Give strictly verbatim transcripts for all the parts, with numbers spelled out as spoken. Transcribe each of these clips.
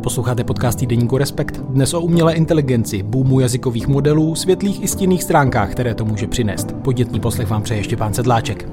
Posloucháte podcast týdeníku Respekt. Dnes o umělé inteligenci, boomu jazykových modelů, světlých i stinných stránkách, které to může přinést. Podnětný poslech vám přeje Štěpán Sedláček.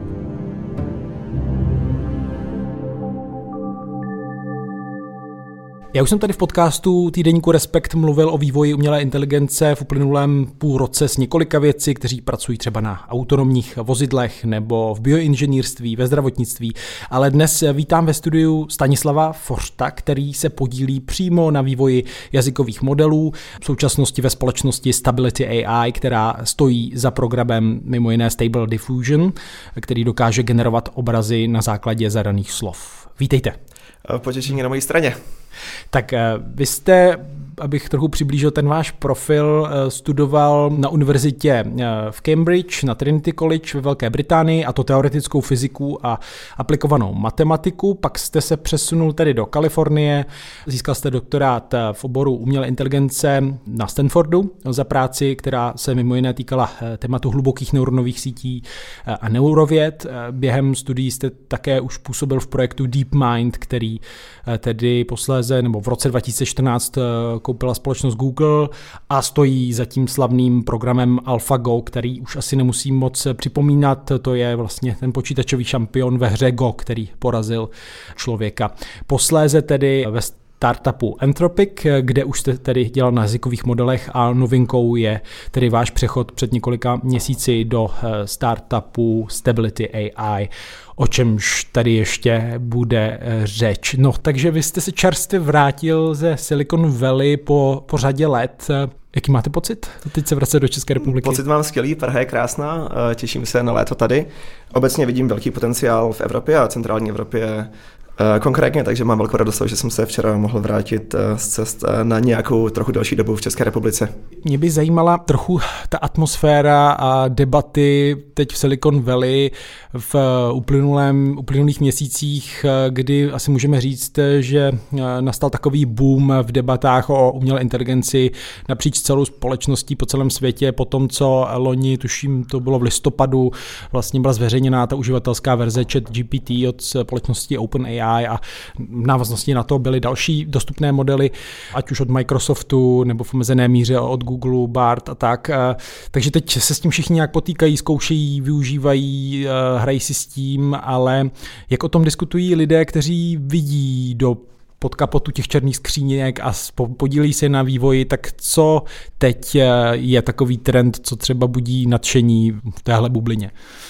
Já už jsem tady v podcastu týdeníku Respekt mluvil o vývoji umělé inteligence v uplynulém půl roce s několika vědci, kteří pracují třeba na autonomních vozidlech nebo v bioinženýrství, ve zdravotnictví, ale dnes vítám ve studiu Stanislava Forsta, který se podílí přímo na vývoji jazykových modelů, v současnosti ve společnosti Stability A I, která stojí za programem mimo jiné Stable Diffusion, který dokáže generovat obrazy na základě zadaných slov. Vítejte. Potěšení na mojí straně. Tak vy jste, abych trochu přiblížil ten váš profil, studoval na univerzitě v Cambridge, na Trinity College ve Velké Británii, a to teoretickou fyziku a aplikovanou matematiku. Pak jste se přesunul tedy do Kalifornie, získal jste doktorát v oboru umělé inteligence na Stanfordu za práci, která se mimo jiné týkala tématu hlubokých neuronových sítí a neurověd. Během studií jste také už působil v projektu DeepMind, který tedy posléze nebo v roce dva tisíce čtrnáct koupila společnost Google a stojí za tím slavným programem AlphaGo, který už asi nemusím moc připomínat, to je vlastně ten počítačový šampion ve hře Go, který porazil člověka. Posléze tedy ve startupu Anthropic, kde už jste tedy dělal na jazykových modelech, a novinkou je tedy váš přechod před několika měsíci do startupu Stability A I, o čemž tady ještě bude řeč. No, takže vy jste se čerstvě vrátil ze Silicon Valley po, po řadě let. Jaký máte pocit? Teď se vracet do České republiky. Pocit mám skvělý, Praha je krásná, těším se na léto tady. Obecně vidím velký potenciál v Evropě a centrální Evropě konkrétně, takže mám velkou radost, že jsem se včera mohl vrátit z cest na nějakou trochu další dobu v České republice. Mě by zajímala trochu ta atmosféra a debaty teď v Silicon Valley v uplynulém, uplynulých měsících, kdy asi můžeme říct, že nastal takový boom v debatách o umělé inteligenci napříč celou společností po celém světě, po tom, co loni, tuším, to bylo v listopadu, vlastně byla zveřejněná ta uživatelská verze ChatGPT od společnosti OpenAI, a v návaznosti na to byly další dostupné modely, ať už od Microsoftu nebo v omezené míře od Google, Bard a tak. Takže teď se s tím všichni nějak potýkají, zkoušejí, využívají, hrají si s tím, ale jak o tom diskutují lidé, kteří vidí do pod kapotu těch černých skříněk a podílí se na vývoji, tak co teď je takový trend, co třeba budí nadšení v téhle bublině?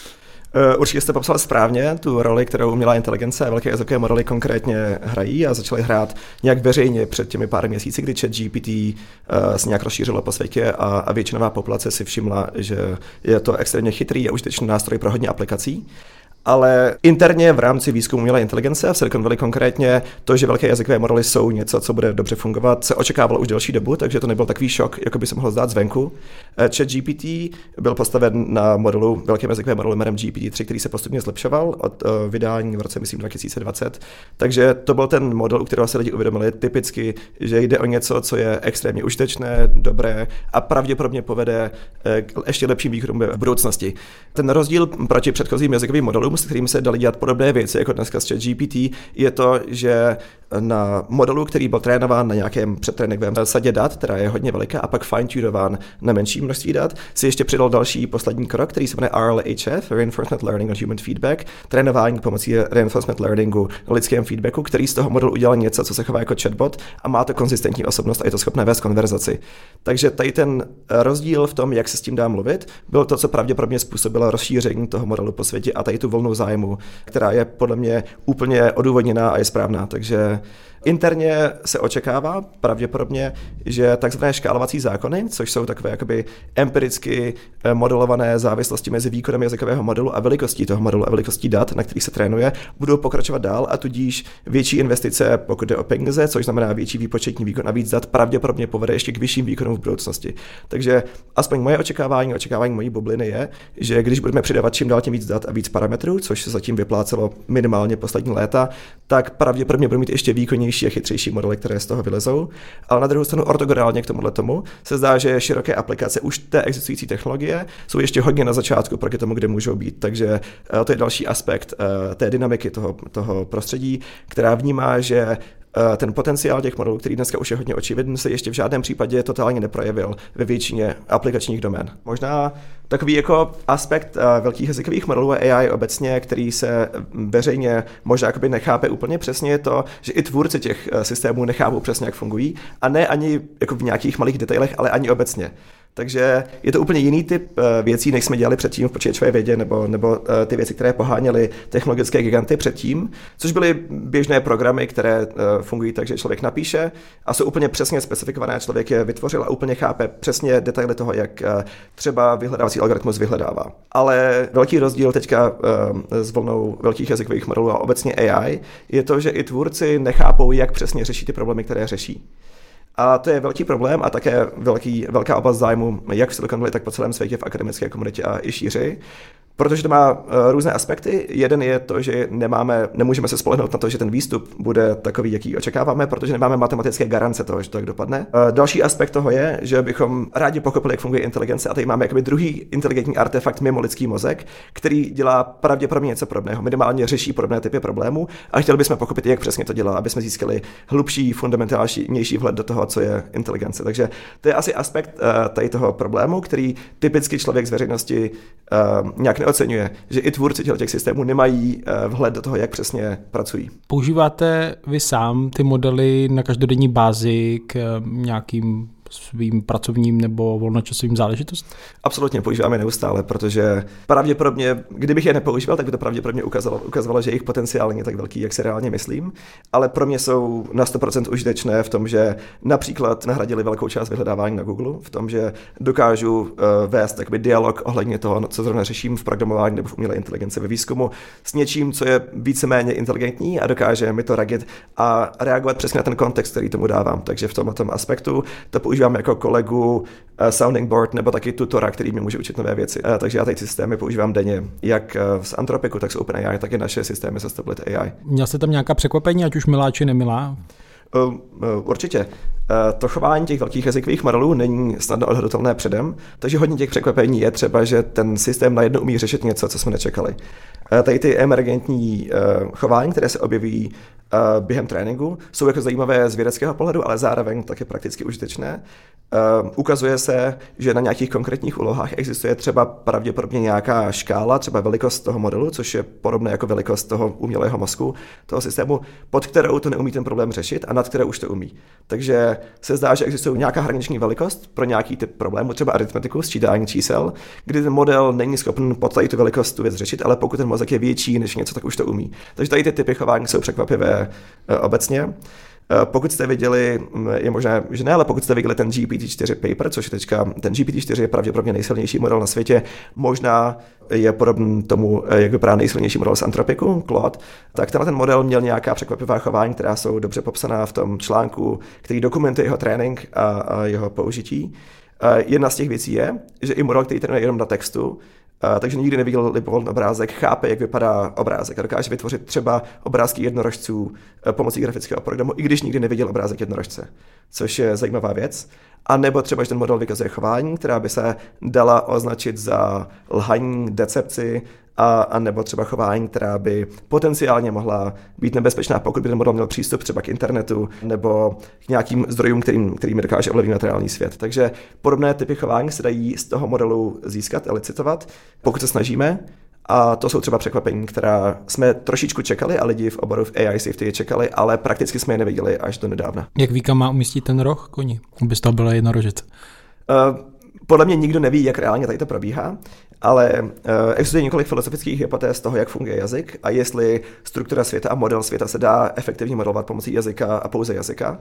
Určitě jste popsal správně tu roli, kterou umělá inteligence a velké jazykové modely konkrétně hrají a začaly hrát nějak veřejně před těmi pár měsíci, kdy ChatGPT se nějak rozšířilo po světě a, a většinová populace si všimla, že je to extrémně chytrý a užitečný nástroj pro hodně aplikací. Ale interně v rámci výzkumu umělé inteligence a v Silicon Valley konkrétně to, že velké jazykové modely jsou něco, co bude dobře fungovat, se očekávalo už delší dobu, takže to nebyl takový šok, jako by se mohlo zdát zvenku. ChatGPT byl postaven na modelu, velkém jazykovém modelu jménem G P T tři, který se postupně zlepšoval od vydání v roce, myslím, dva tisíce dvacet. Takže to byl ten model, u kterého se lidi uvědomili typicky, že jde o něco, co je extrémně užitečné, dobré a pravděpodobně povede k ještě lepším výkonům v budoucnosti. Ten rozdíl proti předchozím jazykovým modelům, s kterými se daly dělat podobné věci, jako dneska s ChatGPT, je to, že na modelu, který byl trénován na nějakém předtréninkovém sadě dat, která je hodně veliká, a pak fine-tunován na menší množství dat, si ještě přidal další poslední krok, který se jmenuje R L H F, Reinforcement Learning on Human Feedback, trénování pomocí Reinforcement Learningu na lidském feedbacku, který z toho modelu udělal něco, co se chová jako chatbot a má to konzistentní osobnost a je to schopné vést konverzaci. Takže tady ten rozdíl v tom, jak se s tím dá mluvit, byl to, co pravděpodobně způsobilo rozšíření toho modelu po světě a tady tu vlnu zájmu, která je podle mě úplně odůvodněná a je správná. Takže interně se očekává pravděpodobně, že takzvané škálovací zákony, což jsou takové jakoby empiricky modelované závislosti mezi výkonem jazykového modelu a velikostí toho modelu a velikostí dat, na kterých se trénuje, budou pokračovat dál a tudíž větší investice, pokud jde o peníze, což znamená větší výpočetní výkon a víc dat, pravděpodobně povede ještě k vyšším výkonům v budoucnosti. Takže aspoň moje očekávání, očekávání mojí bubliny je, že když budeme přidávat čím dál tím víc dat a víc parametrů, což se zatím vyplácelo minimálně poslední léta, tak pravděpodobně budeme mít ještě výkonnější a chytřejší modely, které z toho vylezou. Ale na druhou stranu ortogonálně k tomuhle tomu se zdá, že široké aplikace už té existující technologie jsou ještě hodně na začátku proti tomu, kde můžou být. Takže to je další aspekt té dynamiky toho, toho prostředí, která vnímá, že ten potenciál těch modelů, který dneska už je hodně očividný, se ještě v žádném případě totálně neprojevil ve většině aplikačních domén. Možná takový jako aspekt velkých jazykových modelů a A I obecně, který se veřejně možná jakoby nechápe úplně přesně, je to, že i tvůrci těch systémů nechápou přesně, jak fungují, a ne ani jako v nějakých malých detailech, ale ani obecně. Takže je to úplně jiný typ věcí, než jsme dělali předtím v počítačové vědě, nebo, nebo ty věci, které poháněly technologické giganty předtím, což byly běžné programy, které fungují tak, že člověk napíše a jsou úplně přesně specifikované, člověk je vytvořil a úplně chápe přesně detaily toho, jak třeba vyhledávací algoritmus vyhledává. Ale velký rozdíl teďka s vlnou velkých jazykových modelů a obecně A I je to, že i tvůrci nechápou, jak přesně řeší ty problémy, které řeší. A to je velký problém a také velký, velká oblast zájmu jak v Silicon Valley, tak po celém světě v akademické komunitě a i šířeji. Protože to má uh, různé aspekty. Jeden je to, že nemáme, nemůžeme se spolehnout na to, že ten výstup bude takový, jaký očekáváme, protože nemáme matematické garance toho, že to tak dopadne. Uh, další aspekt toho je, že bychom rádi pochopili, jak funguje inteligence, a tady máme jakoby druhý inteligentní artefakt mimo lidský mozek, který dělá pravděpodobně něco podobného, minimálně řeší podobné typy problémů, a chtěli bychom pochopit, jak přesně to dělá, aby jsme získali hlubší, fundamentálnější vhled do toho, co je inteligence. Takže to je asi aspekt uh, tady toho problému, který typicky člověk z veřejnosti uh, nějak neocenuje, že i tvůrci těch systémů nemají vhled do toho, jak přesně pracují. Používáte vy sám ty modely na každodenní bázi k nějakým svým pracovním nebo volnočasovým záležitostem? Absolutně, používáme neustále, protože pravděpodobně, kdybych je nepoužíval, tak by to pravděpodobně ukázalo, ukazovalo, že jejich potenciál není tak velký, jak si reálně myslím, ale pro mě jsou na sto procent užitečné v tom, že například nahradili velkou část vyhledávání na Google, v tom, že dokážu uh, vést takový dialog ohledně toho, co zrovna řeším v programování nebo v umělé inteligenci ve výzkumu s něčím, co je víceméně inteligentní a dokáže mi to radit a reagovat přesně na ten kontext, který tomu dávám. Takže v tomto tomu to používám jako kolegu uh, sounding board nebo taky tutora, který mi může učit nové věci. Uh, takže já ty systémy používám denně, jak uh, z Anthropicu, tak z OpenAI, tak i naše systémy se Stability A I. Měl jste tam nějaká překvapení, ať už milá či nemilá? Uh, uh, určitě. Uh, to chování těch velkých jazykových modelů není snadno odhadnutelné předem, takže hodně těch překvapení je třeba, že ten systém najednou umí řešit něco, co jsme nečekali. Uh, tady ty emergentní uh, chování, které se objeví uh, během tréninku, jsou jako zajímavé z vědeckého pohledu, ale zároveň také prakticky užitečné. Uh, ukazuje se, že na nějakých konkrétních úlohách existuje třeba pravděpodobně nějaká škála, třeba velikost toho modelu, což je podobné jako velikost toho umělého mozku, toho systému, pod kterou to neumí ten problém řešit a nad kterou už to umí. Takže se zdá, že existuje nějaká hraniční velikost pro nějaký typ problému, třeba aritmetiku, sčítání čísel, kdy ten model není schopen pod tady tu velikost tu věc řešit, ale pokud ten mozek je větší než něco, tak už to umí. Takže tady ty typy chování jsou překvapivé uh, obecně. Pokud jste viděli, je možná, že ne, ale pokud jste viděli ten G P T čtyři paper, což je teďka, ten G P T čtyři je pravděpodobně nejsilnější model na světě, možná je podobný tomu, jak vypadá nejsilnější model z Anthropicu, Claude, tak tenhle ten model měl nějaká překvapivá chování, která jsou dobře popsaná v tom článku, který dokumentuje jeho trénink a, a jeho použití. Jedna z těch věcí je, že i model, který trénuje jenom na textu, Uh, takže nikdy neviděl libovolný obrázek, chápe, jak vypadá obrázek a dokáže vytvořit třeba obrázky jednorožců uh, pomocí grafického programu, i když nikdy neviděl obrázek jednorožce, což je zajímavá věc. A nebo třeba, že ten model vykazuje chování, která by se dala označit za lhaní, decepci, a, a nebo třeba chování, která by potenciálně mohla být nebezpečná, pokud by ten model měl přístup třeba k internetu nebo k nějakým zdrojům, kterým, kterými dokáže ovlivnit reálný svět. Takže podobné typy chování se dají z toho modelu získat, elicitovat, pokud se snažíme. A to jsou třeba překvapení, která jsme trošičku čekali a lidi v oboru v A I safety je čekali, ale prakticky jsme je neviděli až do nedávna. Jak Víka má umístit ten roh koni, aby z toho byla jednorožec? Uh, podle mě nikdo neví, jak reálně tady to probíhá, ale uh, existuje několik filozofických hypotéz toho, jak funguje jazyk a jestli struktura světa a model světa se dá efektivně modelovat pomocí jazyka a pouze jazyka.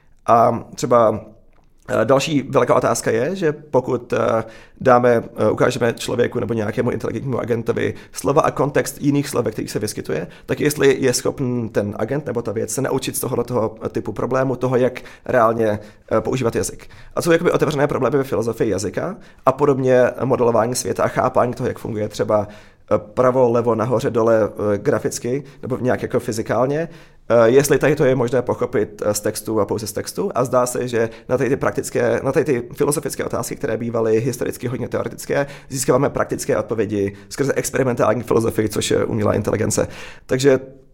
A třeba další velká otázka je, že pokud dáme, ukážeme člověku nebo nějakému inteligentnímu agentovi slova a kontext jiných slov, kterých se vyskytuje, tak jestli je schopen ten agent nebo ta věc se naučit z tohoto typu problému, toho, jak reálně používat jazyk. A jsou jakoby otevřené problémy ve filozofii jazyka a podobně modelování světa a chápání toho, jak funguje třeba pravo, levo, nahoře, dole graficky nebo nějak jako fyzikálně, jestli tady to je možné pochopit z textu a pouze z textu. A zdá se, že na tady ty praktické, na tady ty filozofické otázky, které bývaly historicky hodně teoretické, získáváme praktické odpovědi skrze experimentální filozofii, což je umělá inteligence. Takže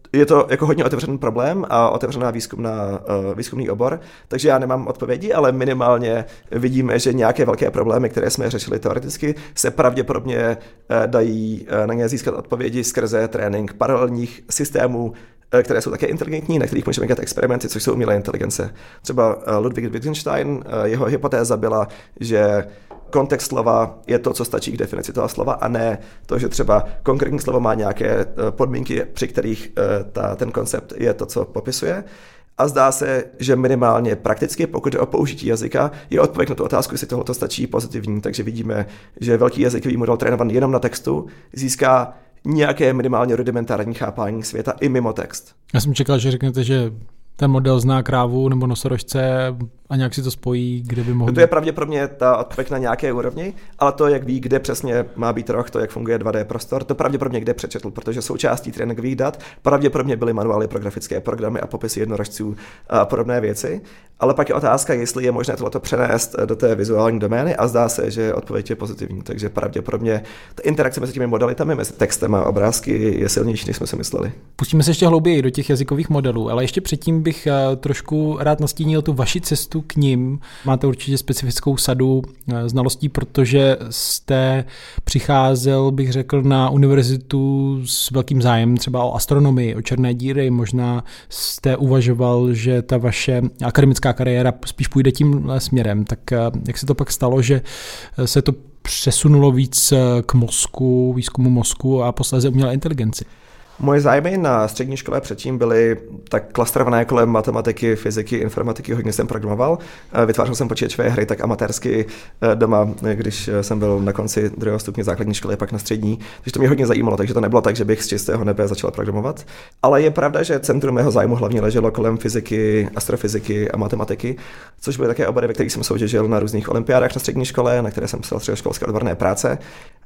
je to jako hodně otevřený problém a otevřená výzkumná, uh, výzkumný obor, takže já nemám odpovědi, ale minimálně vidíme, že nějaké velké problémy, které jsme řešili teoreticky, se pravděpodobně uh, dají uh, na ně získat odpovědi skrze trénink paralelních systémů, které jsou také inteligentní, na kterých můžeme dělat experimenty, což jsou umělé inteligence. Třeba Ludwig Wittgenstein, jeho hypotéza byla, že kontext slova je to, co stačí k definici toho slova, a ne to, že třeba konkrétní slovo má nějaké podmínky, při kterých ta, ten koncept je to, co popisuje. A zdá se, že minimálně prakticky, pokud je o použití jazyka, je odpověď na tu otázku, jestli tohle stačí, pozitivní. Takže vidíme, že velký jazykový model trénovaný jenom na textu získá nějaké minimálně rudimentární chápání světa i mimo text. Já jsem čekal, že řeknete, že ten model zná krávu nebo nosorožce a nějak si to spojí, kde by mohl... To je pravděpodobně ta odpověď na nějaké úrovni, ale to, jak ví, kde přesně má být roh, to, jak funguje dva dé prostor, to pravděpodobně kde přečetl, protože součástí tréninkových dat pravděpodobně byly manuály pro grafické programy a popisy jednorožců a podobné věci. Ale pak je otázka, jestli je možné tohleto přenést do té vizuální domény, a zdá se, že odpověď je pozitivní. Takže pravděpodobně ta interakce mezi těmi modalitami, mezi textem a obrázky je silnější, než jsme si mysleli. Pustíme se ještě hlouběji do těch jazykových modelů, ale ještě předtím bych trošku rád nastínil tu vaši cestu k nim. Máte určitě specifickou sadu znalostí, protože jste přicházel, bych řekl, na univerzitu s velkým zájem třeba o astronomii, o černé díry. Možná jste uvažoval, že ta vaše akademická kariéra spíš půjde tím směrem. Tak jak se to pak stalo, že se to přesunulo víc k mozku, výzkumu mozku a posléze umělé inteligenci? Moje zájmy na střední škole předtím byly tak klastrované kolem matematiky, fyziky, informatiky, hodně jsem programoval. Vytvářel jsem počítačové hry tak amatérsky doma, když jsem byl na konci druhého stupně základní školy, pak na střední. Takže to mě hodně zajímalo, takže to nebylo tak, že bych z čistého nebe začal programovat. Ale je pravda, že centrum mého zájmu hlavně leželo kolem fyziky, astrofyziky a matematiky, což byly také obory, ve kterých jsem soutěžil na různých olympiádách na střední škole, na které jsem psal středoškolské odborné práce.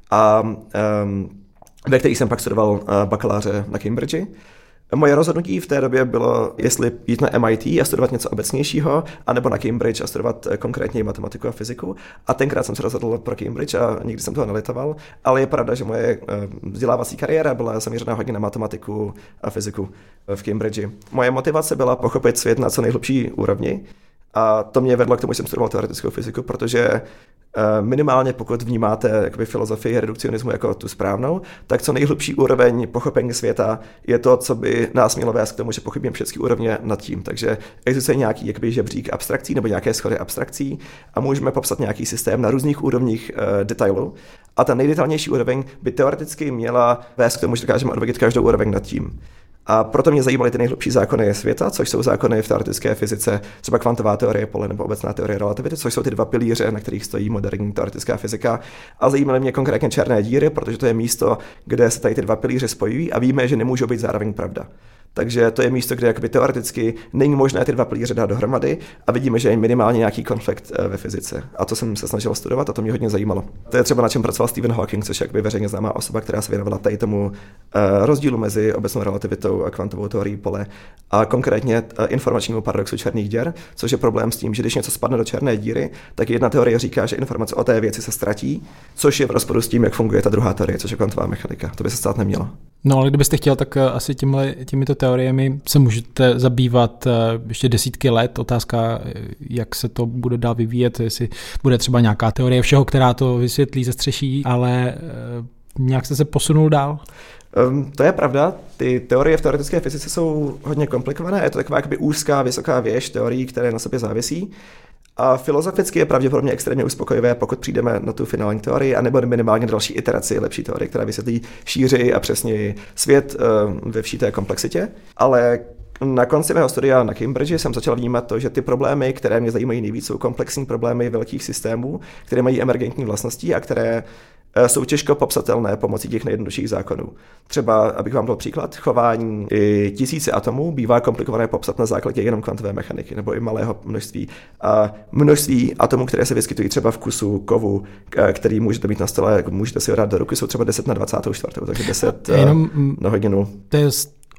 A um, ve kterých jsem pak studoval bakaláře na Cambridge. Moje rozhodnutí v té době bylo, jestli jít na M I T a studovat něco obecnějšího, anebo na Cambridge a studovat konkrétně matematiku a fyziku. A tenkrát jsem se rozhodl pro Cambridge a nikdy jsem toho nelitoval, ale je pravda, že moje vzdělávací kariéra byla zaměřená hodně na matematiku a fyziku v Cambridge. Moje motivace byla pochopit svět na co nejhlubší úrovni. A to mě vedlo k tomu, že jsem studoval teoretickou fyziku, protože minimálně pokud vnímáte jakoby filozofii redukcionismu jako tu správnou, tak co nejhlubší úroveň pochopení světa je to, co by nás mělo vést k tomu, že pochopíme všechny úrovně nad tím. Takže existuje nějaký jakoby žebřík abstrakcí nebo nějaké schody abstrakcí a můžeme popsat nějaký systém na různých úrovních uh, detailu. A ta nejdetailnější úroveň by teoreticky měla vést k tomu, že dokážeme odvodit každou úroveň nad tím. A proto mě zajímaly ty nejhlubší zákony světa, což jsou zákony v teoretické fyzice, třeba kvantová teorie pole nebo obecná teorie relativity, což jsou ty dva pilíře, na kterých stojí moderní teoretická fyzika. A zajímaly mě konkrétně černé díry, protože to je místo, kde se tady ty dva pilíře spojují a víme, že nemůžou být zároveň pravda. Takže to je místo, kde jakoby teoreticky není možné ty dva pilíře dát dohromady a vidíme, že je minimálně nějaký konflikt ve fyzice. A to jsem se snažil studovat a to mě hodně zajímalo. To je třeba na čem pracoval Stephen Hawking, což je jakoby veřejně známá osoba, která se věnovala tady tomu rozdílu mezi obecnou relativitou a kvantovou teorií pole a konkrétně informačnímu paradoxu černých děr, což je problém s tím, že když něco spadne do černé díry, tak jedna teorie říká, že informace o té věci se ztratí, což je v rozporu s tím, jak funguje ta druhá teorie, což je kvantová mechanika. To by se stát nemělo. No, ale kdybyste chtěl, tak asi tímhle, těmito teoriemi se můžete zabývat ještě desítky let. Otázka, jak se to bude dál vyvíjet, jestli bude třeba nějaká teorie všeho, která to vysvětlí, zastřeší, ale nějak jste se posunul dál? Um, to je pravda. Ty teorie v teoretické fyzice jsou hodně komplikované. Je to taková jakoby úzká, vysoká věž teorií, které na sobě závisí. A filozoficky je pravděpodobně extrémně uspokojivé, pokud přijdeme na tu finální teorii, anebo minimálně další iteraci lepší teorie, která vysvětlí šířeji a přesněji svět uh, ve vší té komplexitě. Ale na konci mého studia na Cambridge jsem začal vnímat to, že ty problémy, které mě zajímají nejvíc, jsou komplexní problémy velkých systémů, které mají emergentní vlastnosti a které jsou těžko popsatelné pomocí těch nejjednodušších zákonů. Třeba, abych vám dal příklad, chování i tisíce atomů bývá komplikované popsat na základě jenom kvantové mechaniky nebo i malého množství. A množství atomů, které se vyskytují třeba v kusu kovu, který můžete mít na stole, můžete si ho dát do ruky, jsou třeba deset na dvacet čtyři, takže deset jenom, na hodinu. To je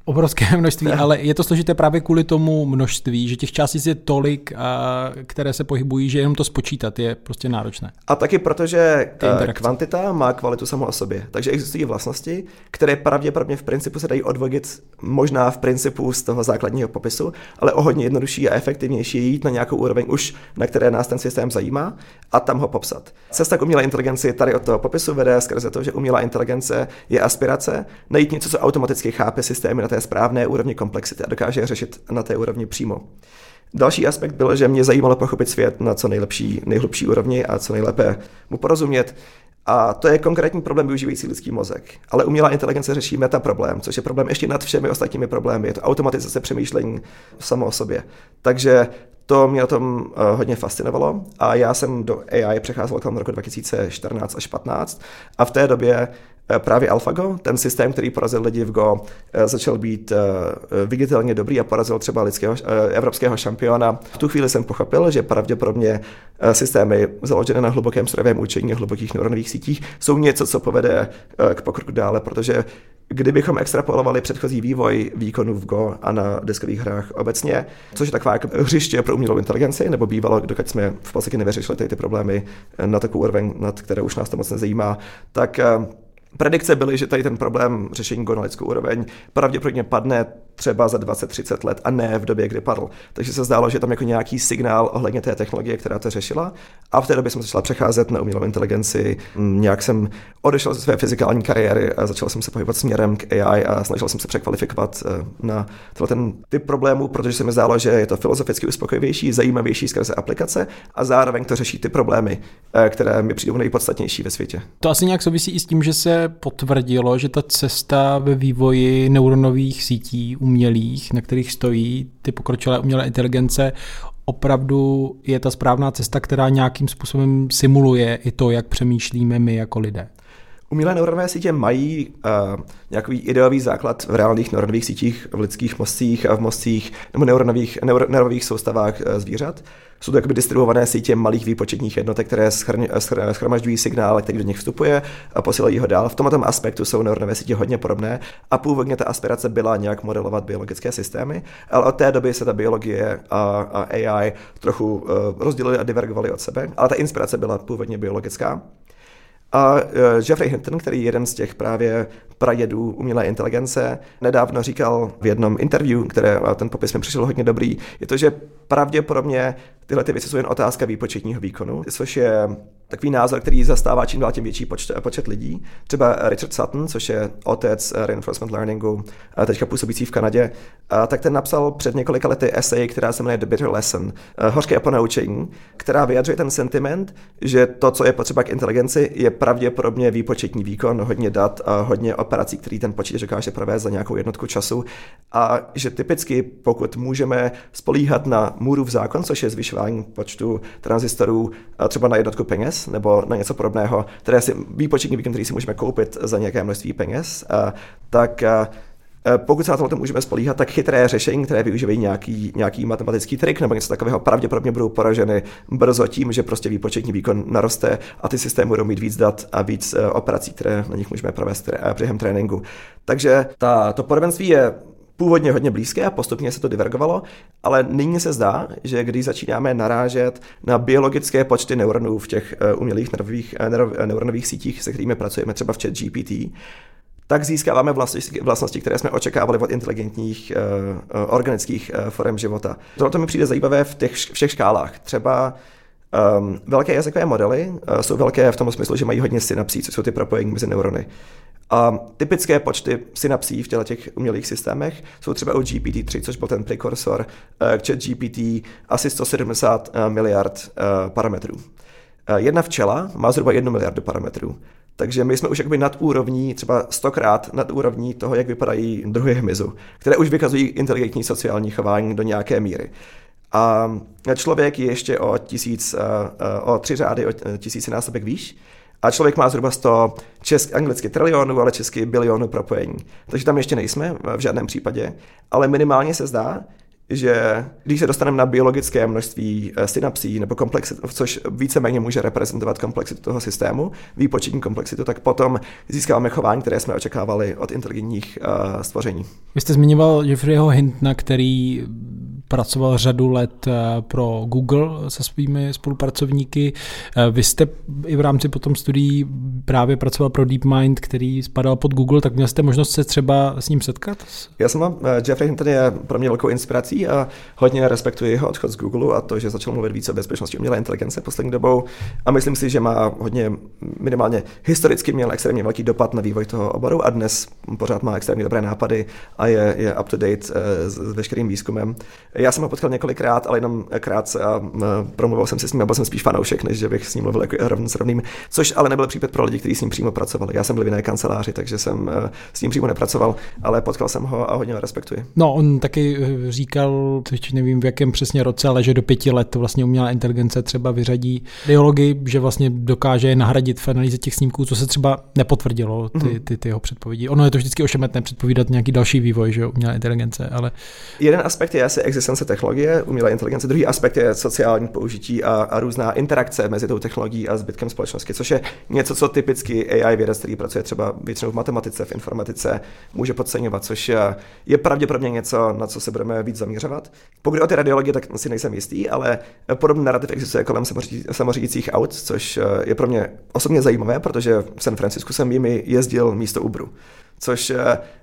obrovské množství, ale je to složité právě kvůli tomu množství, že těch částic je tolik, a, které se pohybují, že jenom to spočítat je prostě náročné. A taky protože kvantita má kvalitu samo o sobě. Takže existují vlastnosti, které pravděpodobně v principu se dají odvodit možná v principu z toho základního popisu, ale o hodně jednodušší a efektivnější je jít na nějakou úroveň už, na které nás ten systém zajímá a tam ho popsat. Cesta k umělé inteligenci tady od toho popisu vede skrze to, že umělá inteligence je aspirace, najít něco, co automaticky chápe systémy na té správné úrovni komplexity a dokáže je řešit na té úrovni přímo. Další aspekt byl, že mě zajímalo pochopit svět na co nejlepší, nejhlubší úrovni a co nejlépe mu porozumět. A to je konkrétní problém využívající lidský mozek. Ale umělá inteligence řeší metaproblém, což je problém ještě nad všemi ostatními problémy. Je to automatizace přemýšlení samo o sobě. Takže to mě na tom uh, hodně fascinovalo a já jsem do A I přecházel kolem roku dva tisíce čtrnáct až patnáct a v té době uh, právě AlphaGo, ten systém, který porazil lidi v Go, uh, začal být uh, viditelně dobrý a porazil třeba lidského, uh, evropského šampiona. V tu chvíli jsem pochopil, že pravděpodobně uh, systémy založené na hlubokém strojovém učení a hlubokých neuronových sítích jsou něco, co povede uh, k pokroku dále, protože kdybychom extrapolovali předchozí vývoj výkonů v Go a na deskových hrách obecně, což je taková hřiště pro umělou inteligenci, nebo bývalo, dokud jsme v podstatě nevyřešili ty, ty problémy na takovou úroveň, nad které už nás to moc nezajímá, tak predikce byly, že tady ten problém řešení Go na lidskou úroveň pravděpodobně padne třeba za dvacet třicet let a ne v době, kdy padl. Takže se zdálo, že tam jako nějaký signál ohledně té technologie, která to řešila. A v té době jsem začala přecházet na umělou inteligenci. Nějak jsem odešel ze své fyzikální kariéry a začal jsem se pohybovat směrem k A I a snažil jsem se překvalifikovat na ten typ problémů, protože se mi zdálo, že je to filozoficky uspokojivější, zajímavější skrze aplikace a zároveň to řeší ty problémy, které mi přijdou nejpodstatnější ve světě. To asi nějak souvisí i s tím, že se potvrdilo, že ta cesta ve vývoji neuronových sítí umělých, na kterých stojí ty pokročilé umělé inteligence, opravdu je ta správná cesta, která nějakým způsobem simuluje i to, jak přemýšlíme my jako lidé. Umělé neuronové sítě mají uh, nějaký ideový základ v reálných neuronových sítích, v lidských mozcích a v mozcích nebo neuronových, neuro, neurových soustavách uh, zvířat. Jsou to jakoby distribuované sítě malých výpočetních jednotek, které shromažďují signál, který do nich vstupuje a posílají ho dál. V tomto aspektu jsou neuronové sítě hodně podobné a původně ta aspirace byla nějak modelovat biologické systémy, ale od té doby se ta biologie a, a A I trochu uh, rozdělily a divergovaly od sebe, ale ta inspirace byla původně biologická. A Geoffrey Hinton, který je jeden z těch právě pradědů umělé inteligence, nedávno říkal v jednom interview, které ten popis mi přišel hodně dobrý, je to, že pravděpodobně tyhle ty věci jsou jen otázka výpočetního výkonu, což je takový názor, který zastává čím dál tím větší počet, počet lidí. Třeba Richard Sutton, což je otec reinforcement learningu, teďka působící v Kanadě, tak ten napsal před několika lety essay, která se jmenuje The Bitter Lesson, hořké ponaučení, která vyjadřuje ten sentiment, že to, co je potřeba k inteligenci, je pravděpodobně výpočetní výkon, hodně dat a hodně operací, který ten počítač dokáže provést za nějakou jednotku času. A že typicky, pokud můžeme spolíhat na Mooreův zákon, což je zvyšování počtu tranzistorů třeba na jednotku peněz, nebo na něco podobného, které si výpočetní výkon, který si můžeme koupit za nějaké množství peněz, tak pokud se na tohle můžeme spolíhat, tak chytré řešení, které využívají nějaký, nějaký matematický trik nebo něco takového, pravděpodobně budou poraženy brzo tím, že prostě výpočetní výkon naroste a ty systémy budou mít víc dat a víc operací, které na nich můžeme provést během tréninku. Takže ta, to podobenství je původně hodně blízké a postupně se to divergovalo, ale nyní se zdá, že když začínáme narážet na biologické počty neuronů v těch umělých neurových, neuronových sítích, se kterými pracujeme třeba v ChatGPT, tak získáváme vlastnosti, vlastnosti, které jsme očekávali od inteligentních uh, organických uh, forem života. Tohle mi přijde zajímavé v těch všech škálách. Třeba um, velké jazykové modely uh, jsou velké v tom smyslu, že mají hodně synapsí, což jsou ty propojení mezi neurony. A typické počty synapsí v těchto těch umělých systémech jsou třeba u G P T tři, což byl ten prekursor uh, k ChatGPT, asi sto sedmdesát uh, miliard uh, parametrů. Uh, jedna včela má zhruba jednu miliardu parametrů. Takže my jsme už jakoby nad úrovní, třeba stokrát nad úrovní toho, jak vypadají druhy hmyzu, které už vykazují inteligentní sociální chování do nějaké míry. A člověk je ještě o, tisíc, o tři řády, o tisícinásobek výš. A člověk má zhruba sto česky, anglicky trilionů, ale česky bilionů propojení. Takže tam ještě nejsme v žádném případě, ale minimálně se zdá, že když se dostaneme na biologické množství synapsí nebo komplexit, což víceméně může reprezentovat komplexitu toho systému, výpočetní komplexitu, tak potom získáváme chování, které jsme očekávali od inteligentních uh, stvoření. Vy jste zmiňoval Jeffreyho Hintona, který pracoval řadu let pro Google se svými spolupracovníky. Vy jste i v rámci potom studií právě pracoval pro DeepMind, který spadal pod Google, tak měl jste možnost se třeba s ním setkat? Já jsem Jeffrey Hinton je pro mě velkou inspirací a hodně respektuji jeho odchod z Google a to, že začal mluvit více o bezpečnosti umělé inteligence poslední dobou a myslím si, že má hodně minimálně historicky měl extrémně velký dopad na vývoj toho oboru a dnes pořád má extrémně dobré nápady a je, je up to date s veškerým výzkumem. Já jsem ho potkal několikrát, ale jenom krátce a promluvil jsem si s ním a byl jsem spíš fanoušek, než že bych s ním mluvil jako rovný s rovným, což ale nebyl případ pro lidi, kteří s ním přímo pracovali. Já jsem byl v jiné kanceláři, takže jsem s ním přímo nepracoval, ale potkal jsem ho a hodně ho respektuji. No, on taky říkal, teď nevím v jakém přesně roce, ale že do pěti let vlastně umělá inteligence třeba vyřadí radiologii, že vlastně dokáže je nahradit v analýze těch snímků, co se třeba nepotvrdilo, ty, ty, ty, ty jeho předpovědi. Ono je to vždycky ošemetné předpovídat nějaký další vývoj, že umělá inteligence, ale jeden aspekt je asi existence technologie, umělé inteligence, druhý aspekt je sociální použití a, a různá interakce mezi tou technologií a zbytkem společnosti, což je něco, co typicky A I vědec, který pracuje třeba většinou v matematice, v informatice, může podceňovat, což je pravděpodobně něco, na co se budeme víc zaměřovat. Pokud o ty radiologie, tak si nejsem jistý, ale podobný narrativ existuje kolem samořídících aut, což je pro mě osobně zajímavé, protože v San Francisku jsem jimi jezdil místo Uberu, což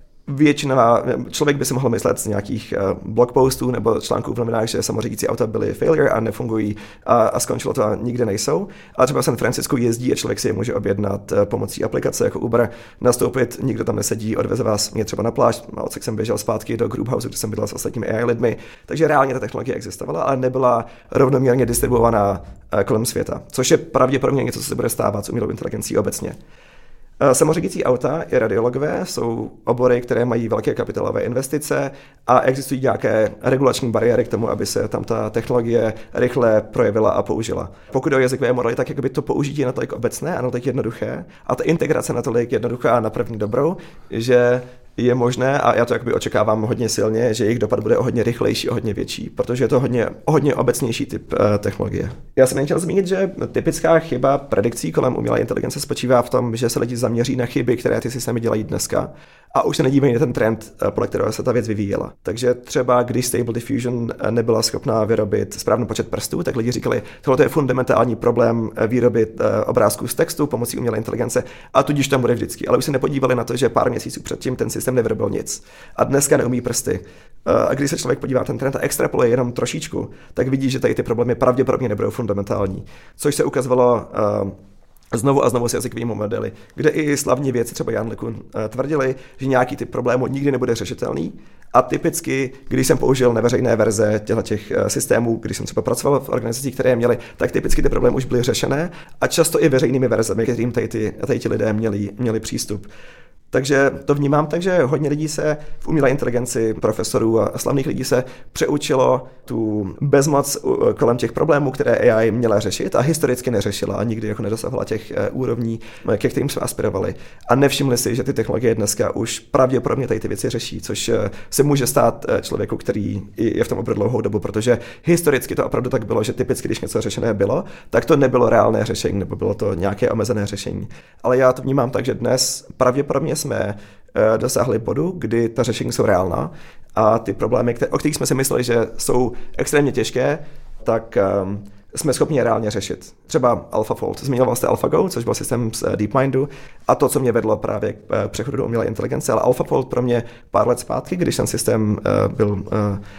většina, člověk by si mohl myslet z nějakých blogpostů nebo článků v novinách, že samořídící auta byly failure a nefungují a, a skončilo to a nikde nejsou. Ale třeba v San Francisku jezdí a člověk si je může objednat pomocí aplikace jako Uber, nastoupit, nikdo tam nesedí, odveze vás mě třeba na pláž, odsek jsem běžel zpátky do Group House, kde jsem bydlel s ostatními A I lidmi. Takže reálně ta technologie existovala, ale nebyla rovnoměrně distribuovaná kolem světa, což je pravděpodobně něco, co se bude stávat s umělou inteligencí obecně. Samořídící auta i radiologové jsou obory, které mají velké kapitálové investice a existují nějaké regulační bariéry k tomu, aby se tam ta technologie rychle projevila a použila. Pokud o jazykové modely, tak jakoby to použití je natolik obecné a natolik jednoduché a ta integrace natolik jednoduchá na první dobrou, že je možné, a já to jakoby očekávám hodně silně, že jejich dopad bude o hodně rychlejší, o hodně větší, protože je to hodně, hodně obecnější typ uh, technologie. Já jsem nechtěl zmínit, že typická chyba predikcí kolem umělé inteligence spočívá v tom, že se lidi zaměří na chyby, které ty systémy dělají dneska a už se nedívají na ten trend, podle kterého se ta věc vyvíjela. Takže třeba když Stable Diffusion nebyla schopná vyrobit správný počet prstů, tak lidi říkali, tohle je fundamentální problém výroby obrázků z textu pomocí umělé inteligence a tudíž tam bude vždycky. Ale už se nepodívali na to, že pár měsíců předtím ten systém nevyrobil nic a dneska neumí prsty. A když se člověk podívá na ten trend a extrapoluje jenom trošičku, tak vidí, že tady ty problémy pravděpodobně nebudou fundamentální. Což se ukazovalo uh, znovu a znovu s jazykovými modely, kde i slavní vědci, třeba Jan LeCun, tvrdili, že nějaký typ problému nikdy nebude řešitelný. A typicky, když jsem použil neveřejné verze těch systémů, když jsem třeba pracoval v organizacích, které je měly, tak typicky ty problémy už byly řešené a často i veřejnými verzemi, kterým tady ty, tady ty lidé měli, měli přístup. Takže to vnímám tak, že hodně lidí se v umělé inteligenci, profesorů a slavných lidí se přeučilo tu bezmoc kolem těch problémů, které A I měla řešit a historicky neřešila a nikdy jako nedosahovala těch úrovní, ke kterým jsme aspirovali. A nevšimli si, že ty technologie dneska už pravděpodobně tady ty věci řeší, což se může stát člověku, který je v tom opravdu dlouhou dobu, protože historicky to opravdu tak bylo, že typicky, když něco řešené bylo, tak to nebylo reálné řešení nebo bylo to nějaké omezené řešení. Ale já to vnímám tak, že dnes pravděpodobně jsme dosáhli bodu, kdy ta řešení jsou reálná a ty problémy, které, o kterých jsme si mysleli, že jsou extrémně těžké, tak um, jsme schopni je reálně řešit. Třeba AlphaFold. Zmiňoval jste AlphaGo, což byl systém z DeepMindu a to, co mě vedlo právě k přechodu do umělé inteligence, ale AlphaFold pro mě pár let zpátky, když ten systém uh, byl uh,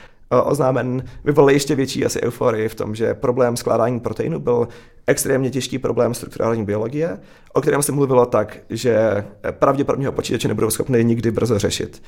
oznámen, vyvolal ještě větší asi euforii v tom, že problém skládání proteinu byl extrémně těžký problém strukturální biologie, o kterém se mluvilo tak, že pravděpodobně ho počítače nebudou schopni nikdy brzo řešit.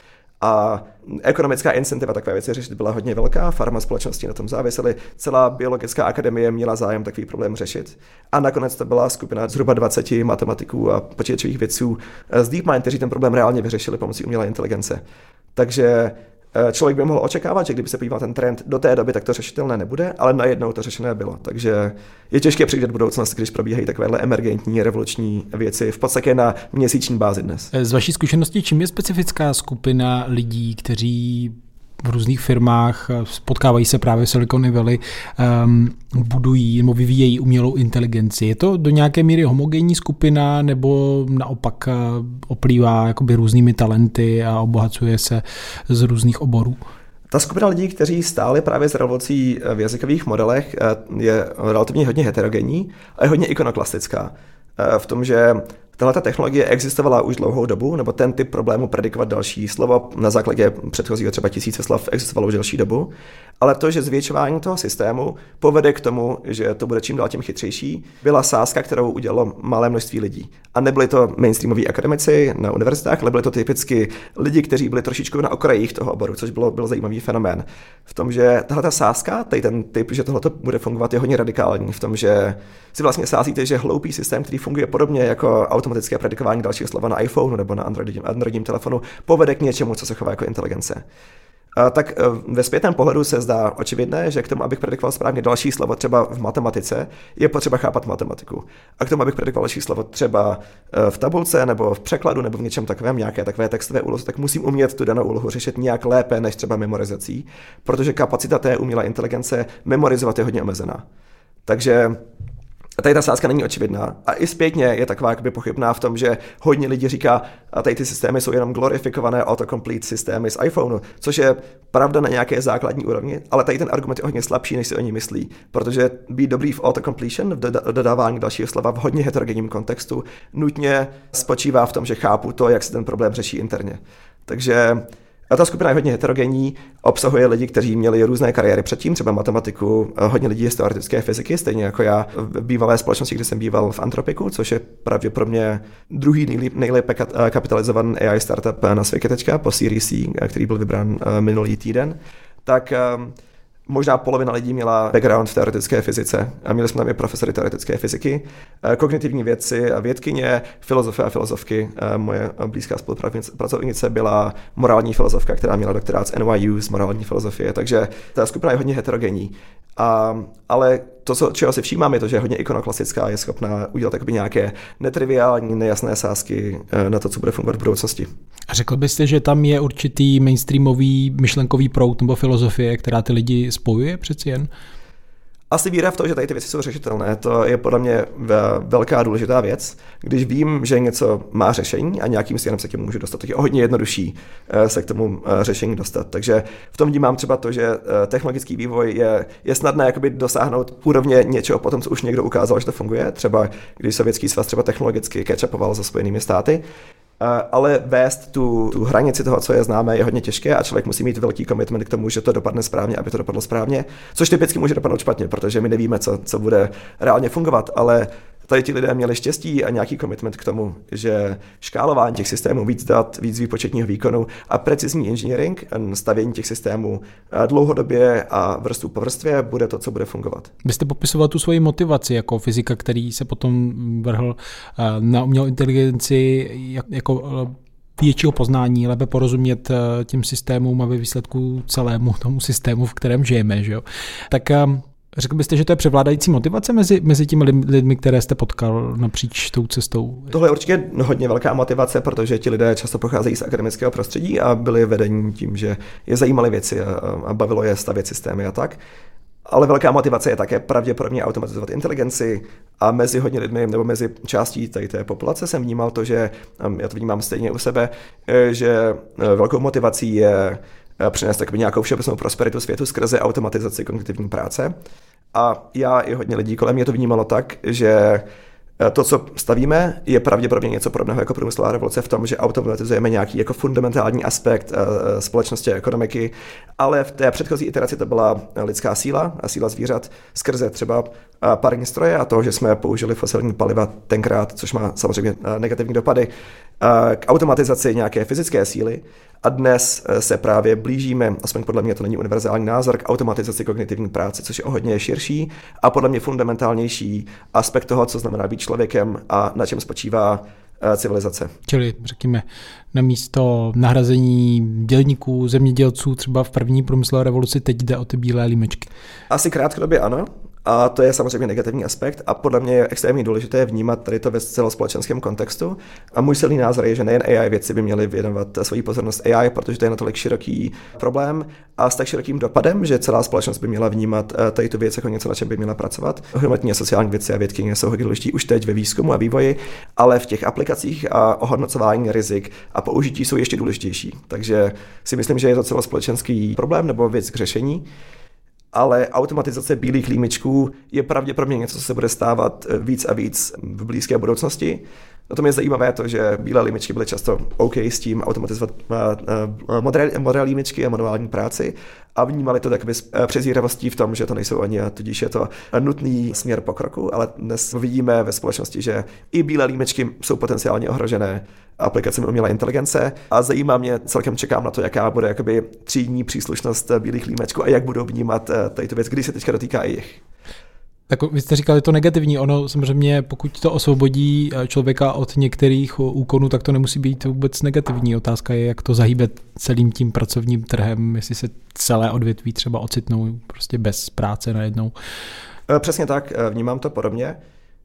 A ekonomická incentiva takové věci řešit byla hodně velká, farma společnosti na tom závisely, celá biologická akademie měla zájem takový problém řešit. A nakonec to byla skupina zhruba dvacet matematiků a počítačových vědců z DeepMind, kteří ten problém reálně vyřešili pomocí umělé inteligence. Takže člověk by mohl očekávat, že kdyby se podíval ten trend do té doby, tak to řešitelné nebude, ale najednou to řešené bylo. Takže je těžké předvídat budoucnost, když probíhají takovéhle emergentní, revoluční věci v podstatě na měsíční bázi dnes. Z vaší zkušenosti, čím je specifická skupina lidí, kteří v různých firmách, potkávají se právě v Silicon Valley, um, budují nebo vyvíjejí umělou inteligenci. Je to do nějaké míry homogenní skupina nebo naopak oplývá jakoby různými talenty a obohacuje se z různých oborů? Ta skupina lidí, kteří stáli právě s revolucí v jazykových modelech, je relativně hodně heterogenní a je hodně ikonoklastická. V tom, že tahle technologie existovala už dlouhou dobu, nebo ten typ problému predikovat další slovo na základě předchozího třeba tisíce slov existovalo už delší dobu, ale to, že zvětšování toho systému povede k tomu, že to bude čím dál tím chytřejší, byla sázka, kterou udělalo malé množství lidí. A nebyli to mainstreamoví akademici na univerzitách, ale byli to typicky lidi, kteří byli trošičku na okrajích toho oboru, což bylo, byl zajímavý fenomén. V tom, že tahle sázka, tady ten typ, že tohle bude fungovat, je hodně radikální. V tom, že si vlastně sázíte, že hloupý systém, který funguje podobně jako automatické predikování dalšího slova na iPhoneu nebo na Androidovém, Androidovém telefonu, povede k něčemu, co se chová jako inteligence. A tak ve zpětném pohledu se zdá očividné, že k tomu, abych predikoval správně další slovo třeba v matematice, je potřeba chápat matematiku. A k tomu, abych predikoval další slovo třeba v tabulce nebo v překladu nebo v něčem takovém, nějaké takové textové úlohy, tak musím umět tu danou úlohu řešit nějak lépe než třeba memorizací, protože kapacita té umělé inteligence memorizovat je hodně omezená. Takže a tady ta sázka není očividná. A i zpětně je taková jakoby pochybná v tom, že hodně lidí říká, a tady ty systémy jsou jenom glorifikované autocomplete systémy z iPhoneu, což je pravda na nějaké základní úrovni, ale tady ten argument je hodně slabší, než si oni myslí, protože být dobrý v autocompletion, v dodávání dalšího slova v hodně heterogenním kontextu, nutně spočívá v tom, že chápu to, jak se ten problém řeší interně. Takže a ta skupina je hodně heterogenní, obsahuje lidi, kteří měli různé kariéry předtím, třeba matematiku, hodně lidí je z teoretické fyziky, stejně jako já v bývalé společnosti, kde jsem býval v Antropiku, což je pravděpodobně druhý nejlépe, nejlépe kapitalizovaný A I startup na světě teďka po Series C, který byl vybrán minulý týden. Tak možná polovina lidí měla background v teoretické fyzice a měli jsme tam i profesory teoretické fyziky, kognitivní vědci a vědkyně, filozofy a filozofky. Moje blízká spolupracovnice byla morální filozofka, která měla doktorát z N Y U z morální filozofie, takže ta skupina je hodně heterogenní. A, ale to, co, čeho si všímám, je to, že je hodně ikonoklastická, je schopná udělat nějaké netriviální, nejasné sázky na to, co bude fungovat v budoucnosti. A řekl byste, že tam je určitý mainstreamový myšlenkový proud nebo filozofie, která ty lidi spojuje přeci jen? Asi víra v to, že tady ty věci jsou řešitelné, to je podle mě velká důležitá věc. Když vím, že něco má řešení a nějakým směrem se k němu můžu dostat, tak je hodně jednodušší se k tomu řešení dostat. Takže v tom vnímám třeba to, že technologický vývoj je, je snadné jakoby dosáhnout úrovně něčeho po tom, co už někdo ukázal, že to funguje. Třeba když Sovětský svaz třeba technologicky catch-upoval se Spojenými státy. Ale vést tu, tu hranici toho, co je známé, je hodně těžké a člověk musí mít velký commitment k tomu, že to dopadne správně, aby to dopadlo správně, což typicky může dopadnout špatně, protože my nevíme, co, co bude reálně fungovat, ale tady ti lidé měli štěstí a nějaký commitment k tomu, že škálování těch systémů, víc dat, víc výpočetního výkonu a precizní engineering, stavění těch systémů dlouhodobě a vrstvu po vrstvě bude to, co bude fungovat. Vy jste popisoval tu svoji motivaci jako fyzika, který se potom vrhl na umělou inteligenci jako většího poznání, lépe porozumět těm systémům a ve výsledku celému tomu systému, v kterém žijeme. Že jo? Tak řekl byste, že to je převládající motivace mezi, mezi těmi lidmi, které jste potkal napříč tou cestou? Tohle je určitě hodně velká motivace, protože ti lidé často pocházejí z akademického prostředí a byli vedení tím, že je zajímaly věci a, a bavilo je stavět systémy a tak. Ale velká motivace je také pravděpodobně automatizovat inteligenci a mezi hodně lidmi nebo mezi částí tady té populace jsem vnímal to, že, já to vnímám stejně u sebe, že velkou motivací je přinést takový nějakou všeobecnou prosperitu světu skrze automatizaci kognitivní práce. A já i hodně lidí kolem mě to vnímalo tak, že to, co stavíme, je pravděpodobně něco podobného jako průmyslová revoluce v tom, že automatizujeme nějaký jako fundamentální aspekt společnosti a ekonomiky, ale v té předchozí iteraci to byla lidská síla a síla zvířat skrze třeba parní stroje a toho, že jsme použili fosilní paliva tenkrát, což má samozřejmě negativní dopady, k automatizaci nějaké fyzické síly. A dnes se právě blížíme, aspoň podle mě to není univerzální názor, k automatizaci kognitivní práce, což je o hodně širší a podle mě fundamentálnější aspekt toho, co znamená být člověkem a na čem spočívá civilizace. Čili, řekněme, na místo nahrazení dělníků, zemědělců třeba v první průmyslové revoluci teď jde o ty bílé límečky. Asi krátkodobě ano, A to je samozřejmě negativní aspekt a podle mě je extrémně důležité vnímat tady to ve celospolečenském kontextu. A můj silný názor je, že nejen A I vědci by měli věnovat svoji pozornost A I, protože to je natolik široký problém a s tak širokým dopadem, že celá společnost by měla vnímat tady tu věc jako něco, na čem by měla pracovat. Humanitní a sociální vědci a vědkyně jsou hodně důležití už teď ve výzkumu a vývoji, ale v těch aplikacích a ohodnocování rizik a použití jsou ještě důležitější. Takže si myslím, že je to celospolečenský problém nebo věc k řešení. Ale automatizace bílých límečků je pravděpodobně něco, co se bude stávat víc a víc v blízké budoucnosti. Na tom je zajímavé to, že bílé límečky byly často OK s tím automatizovat modré, modré límečky a manuální práci a vnímali to takové přezíravostí v tom, že to nejsou oni a tudíž je to nutný směr pokroku, ale dnes vidíme ve společnosti, že i bílé límečky jsou potenciálně ohrožené aplikacemi umělé inteligence a zajímá mě, celkem čekám na to, jaká bude jakoby třídní příslušnost bílých límečků a jak budou vnímat tady tu věc, když se teďka dotýká i jich. Tak vy jste říkali, to negativní, ono samozřejmě, pokud to osvobodí člověka od některých úkonů, tak to nemusí být vůbec negativní. Otázka je, jak to zahýbe celým tím pracovním trhem, jestli se celé odvětví třeba ocitnou prostě bez práce najednou. Přesně tak, vnímám to podobně.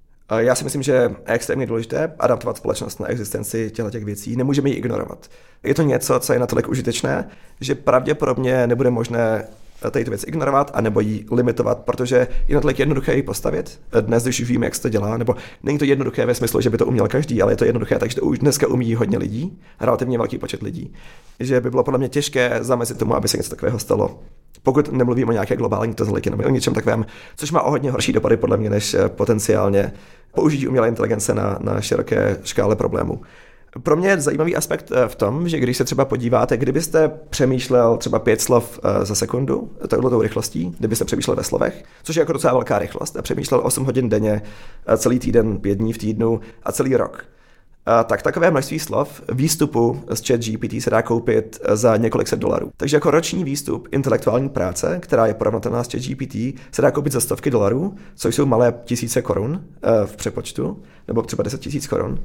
Já si myslím, že je extrémně důležité adaptovat společnost na existenci těchto věcí. Nemůžeme ji ignorovat. Je to něco, co je natolik užitečné, že pravděpodobně nebude možné tady tu věc ignorovat anebo ji limitovat, protože je natolik jednoduché ji postavit. Dnes, když už víme, jak se to dělá, nebo není to jednoduché ve smyslu, že by to uměl každý, ale je to jednoduché, takže to už dneska umí hodně lidí, relativně velký počet lidí, že by bylo podle mě těžké zamezit tomu, aby se něco takového stalo. Pokud nemluvím o nějaké globální totalitě nebo o něčem takovém, což má o hodně horší dopady podle mě, než potenciálně použití umělé inteligence na, na široké škále problémů. Pro mě je zajímavý aspekt v tom, že když se třeba podíváte, kdybyste přemýšlel třeba pět slov za sekundu, touhletou rychlostí, kdybyste přemýšlel ve slovech, což je jako docela velká rychlost, a přemýšlel osm hodin denně, celý týden, pět dní v týdnu a celý rok, tak takové množství slov výstupu z ChatGPT se dá koupit za několik set dolarů. Takže jako roční výstup intelektuální práce, která je porovnatelná s ChatGPT, se dá koupit za stovky dolarů, což jsou malé tisíce korun v přepočtu, nebo třeba deset tisíc korun.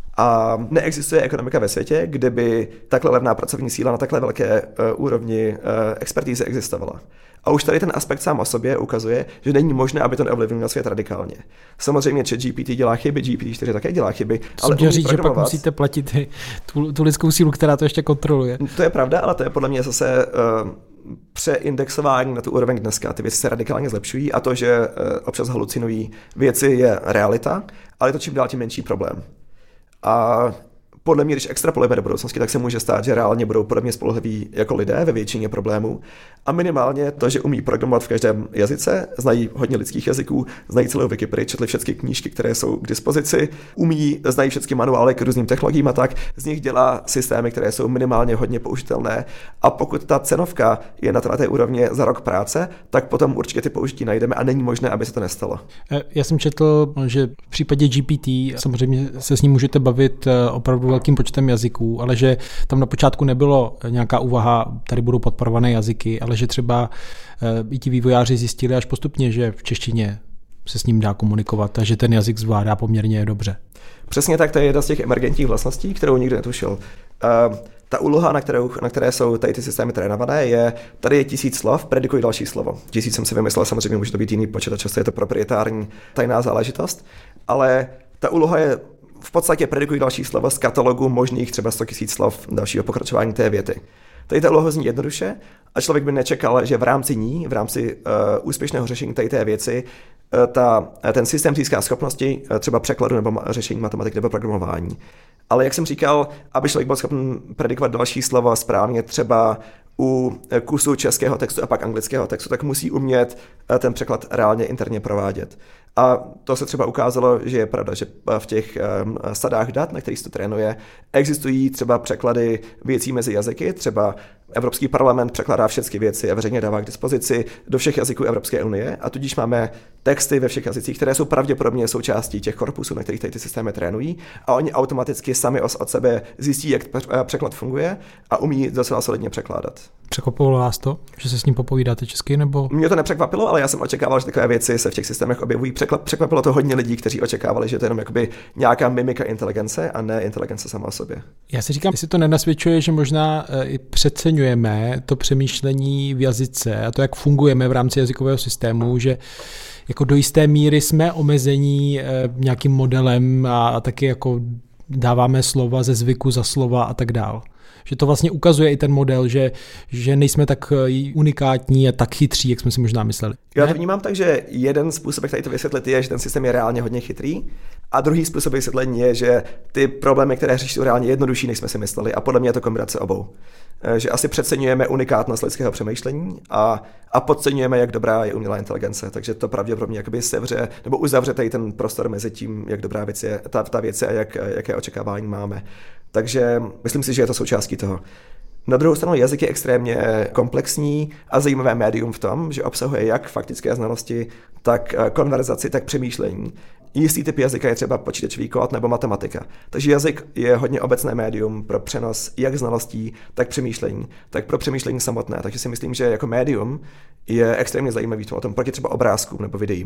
A neexistuje ekonomika ve světě, kde by takhle levná pracovní síla na takhle velké uh, úrovni uh, expertízy existovala. A už tady ten aspekt sám o sobě ukazuje, že není možné, aby to neovlivnilo svět radikálně. Samozřejmě ChatGPT dělá chyby, G P T čtyři také dělá chyby, to ale umí říct, že pak musíte platit tu, tu lidskou sílu, která to ještě kontroluje. To je pravda, ale to je podle mě zase uh, přeindexování na tu úroveň dneska. Ty věci se radikálně zlepšují a to, že uh, občas halucinují věci, je realita, ale je to čím dál tím menší problém. A podle mě, když extrapolujeme do budoucnosti, tak se může stát, že reálně budou podobně spolehliví jako lidé ve většině problémů. A minimálně to, že umí programovat v každém jazyce, znají hodně lidských jazyků, znají celou Wikipedii, četli všechny knížky, které jsou k dispozici, umí, znají všechny manuály k různým technologiím a tak, z nich dělá systémy, které jsou minimálně hodně použitelné. A pokud ta cenovka je na té úrovni za rok práce, tak potom určitě ty použití najdeme a není možné, aby se to nestalo. Já jsem četl, že v případě G P T samozřejmě se s ním můžete bavit opravdu velkým počtem jazyků, ale že tam na počátku nebylo nějaká úvaha, tady budou podporované jazyky, ale že třeba i ti vývojáři zjistili až postupně, že v češtině se s ním dá komunikovat a že ten jazyk zvládá poměrně dobře. Přesně tak, to je jedna z těch emergentních vlastností, kterou nikdo netušil. Uh, ta úloha, na, kterou, na které jsou tady ty systémy trénované, je, tady je tisíc slov, predikuj další slovo. Tisíc jsem si vymyslel, samozřejmě může to být jiný počet a často je to proprietární tajná záležitost, ale ta úloha je v podstatě predikují další slova z katalogu možných třeba sto tisíc slov dalšího pokračování té věty. Tady ta úloha zní jednoduše a člověk by nečekal, že v rámci ní, v rámci uh, úspěšného řešení tady té věci, uh, ta, ten systém získá schopnosti uh, třeba překladu nebo řešení matematiky nebo programování. Ale jak jsem říkal, aby člověk byl schopen predikovat další slova správně třeba u kusu českého textu a pak anglického textu, tak musí umět ten překlad reálně interně provádět. A to se třeba ukázalo, že je pravda, že v těch sadách dat, na kterých se to trénuje, existují třeba překlady věcí mezi jazyky, třeba Evropský parlament překládá všechny věci a veřejně dává k dispozici do všech jazyků Evropské unie a tudíž máme texty ve všech jazycích, které jsou pravděpodobně součástí těch korpusů, na kterých tady ty systémy trénují a oni automaticky sami od sebe zjistí, jak překlad funguje a umí docela solidně překládat. Překvapilo vás to, že se s ním popovídáte česky, nebo? Mě to nepřekvapilo, ale já jsem očekával, že takové věci se v těch systémech objevují. Překvapilo to hodně lidí, kteří očekávali, že to je jenom jakoby nějaká mimika inteligence a ne inteligence sama o sobě. Já si říkám, jestli to nenasvědčuje, že možná i přeceňujeme to přemýšlení v jazyce a to, jak fungujeme v rámci jazykového systému, že jako do jisté míry jsme omezení nějakým modelem a, a taky jako dáváme slova ze zvyku za slova a tak dál. Že to vlastně ukazuje i ten model, že, že nejsme tak unikátní a tak chytří, jak jsme si možná mysleli. Já to vnímám tak, že jeden způsob, jak tady to vysvětlit, je, že ten systém je reálně hodně chytrý, a druhý způsob vysvětlení je, že ty problémy, které řeší, jsou reálně jednodušší, než jsme si mysleli, a podle mě je to kombinace obou. Že asi přeceňujeme unikátnost lidského přemýšlení a, a podceňujeme, jak dobrá je umělá inteligence. Takže to pravděpodobně jakoby sevře nebo uzavře tady ten prostor mezi tím, jak dobrá věc je, ta, ta věc je a jak, jaké očekávání máme. Takže myslím si, že je to součástí toho. Na druhou stranu jazyk je extrémně komplexní a zajímavé médium v tom, že obsahuje jak faktické znalosti, tak konverzaci, tak přemýšlení. Jistý typ jazyka je třeba počítačový kód nebo matematika. Takže jazyk je hodně obecné médium pro přenos jak znalostí, tak přemýšlení, tak pro přemýšlení samotné. Takže si myslím, že jako médium je extrémně zajímavý v tom proti třeba obrázkům nebo videím.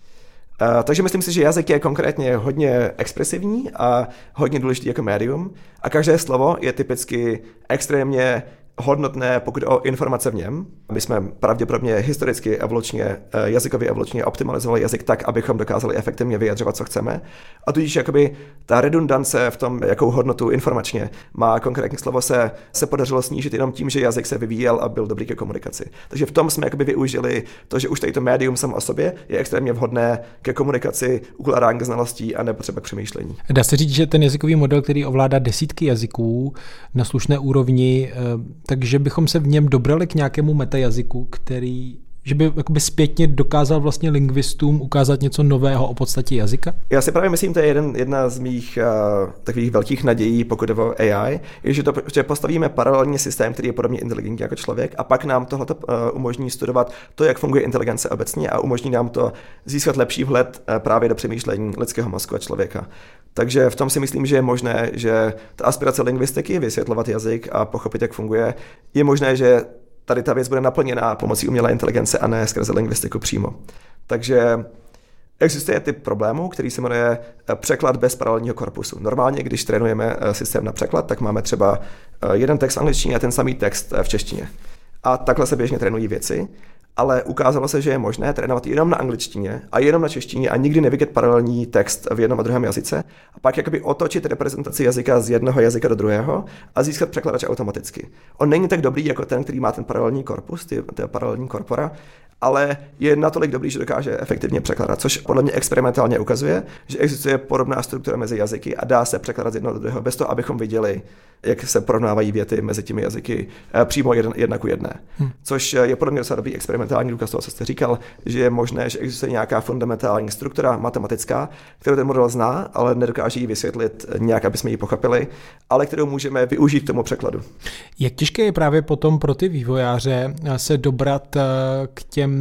Uh, takže myslím si, že jazyk je konkrétně hodně expresivní a hodně důležitý jako médium a každé slovo je typicky extrémně hodnotné, pokud o informace v něm. My jsme pravděpodobně historicky evolučně, jazykově evolučně optimalizovali jazyk tak, abychom dokázali efektivně vyjadřovat, co chceme. A tudíž jakoby ta redundance v tom, jakou hodnotu informačně má konkrétní slovo, se, se podařilo snížit jenom tím, že jazyk se vyvíjel a byl dobrý ke komunikaci. Takže v tom jsme jakoby využili to, že už tady to médium samo o sobě je extrémně vhodné ke komunikaci, ukládání znalostí a nebo třeba k přemýšlení. Dá se říct, že ten jazykový model, který ovládá desítky jazyků na slušné úrovni, takže bychom se v něm dobrali k nějakému metajazyku, který, že by jakoby zpětně dokázal vlastně lingvistům ukázat něco nového o podstatě jazyka? Já si právě myslím, to je jeden, jedna z mých uh, takových velkých nadějí, pokud jde o A I, je, že, to, že postavíme paralelní systém, který je podobně inteligentní jako člověk a pak nám tohle uh, umožní studovat to, jak funguje inteligence obecně a umožní nám to získat lepší vhled uh, právě do přemýšlení lidského mozku a člověka. Takže v tom si myslím, že je možné, že ta aspirace lingvistiky, vysvětlovat jazyk a pochopit, jak funguje, je možné, že tady ta věc bude naplněná pomocí umělé inteligence a ne skrze lingvistiku přímo. Takže existuje typ problémů, který se jmenuje překlad bez paralelního korpusu. Normálně, když trénujeme systém na překlad, tak máme třeba jeden text v angličtině a ten samý text v češtině. A takhle se běžně trénují věci. Ale ukázalo se, že je možné trénovat jenom na angličtině a jenom na češtině a nikdy nevidět paralelní text v jednom a druhém jazyce a pak jakoby otočit reprezentaci jazyka z jednoho jazyka do druhého a získat překladač automaticky. On není tak dobrý jako ten, který má ten paralelní korpus, ty, ty paralelní korpora, ale je natolik dobrý, že dokáže efektivně překládat, což podle mě experimentálně ukazuje, že existuje podobná struktura mezi jazyky a dá se překládat z jednoho do druhého bez toho, abychom viděli, jak se porovnávají věty mezi těmi jazyky přímo jeden, jedna ku jedné. Hmm. Což je podle mě docela dobrý experimentální důkaz toho, co jste říkal, že je možné, že existuje nějaká fundamentální struktura matematická, kterou ten model zná, ale nedokáže ji vysvětlit nějak, aby jsme ji pochopili, ale kterou můžeme využít k tomu překladu. Jak těžké je právě potom pro ty vývojáře se dobrat k těm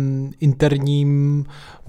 interním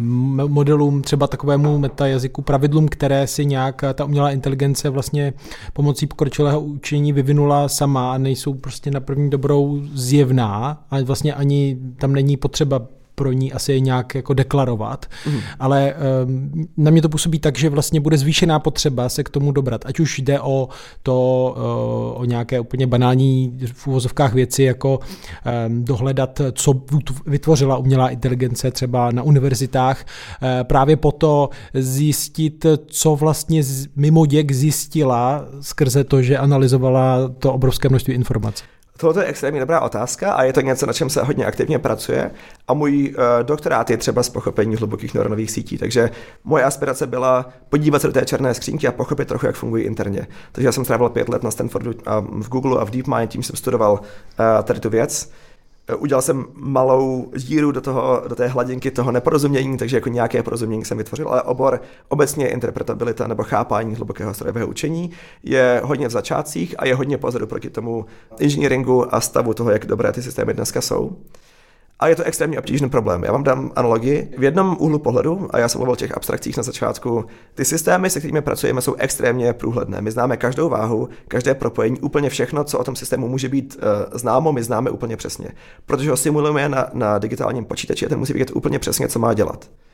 modelům, třeba takovému metajazyku, pravidlům, které si nějak ta umělá inteligence vlastně pomocí pokročilého učení vyvinula sama a nejsou prostě na první dobrou zjevná a vlastně ani tam není potřeba pro ní asi je nějak jako deklarovat, mm. ale um, na mě to působí tak, že vlastně bude zvýšená potřeba se k tomu dobrat, ať už jde o to, uh, o nějaké úplně banální v uvozovkách věci, jako um, dohledat, co vytvořila umělá inteligence třeba na univerzitách, uh, právě po to zjistit, co vlastně mimo děk zjistila skrze to, že analyzovala to obrovské množství informací. Tohle je extrémně dobrá otázka a je to něco, na čem se hodně aktivně pracuje a můj uh, doktorát je třeba z pochopení hlubokých neuronových sítí, takže moje aspirace byla podívat se do té černé skřínky a pochopit trochu, jak fungují interně. Takže já jsem strávil pět let na Stanfordu a v Google a v DeepMind, tím jsem studoval uh, tady tu věc. Udělal jsem malou díru do, toho, do té hladinky toho neporozumění, takže jako nějaké porozumění jsem vytvořil, ale obor obecně interpretabilita nebo chápání hlubokého strojového učení je hodně v začátcích a je hodně pozadu proti tomu inženýringu a stavu toho, jak dobré ty systémy dneska jsou. A je to extrémně obtížný problém. Já vám dám analogii. V jednom úhlu pohledu, a já jsem mluvil o těch abstrakcích na začátku, ty systémy, se kterými pracujeme, jsou extrémně průhledné. My známe každou váhu, každé propojení, úplně všechno, co o tom systému může být uh, známo, my známe úplně přesně. Protože ho simulujeme na, na digitálním počítači a ten musí vědět úplně přesně, co má dělat.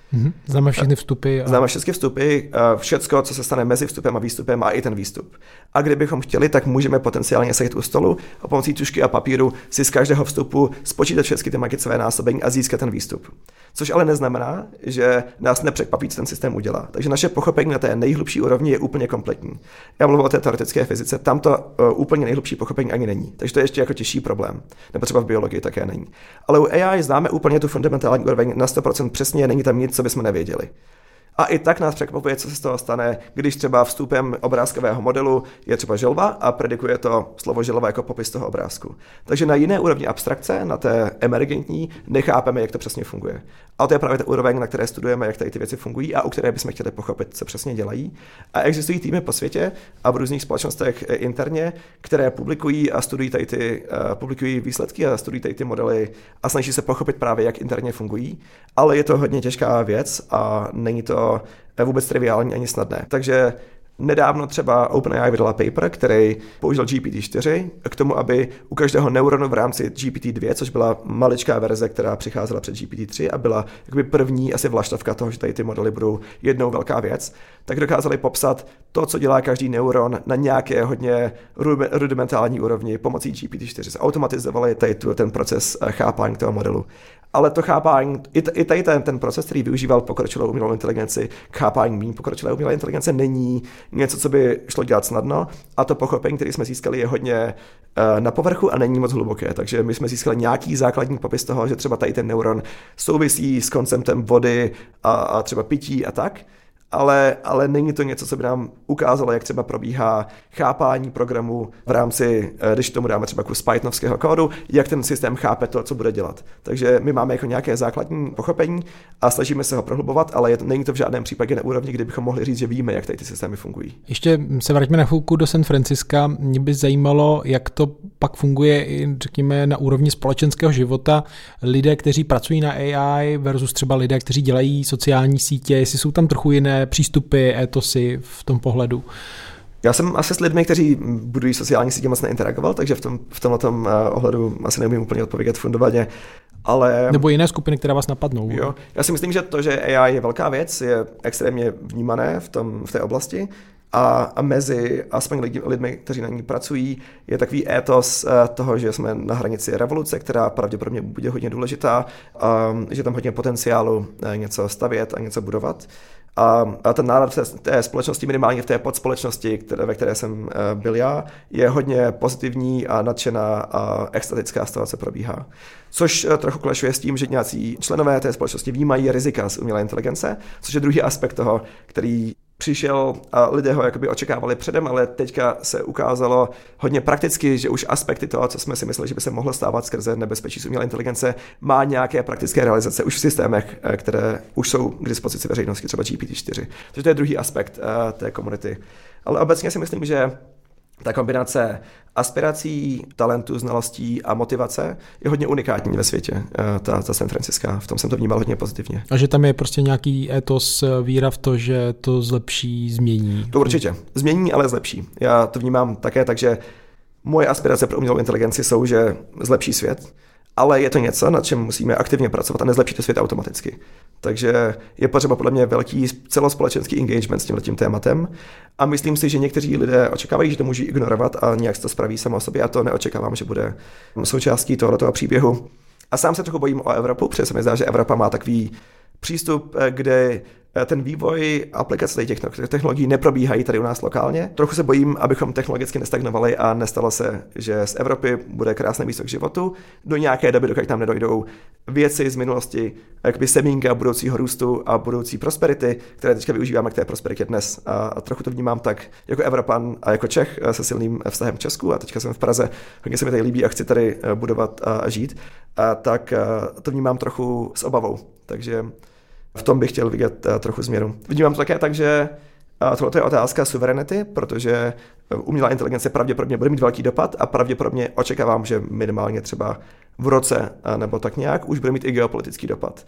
Mm-hmm. Známe všechny vstupy. A... Známe všechny vstupy, všecko, co se stane mezi vstupem a výstupem, a i ten výstup. A kdybychom chtěli, tak můžeme potenciálně sedět u stolu a pomocí tužky a papíru si z každého vstupu spočítat všechny ty magicové násobení a získat ten výstup. Což ale neznamená, že nás nepřekvapí, co ten systém udělá. Takže naše pochopení na té nejhlubší úrovni je úplně kompletní. Já mluvím o té teoretické fyzice, tam to uh, úplně nejhlubší pochopení ani není. Takže to je ještě jako těžší problém. Nebo třeba v biologii také není. Ale u A I známe úplně tu fundamentální úroveň na sto procent přesně, není tam nic, co bychom nevěděli. A i tak nás překvapuje, co se z toho stane, když třeba vstupem obrázkového modelu je třeba želva a predikuje to slovo želva jako popis toho obrázku. Takže na jiné úrovni abstrakce, na té emergentní, nechápeme, jak to přesně funguje. A to je právě ta úroveň, na které studujeme, jak tady ty věci fungují a u které bychom chtěli pochopit, co přesně dělají. A existují týmy po světě a v různých společnostech interně, které publikují a studují tady ty, uh, publikují výsledky a studují tady ty modely a snaží se pochopit právě, jak interně fungují. Ale je to hodně těžká věc a není to vůbec triviální ani snadné. Takže nedávno třeba OpenAI vydala paper, který použil G P T čtyři k tomu, aby u každého neuronu v rámci G P T dva, což byla maličká verze, která přicházela před G P T tři a byla jakoby první asi vlaštovka toho, že tady ty modely budou jednou velká věc, tak dokázali popsat to, co dělá každý neuron na nějaké hodně rudimentální úrovni pomocí G P T čtyři. Automatizovali tady tu, ten proces chápání toho modelu. Ale to chápání, i tady ten, ten proces, který využíval pokročilou umělou inteligenci k chápání méně pokročilé umělé inteligence, není něco, co by šlo dělat snadno, a to pochopení, které jsme získali, je hodně uh, na povrchu a není moc hluboké. Takže my jsme získali nějaký základní popis toho, že třeba tady ten neuron souvisí s konceptem vody a, a třeba pití a tak. Ale, ale není to něco, co by nám ukázalo, jak třeba probíhá chápání programu v rámci, když tomu dáme třeba kus pythonovského kódu, jak ten systém chápe to, co bude dělat. Takže my máme jako nějaké základní pochopení a snažíme se ho prohlubovat, ale je, není to v žádném případě na úrovni, kdy bychom mohli říct, že víme, jak tady ty systémy fungují. Ještě se vraťme na chvilku do San Franciska. Mě by zajímalo, jak to pak funguje, řekněme, na úrovni společenského života. Lidé, kteří pracují na A I versus třeba lidé, kteří dělají sociální sítě, jestli jsou tam trochu jiné přístupy, etosy v tom pohledu. Já jsem asi s lidmi, kteří budují sociální sítě, moc neinteragoval, takže v, tom, v tomhle tom ohledu asi neumím úplně odpovědět fundovaně. Ale... Nebo jiné skupiny, které vás napadnou. Jo. Já si myslím, že to, že A I je velká věc, je extrémně vnímané v, tom, v té oblasti. A, a mezi aspoň lidi, lidmi, kteří na ní pracují, je takový étos toho, že jsme na hranici revoluce, která pravděpodobně bude hodně důležitá, a že tam hodně potenciálu něco stavět a něco budovat. A, a ten nálad v té společnosti, minimálně v té podspolečnosti, které, ve které jsem byl já, je hodně pozitivní a nadšená a extatická z toho, co probíhá. Což trochu klešuje s tím, že nějací členové té společnosti vnímají rizika z umělé inteligence, což je druhý aspekt toho, který přišel a lidé ho jakoby očekávali předem, ale teďka se ukázalo hodně prakticky, že už aspekty toho, co jsme si mysleli, že by se mohlo stávat skrze nebezpečí z umělé inteligence, má nějaké praktické realizace už v systémech, které už jsou k dispozici veřejnosti, třeba G P T čtyři. Takže to je druhý aspekt uh, té komunity. Ale obecně si myslím, že ta kombinace aspirací, talentu, znalostí a motivace je hodně unikátní ve světě, ta, ta San Franciská. V tom jsem to vnímal hodně pozitivně. A že tam je prostě nějaký etos, víra v to, že to zlepší, změní. To určitě. Změní, ale zlepší. Já to vnímám také tak, že moje aspirace pro umělou inteligenci jsou, že zlepší svět, ale je to něco, nad čem musíme aktivně pracovat a nezlepší to svět automaticky. Takže je potřeba podle mě velký celospolečenský engagement s tímhletím tématem a myslím si, že někteří lidé očekávají, že to můžou ignorovat a nějak to spraví samo o sobě a to neočekávám, že bude součástí tohoto příběhu. A sám se trochu bojím o Evropu, protože se mi zdá, že Evropa má takový přístup, kde ten vývoj aplikace těch technologií neprobíhají tady u nás lokálně. Trochu se bojím, abychom technologicky nestagnovali a nestalo se, že z Evropy bude krásné místo k životu do nějaké doby, dokud tam nedojdou věci z minulosti, jakoby semínka budoucího růstu a budoucí prosperity, které teďka využíváme k té prosperitě dnes. A trochu to vnímám tak jako Evropan a jako Čech se silným vztahem k Česku a teďka jsem v Praze, hodně se mi tady líbí a chci tady budovat a žít, a tak to vnímám trochu s obavou. Takže v tom bych chtěl vidět trochu změnu. Vnímám to také tak, že tohle je otázka suverenity, protože umělá inteligence pravděpodobně bude mít velký dopad a pravděpodobně očekávám, že minimálně třeba v roce nebo tak nějak už bude mít i geopolitický dopad.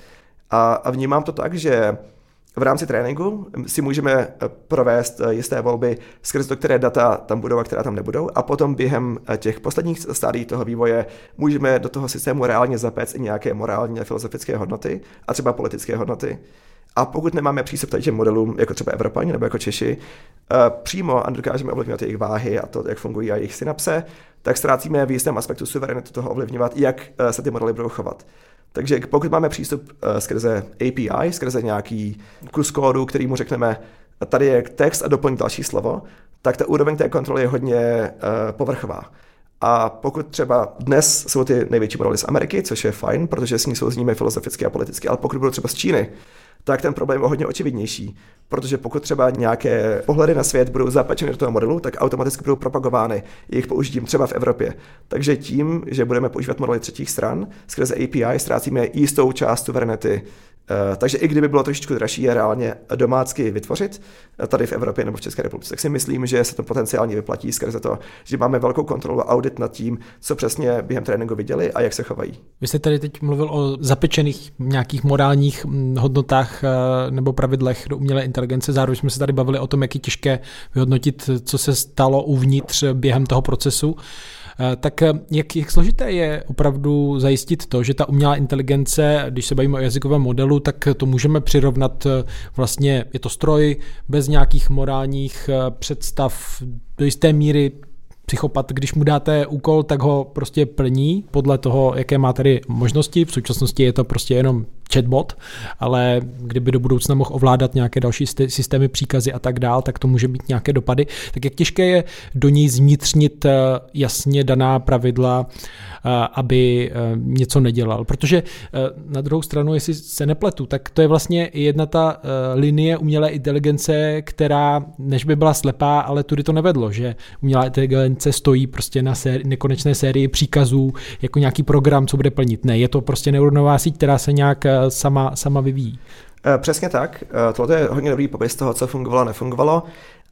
A vnímám to tak, že v rámci tréninku si můžeme provést jisté volby skrz to, které data tam budou a která tam nebudou a potom během těch posledních stádií toho vývoje můžeme do toho systému reálně zapéct i nějaké morální a filozofické hodnoty a třeba politické hodnoty. A pokud nemáme přístup k těm modelům, jako třeba Evropani nebo jako Češi, přímo a dokážeme ovlivňovat jejich váhy a to, jak fungují a jejich synapse, tak ztrácíme v jistém aspektu suverenitu toho ovlivňovat, jak se ty modely budou chovat. Takže pokud máme přístup skrze A P I, skrze nějaký kus kódu, který mu řekneme, tady je text a doplň další slovo, tak ta úroveň té kontroly je hodně povrchová. A pokud třeba dnes jsou ty největší modely z Ameriky, což je fajn, protože s ní souzníme filozoficky a politicky, ale pokud budou třeba z Číny, tak ten problém je hodně očividnější, protože pokud třeba nějaké pohledy na svět budou zapečeny do toho modelu, tak automaticky budou propagovány jejich použitím třeba v Evropě. Takže tím, že budeme používat modely třetích stran, skrze A P I ztrácíme jistou část suverenity. Takže i kdyby bylo trošičku dražší je reálně domácky vytvořit tady v Evropě nebo v České republice, tak si myslím, že se to potenciálně vyplatí skrze to, že máme velkou kontrolu a audit nad tím, co přesně během tréninku viděli a jak se chovají. Vy jste tady teď mluvil o zapečených nějakých morálních hodnotách nebo pravidlech do umělé inteligence. Zároveň jsme se tady bavili o tom, jak je těžké vyhodnotit, co se stalo uvnitř během toho procesu. Tak jak, jak složité je opravdu zajistit to, že ta umělá inteligence, když se bavíme o jazykovém modelu, tak to můžeme přirovnat vlastně, je to stroj bez nějakých morálních představ, do jisté míry psychopat, když mu dáte úkol, tak ho prostě plní podle toho, jaké má tady možnosti. V současnosti je to prostě jenom chatbot, ale kdyby do budoucna mohl ovládat nějaké další systémy, příkazy a tak dál, tak to může být nějaké dopady. Tak jak těžké je do něj zvnitřnit jasně daná pravidla, aby něco nedělal. Protože na druhou stranu, jestli se nepletu, tak to je vlastně jedna ta linie umělé inteligence, která než by byla slepá, ale tudy to nevedlo, že umělá inteligence stojí prostě na séri, nekonečné sérii příkazů jako nějaký program, co bude plnit. Ne, je to prostě neuronová síť, která se nějak sama, sama vyvíjí. Přesně tak. Tohle je hodně dobrý popis toho, co fungovalo, nefungovalo.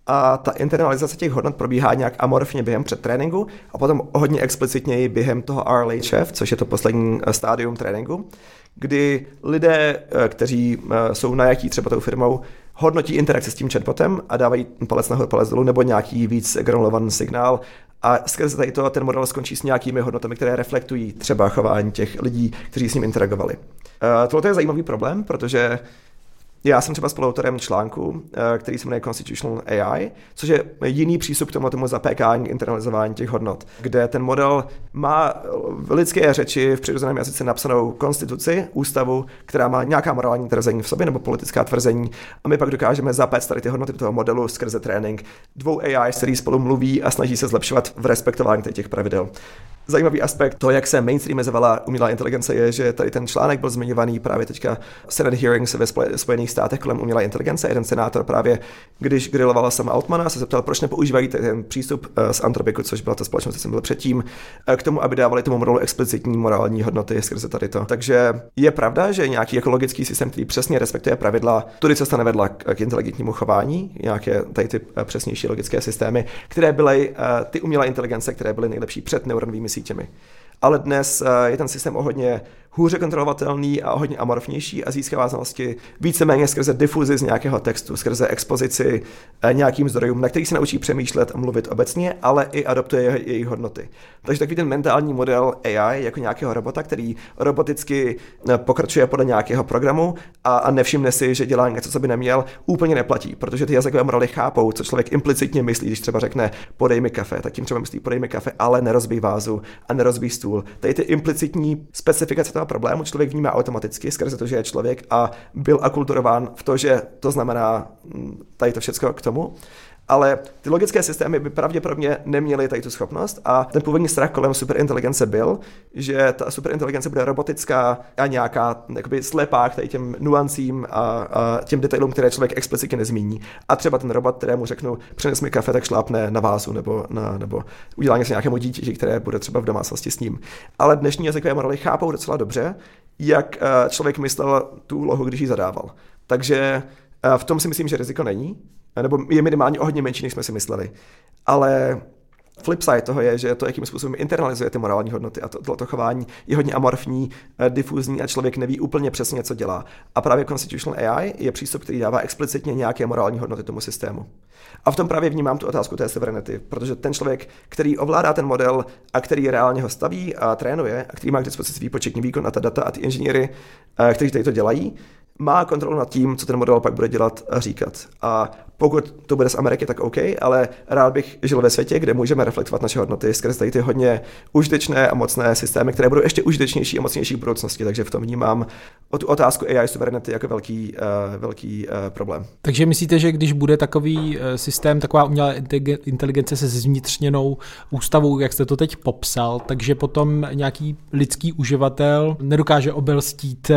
A ta internalizace těch hodnot probíhá nějak amorfně během předtréninku a potom hodně explicitněji během toho R L H F, což je to poslední stádium tréninku, kdy lidé, kteří jsou najatí třeba tou firmou, hodnotí interakci s tím chatbotem a dávají palec nahoru, palec dolů nebo nějaký víc granulovaný signál a skrze tady to ten model skončí s nějakými hodnotami, které reflektují třeba chování těch lidí, kteří s ním interagovali. Tohle je zajímavý problém, protože já jsem třeba spoluautorem článku, který se jmenuje Constitutional A I, což je jiný přístup k tomu, tomu zapékání, internalizování těch hodnot, kde ten model má v lidské řeči v přirozeném jazyce napsanou konstituci, ústavu, která má nějaká morální tvrzení v sobě nebo politická tvrzení a my pak dokážeme zapéct tady ty hodnoty do toho modelu skrze trénink dvou A I, který spolu mluví a snaží se zlepšovat v respektování těch pravidel. Zajímavý aspekt to, jak se mainstreamizovala umělá inteligence, je, že tady ten článek byl zmiňovaný právě teďka Senate hearings ve Spojených státech kolem umělé inteligence. Jeden senátor právě, když griloval Sama Altmana, se zeptal, proč nepoužívají ten přístup z Anthropicu, což byla ta společnost, co jsem byl předtím, k tomu, aby dávali tomu modelu explicitní morální hodnoty skrze tady to. Takže je pravda, že nějaký ekologický systém, který přesně respektuje pravidla, tudy cesta nevedla k inteligentnímu chování, nějaké tady ty přesnější logické systémy, které byly ty umělé inteligence, které byly nejlepší před neuronovými sítěmi. Ale dnes je ten systém o hodně hůře kontrolovatelný a o hodně amorfnější a získává znalosti víceméně skrze difuzi z nějakého textu, skrze expozici nějakým zdrojům, na kterých se naučí přemýšlet a mluvit obecně, ale i adoptuje jejich hodnoty. Takže takový ten mentální model A I jako nějakého robota, který roboticky pokračuje podle nějakého programu a, a nevšimne si, že dělá něco, co by neměl, úplně neplatí, protože ty jazykové modely chápou, co člověk implicitně myslí, když třeba řekne podej mi kafe, tak tím třeba myslí podej mi kafe, ale nerozbij vázu a nerozbij stůl. Tady ty implicitní specifikace toho problému člověk vnímá automaticky skrze to, že je člověk a byl akulturován v to, že to znamená tady to všecko k tomu. Ale ty logické systémy by pravděpodobně neměly tady tu schopnost a ten původní strach kolem superinteligence byl, že ta superinteligence bude robotická a nějaká jakoby slepá k tady těm nuancím a, a těm detailům, které člověk explicitně nezmíní. A třeba ten robot, kterému řeknu, přines mi kafe, tak šlápne na vázu nebo, na, nebo udělá něco nějakému dítěti, které bude třeba v domácnosti s ním. Ale dnešní jazykové modely chápou docela dobře, jak člověk myslel tu úlohu, když ji zadával. Takže v tom si myslím, že riziko není. Nebo je minimálně o hodně menší, než jsme si mysleli. Ale flipside toho je, že to, jakým způsobem internalizuje ty morální hodnoty a to, tohleto chování je hodně amorfní, difuzní a člověk neví úplně přesně, co dělá. A právě Constitutional A I je přístup, který dává explicitně nějaké morální hodnoty tomu systému. A v tom právě vnímám tu otázku té suverenity, protože ten člověk, který ovládá ten model a který reálně ho staví a trénuje a který má k dispozici výpočetní výkon a ta data a ty inženýry, kteří tady to dělají, má kontrolu nad tím, co ten model pak bude dělat a říkat. A pokud to bude z Ameriky, tak OK, ale rád bych žil ve světě, kde můžeme reflektovat naše hodnoty skrze tady ty hodně užitečné a mocné systémy, které budou ještě užitečnější a mocnější v budoucnosti. Takže v tom vnímám o tu otázku A I suverenity jako velký, uh, velký uh, problém. Takže myslíte, že když bude takový systém, taková umělá inteligence se zvnitřněnou ústavou, jak jste to teď popsal, takže potom nějaký lidský uživatel nedokáže obelstít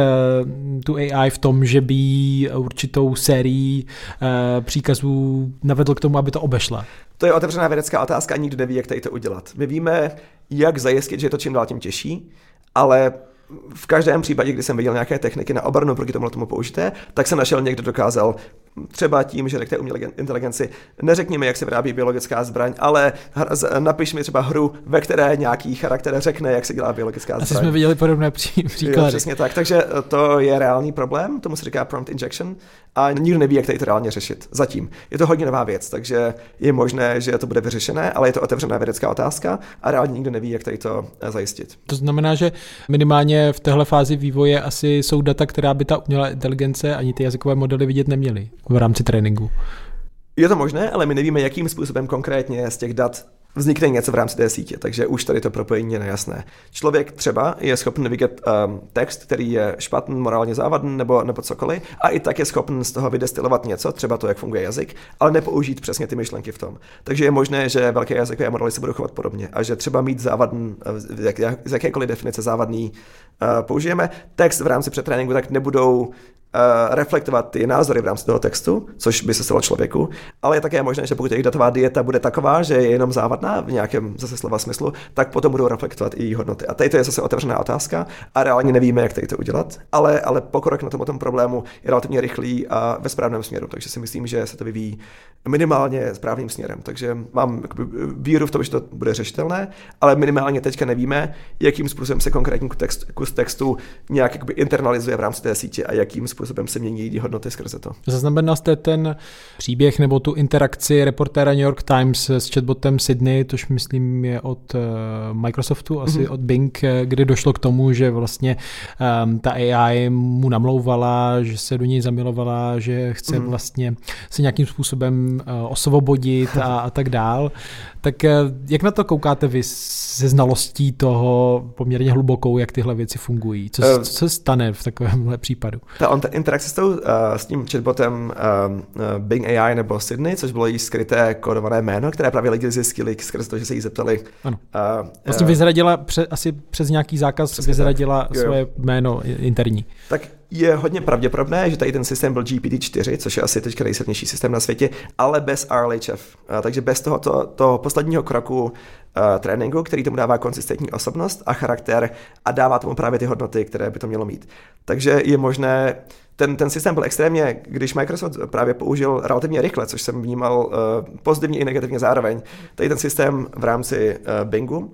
tu A I v tom, že by určitou sérii příkazů navedl k tomu, aby to obešla? To je otevřená vědecká otázka a nikdo neví, jak tady to udělat. My víme, jak zajistit, že je to čím dál tím těžší, ale v každém případě, kdy jsem viděl nějaké techniky na obranu proti tomu tomu použité, tak jsem našel někdo dokázal třeba tím, že řekne umělé inteligenci, neřekněme, jak se vyrábí biologická zbraň, ale napiš mi třeba hru, ve které nějaký charakter řekne, jak se dělá biologická zbraň. Asi jsme viděli podobné pří, příklady. Jo, přesně tak, takže to je reálný problém, tomu se říká prompt injection a nikdo neví, jak tady to reálně řešit. Zatím. Je to hodně nová věc, takže je možné, že to bude vyřešené, ale je to otevřená vědecká otázka a reálně nikdo neví, jak tady to zajistit. To znamená, že minimálně v téhle fázi vývoje asi jsou data, která by ta umělá inteligence ani ty jazykové modely vidět neměly v rámci tréninku. Je to možné, ale my nevíme, jakým způsobem konkrétně z těch dat vznikne něco v rámci té sítě, takže už tady to propojení je nejasné. Člověk třeba je schopen vidět um, text, který je špatný, morálně závadný nebo, nebo cokoliv, a i tak je schopen z toho vydestilovat něco, třeba to, jak funguje jazyk, ale nepoužít přesně ty myšlenky v tom. Takže je možné, že velké jazykové modely se budou chovat podobně a že třeba mít závadný, jak, z jakékoliv definice závadný uh, použijeme, text v rámci přetréninku, tak nebudou Uh, reflektovat ty názory v rámci toho textu, což by se stalo člověku, ale je také možné, že pokud jejich datová dieta bude taková, že je jenom závadná v nějakém zase slova smyslu, tak potom budou reflektovat i její hodnoty. A tady to je zase otevřená otázka a reálně nevíme, jak tady to udělat, ale, ale pokrok na tom, tom problému je relativně rychlý a ve správném směru, takže si myslím, že se to vyvíjí minimálně správným směrem. Takže mám víru v tom, že to bude řešitelné, ale minimálně teďka nevíme, jakým způsobem se konkrétní text, kus textu nějak jakoby internalizuje v rámci té sítě a jakým způsobem se mění její hodnoty skrze to. Zaznamenal jste ten příběh nebo tu interakci reportéra New York Times s chatbotem Sydney, tož myslím je od Microsoftu, asi mm-hmm. od Bing, kdy došlo k tomu, že vlastně um, ta A I mu namlouvala, že se do něj zamilovala, že chce mm-hmm. vlastně se nějakým způsobem uh, osvobodit a, a tak dál. Tak uh, jak na to koukáte vy se znalostí toho poměrně hlubokou, jak tyhle věci fungují? Co, uh, co se stane v takovémhle případu? Ta interakce s, tou, uh, s tím chatbotem uh, uh, Bing A I nebo Sydney, což bylo jí skryté kódované jméno, které právě lidi zjistili skrz to, že se jí zeptali. Ano. Uh, vlastně vyzradila pře, asi přes nějaký zákaz vyzradila tak. svoje jo, jo. jméno interní. Tak je hodně pravděpodobné, že tady ten systém byl G P T čtyři, což je asi teďka nejsilnější systém na světě, ale bez R L H F. Uh, takže bez toho to, toho posledního kroku uh, tréninku, který tomu dává konsistentní osobnost a charakter a dává tomu právě ty hodnoty, které by to mělo mít. Takže je možné, ten, ten systém byl extrémně, když Microsoft právě použil relativně rychle, což jsem vnímal uh, pozitivně i negativně zároveň, tady ten systém v rámci uh, Bingu, uh,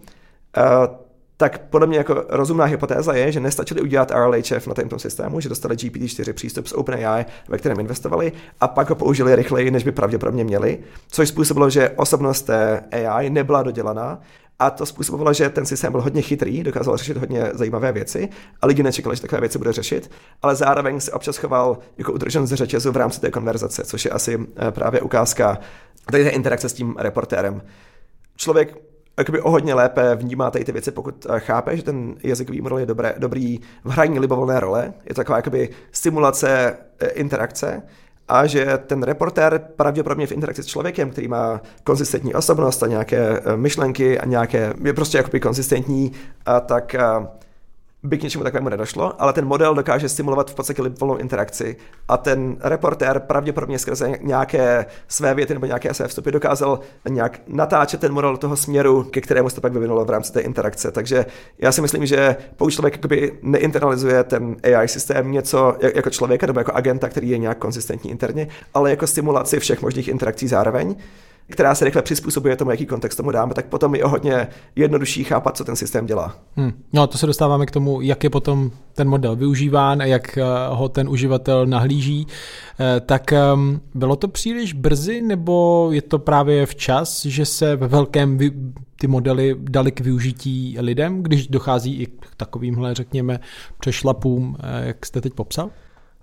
tak podle mě jako rozumná hypotéza je, že nestačili udělat R L H F na tomto systému, že dostali G P T čtyři přístup z OpenAI, ve kterém investovali, a pak ho použili rychleji, než by pravděpodobně měli, což způsobilo, že osobnost té A I nebyla dodělaná, a to způsobovalo, že ten systém byl hodně chytrý, dokázal řešit hodně zajímavé věci a lidi nečekali, že takové věci bude řešit, ale zároveň se občas choval jako udržen z řetězu v rámci té konverzace, což je asi právě ukázka tady té interakce s tím reportérem. Člověk jakoby o hodně lépe vnímá tady ty věci, pokud chápe, že ten jazykový model je dobré, dobrý v hraní libovolné role. Je to taková jakoby simulace interakce a že ten reportér pravděpodobně v interakci s člověkem, který má konzistentní osobnost a nějaké myšlenky a nějaké, je prostě jakoby konzistentní, a tak by k něčemu takovému nedošlo, ale ten model dokáže stimulovat v podstatě libovolnou interakci a ten reportér pravděpodobně skrze nějaké své věty nebo nějaké své vstupy dokázal nějak natáčet ten model do toho směru, ke kterému se to pak vyvinulo v rámci té interakce. Takže já si myslím, že pokud člověk jakoby neinternalizuje ten A I systém něco jako člověka nebo jako agenta, který je nějak konzistentní interně, ale jako stimulaci všech možných interakcí zároveň, která se rychle přizpůsobuje tomu, jaký kontext tomu dáme, tak potom je o hodně jednodušší chápat, co ten systém dělá. Hmm. No, to se dostáváme k tomu, jak je potom ten model využíván a jak ho ten uživatel nahlíží. Tak bylo to příliš brzy, nebo je to právě včas, že se ve velkém vy, ty modely dali k využití lidem, když dochází i k takovýmhle, řekněme, přešlapům, jak jste teď popsal?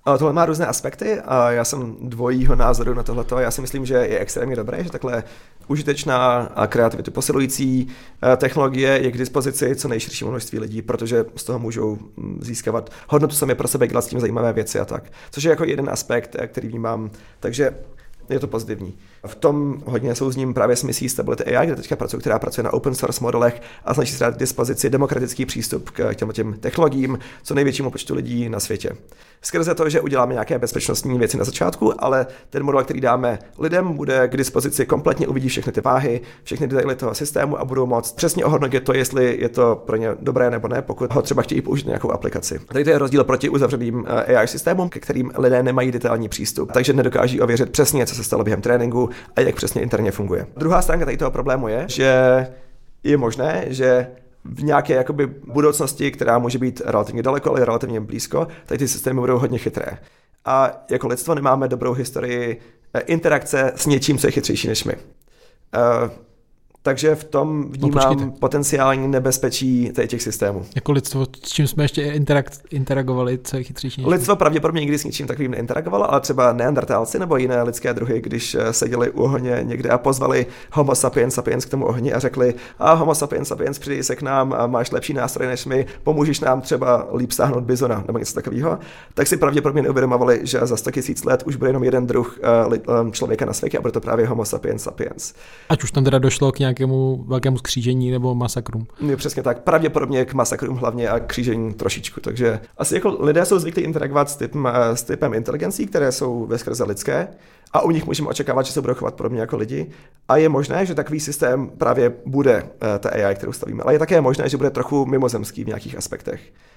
Tohle má různé aspekty a já jsem dvojího názoru na tohleto. Já si myslím, že je extrémně dobré, že takhle užitečná a kreativitu posilující technologie je k dispozici co nejširšímu množství lidí, protože z toho můžou získávat hodnotu sami pro sebe, dělat s tím zajímavé věci a tak. Což je jako jeden aspekt, který vnímám. Takže je to pozitivní. V tom hodně souzním právě s misí Stability A I, kde teďka pracuji, která pracuje na open source modelech a snaží se dát k dispozici demokratický přístup k těm, těm technologiím co největšímu počtu lidí na světě. Skrze to, že uděláme nějaké bezpečnostní věci na začátku, ale ten model, který dáme lidem, bude k dispozici kompletně, uvidí všechny ty váhy, všechny detaily toho systému a budou moct přesně ohodnotit to, jestli je to pro ně dobré nebo ne, pokud ho třeba chtějí použít nějakou aplikaci. Tady to je rozdíl proti uzavřeným A I systémům, ke kterým lidé nemají detailní přístup, takže nedokáží ověřit přesně, co se stalo během tréninku a jak přesně interně funguje. Druhá stránka tady toho problému je, že je možné, že v nějaké jakoby budoucnosti, která může být relativně daleko, ale relativně blízko, tady ty systémy budou hodně chytré. A jako lidstvo nemáme dobrou historii interakce s něčím, co je chytřejší než my. Uh, Takže v tom vnímám no, potenciální nebezpečí těch systémů. Jako lidstvo, s čím jsme ještě interakt, interagovali, co je chytřejší? Lidstvo pravděpodobně nikdy s ničím takovým neinteragovalo, ale třeba neandertálci nebo jiné lidské druhy, když seděli u ohně někde a pozvali homo sapiens sapiens k tomu ohni a řekli, a homo sapiens sapiens, přijdi se k nám a máš lepší nástroje než my, pomůžeš nám třeba líp stáhnout bizona nebo něco takového, tak si pravděpodobně neuvědomovali, že za sto tisíc let už bude jenom jeden druh člověka na světě a bude to právě homo sapiens sapiens. Ať už tam teda došlo k nějakému velkému skřížení nebo masakrům. Je přesně tak, pravděpodobně k masakrům hlavně a křížení trošičku. Takže asi jako lidé jsou zvyklí interagovat s typem, s typem inteligencí, které jsou veskrze lidské a u nich můžeme očekávat, že se budou chovat podobně jako lidi. A je možné, že takový systém právě bude ta A I, kterou stavíme. Ale je také možné, že bude trochu mimozemský v nějakých aspektech.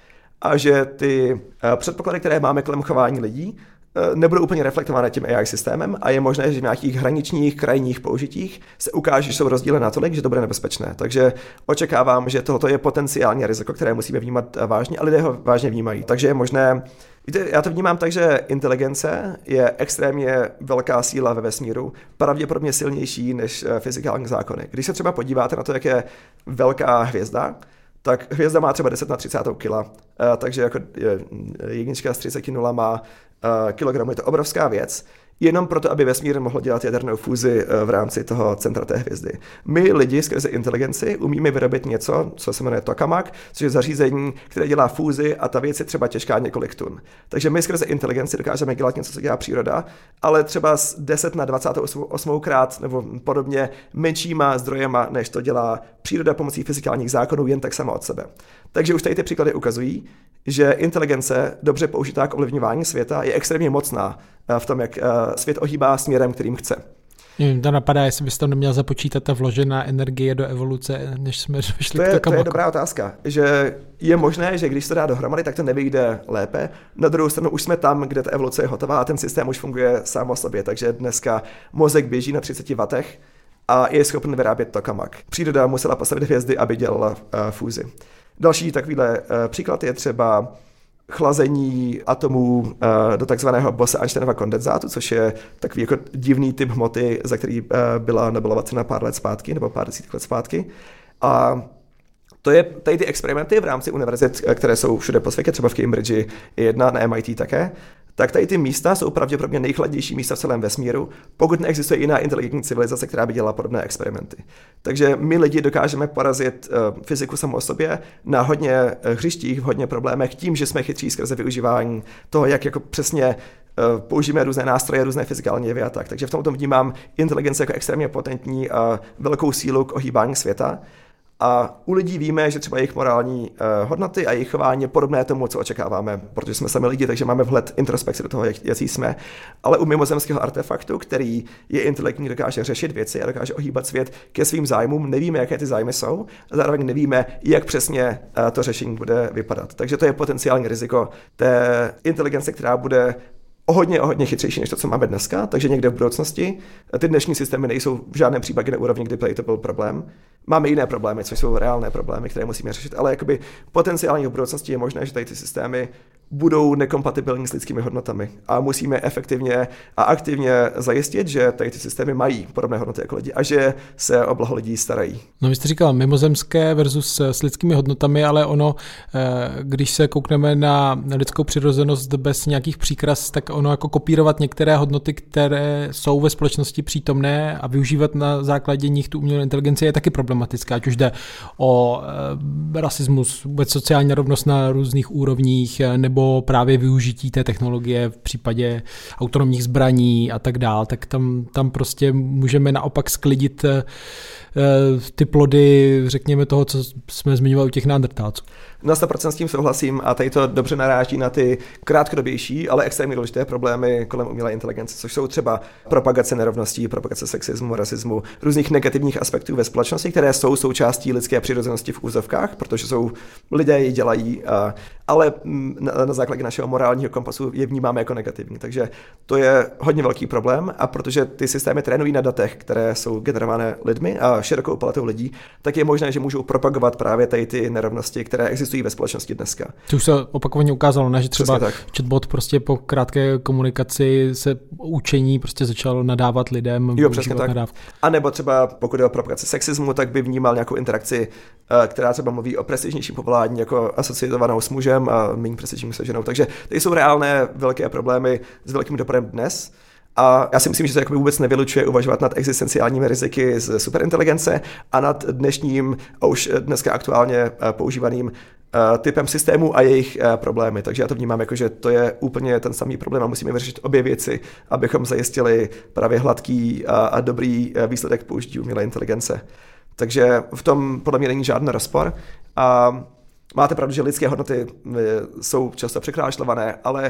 A že ty předpoklady, které máme kolem chování lidí, nebudou úplně reflektované tím A I systémem a je možné, že v nějakých hraničních, krajních použitích se ukáže, že jsou rozdíly natolik, že to bude nebezpečné. Takže očekávám, že tohoto je potenciální riziko, které musíme vnímat vážně a lidé ho vážně vnímají. Takže je možné, víte, já to vnímám tak, že inteligence je extrémně velká síla ve vesmíru, pravděpodobně silnější než fyzikální zákony. Když se třeba podíváte na to, jak je velká hvězda, tak hvězda má třeba deset na třicet kila, takže jako jednička z třicet nula má kilogramů, je to obrovská věc, jenom proto, aby vesmír mohl dělat jadernou fúzi v rámci toho centra té hvězdy. My lidi skrze inteligenci umíme vyrobit něco, co se jmenuje tokamak, což je zařízení, které dělá fúzi a ta věc je třeba těžká několik tun. Takže my skrze inteligenci dokážeme dělat něco, co dělá příroda, ale třeba z deset na dvacet osm krát nebo podobně menšíma zdrojema, než to dělá příroda pomocí fyzikálních zákonů jen tak sama od sebe. Takže už tady ty příklady ukazují, že inteligence dobře použitá k ovlivňování světa je extrémně mocná v tom, jak svět ohýbá směrem, kterým chce. Mě to napadá, jestli bys tam neměl započítat ta vložená energie do evoluce, než jsme došli to je, k tokamoku. To je dobrá otázka, že je možné, že když se to dá dohromady, tak to nevyjde lépe. Na druhou stranu už jsme tam, kde ta evoluce je hotová a ten systém už funguje sám o sobě, takže dneska mozek běží na třiceti wattech a je schopen vyrábět tokamak. Příroda musela postavit hvězdy, aby dělala uh, fúzi. Další takovýhle uh, příklad je třeba chlazení atomů uh, do takzvaného Bose-Einsteinova kondenzátu, což je takový jako divný typ hmoty, za který uh, byla Nobelova cena pár let zpátky, nebo pár desítek let zpátky. A to je tady ty experimenty v rámci univerzit, které jsou všude po světě, třeba v Cambridge je jedna, na M I T také, tak tady ty místa jsou pravděpodobně nejchladnější místa v celém vesmíru, pokud neexistuje jiná inteligentní civilizace, která by dělala podobné experimenty. Takže my lidi dokážeme porazit uh, fyziku samou o sobě na hodně hřištích, v hodně problémech tím, že jsme chytří skrze využívání toho, jak jako přesně uh, použijeme různé nástroje, různé fyzikální jevy a tak. Takže v tomto vnímám inteligenci jako extrémně potentní a velkou sílu k ohýbání světa. A u lidí víme, že třeba jejich morální uh, hodnoty a jejich chování je podobné tomu, co očekáváme, protože jsme sami lidi, takže máme vhled introspekci do toho, jak, jaký jsme. Ale u mimozemského artefaktu, který je inteligentní, dokáže řešit věci a dokáže ohýbat svět ke svým zájmům, nevíme, jaké ty zájmy jsou, a zároveň nevíme, jak přesně uh, to řešení bude vypadat. Takže to je potenciální riziko té inteligence, která bude o hodně, o hodně chytřejší než to, co máme dneska, takže někde v budoucnosti. Ty dnešní systémy nejsou v žádném případě na úrovni, kdy to byl problém. Máme jiné problémy, což jsou reálné problémy, které musíme řešit, ale jakoby potenciálně v budoucnosti je možné, že tady ty systémy budou nekompatibilní s lidskými hodnotami. A musíme efektivně a aktivně zajistit, že tady ty systémy mají podobné hodnoty jako lidi a že se o blaho lidí starají. No, vy jste říkal mimozemské versus s lidskými hodnotami, ale ono, když se koukneme na lidskou přirozenost bez nějakých příkras, tak ono jako kopírovat některé hodnoty, které jsou ve společnosti přítomné a využívat na základě nich tu umělou inteligenci je taky problematické, ať už jde o rasismus, vůbec sociální rovnost na různých úrovních, nebo právě využití té technologie v případě autonomních zbraní a tak dál, tak tam, tam prostě můžeme naopak sklidit ty plody, řekněme toho, co jsme zmiňovali u těch neandertálců. Na sto procent s tím souhlasím a tady to dobře naráží na ty krátkodobější, ale extrémně důležité problémy kolem umělé inteligence, což jsou třeba propagace nerovností, propagace sexismu, rasismu, různých negativních aspektů ve společnosti, které jsou součástí lidské přirozenosti v úzovkách, protože jsou lidé ji dělají, ale na, na základě našeho morálního kompasu je vnímáme jako negativní. Takže to je hodně velký problém a protože ty systémy trénují na datech, které jsou generované lidmi a širokou paletou lidí, tak je možné, že můžou propagovat právě tady ty nerovnosti, které existují ve společnosti dneska. To už se opakovaně ukázalo, ne? Že třeba chatbot prostě po krátké komunikaci se učení prostě začal nadávat lidem. Jo, přesně tak. Nadáv. A nebo třeba pokud je o propagaci sexismu, tak by vnímal nějakou interakci, která třeba mluví o prestižnějším povolání jako asociovanou s mužem a méně prestižním se ženou. Takže tady jsou reálné velké problémy s velkým dopadem dnes. A já si myslím, že to jakoby vůbec nevylučuje uvažovat nad existenciálními riziky z superinteligence a nad dnešním a už dneska aktuálně používaným typem systému a jejich problémy. Takže já to vnímám jako, že to je úplně ten samý problém a musíme vyřešit obě věci, abychom zajistili právě hladký a dobrý výsledek použití umělé inteligence. Takže v tom podle mě není žádný rozpor. A máte pravdu, že lidské hodnoty jsou často překrášlované, ale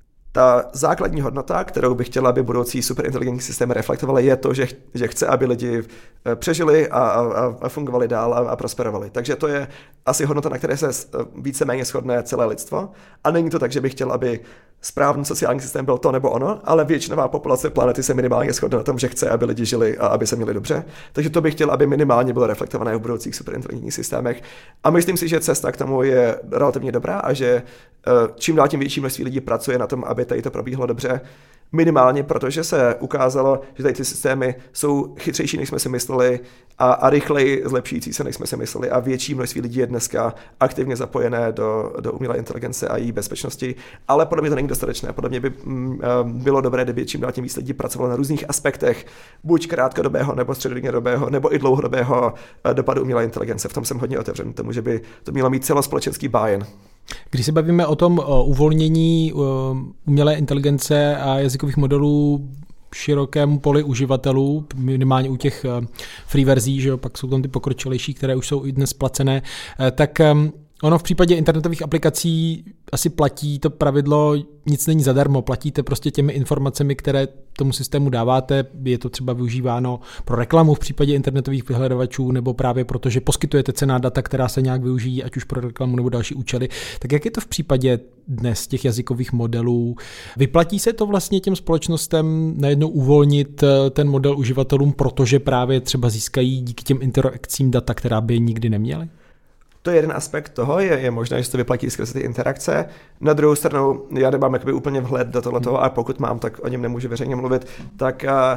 ta základní hodnota, kterou bych chtěla, aby budoucí superinteligentní systémy reflektovaly, je to, že, že chce, aby lidi přežili a, a, a fungovali dál a, a prosperovali. Takže to je asi hodnota, na které se víceméně shodne celé lidstvo. A není to tak, že bych chtěl, aby správný sociální systém byl to nebo ono, ale většinová populace planety se minimálně shodne na tom, že chce, aby lidi žili a aby se měli dobře. Takže to bych chtěl, aby minimálně bylo reflektované v budoucích superinteligentních systémech. A myslím si, že cesta k tomu je relativně dobrá a že čím dál tím větší množství lidí pracuje na tom, aby tady to probíhalo dobře. Minimálně, protože se ukázalo, že tady ty systémy jsou chytřejší, než jsme si mysleli a, a rychleji zlepšující se, než jsme si mysleli a větší množství lidí je dneska aktivně zapojené do, do umělé inteligence a její bezpečnosti, ale podle mě to není dostatečné. Podle mě by mm, bylo dobré, kdyby čím dál tím víc lidí pracovalo na různých aspektech, buď krátkodobého, nebo střednědobého, nebo i dlouhodobého dopadu umělé inteligence. V tom jsem hodně otevřen tomu, že by to mělo mít celospolečenský buy-in. Když se bavíme o tom o uvolnění umělé inteligence a jazykových modelů širokému poli uživatelů, minimálně u těch free verzí, že jo, pak jsou tam ty pokročilejší, které už jsou i dnes placené, tak ono v případě internetových aplikací asi platí to pravidlo, nic není zadarmo, platíte prostě těmi informacemi, které tomu systému dáváte, je to třeba využíváno pro reklamu v případě internetových vyhledávačů, nebo právě proto, že poskytujete cenná data, která se nějak využijí, ať už pro reklamu nebo další účely. Tak jak je to v případě dnes těch jazykových modelů? Vyplatí se to vlastně těm společnostem najednou uvolnit ten model uživatelům, protože právě třeba získají díky těm interakcím data, která by nikdy neměly? To je jeden aspekt toho, je, je možné, že se to vyplatí skrze ty interakce. Na druhou stranu, já nemám jakoby úplně vhled do tohletoho a pokud mám, tak o něm nemůžu veřejně mluvit, tak uh,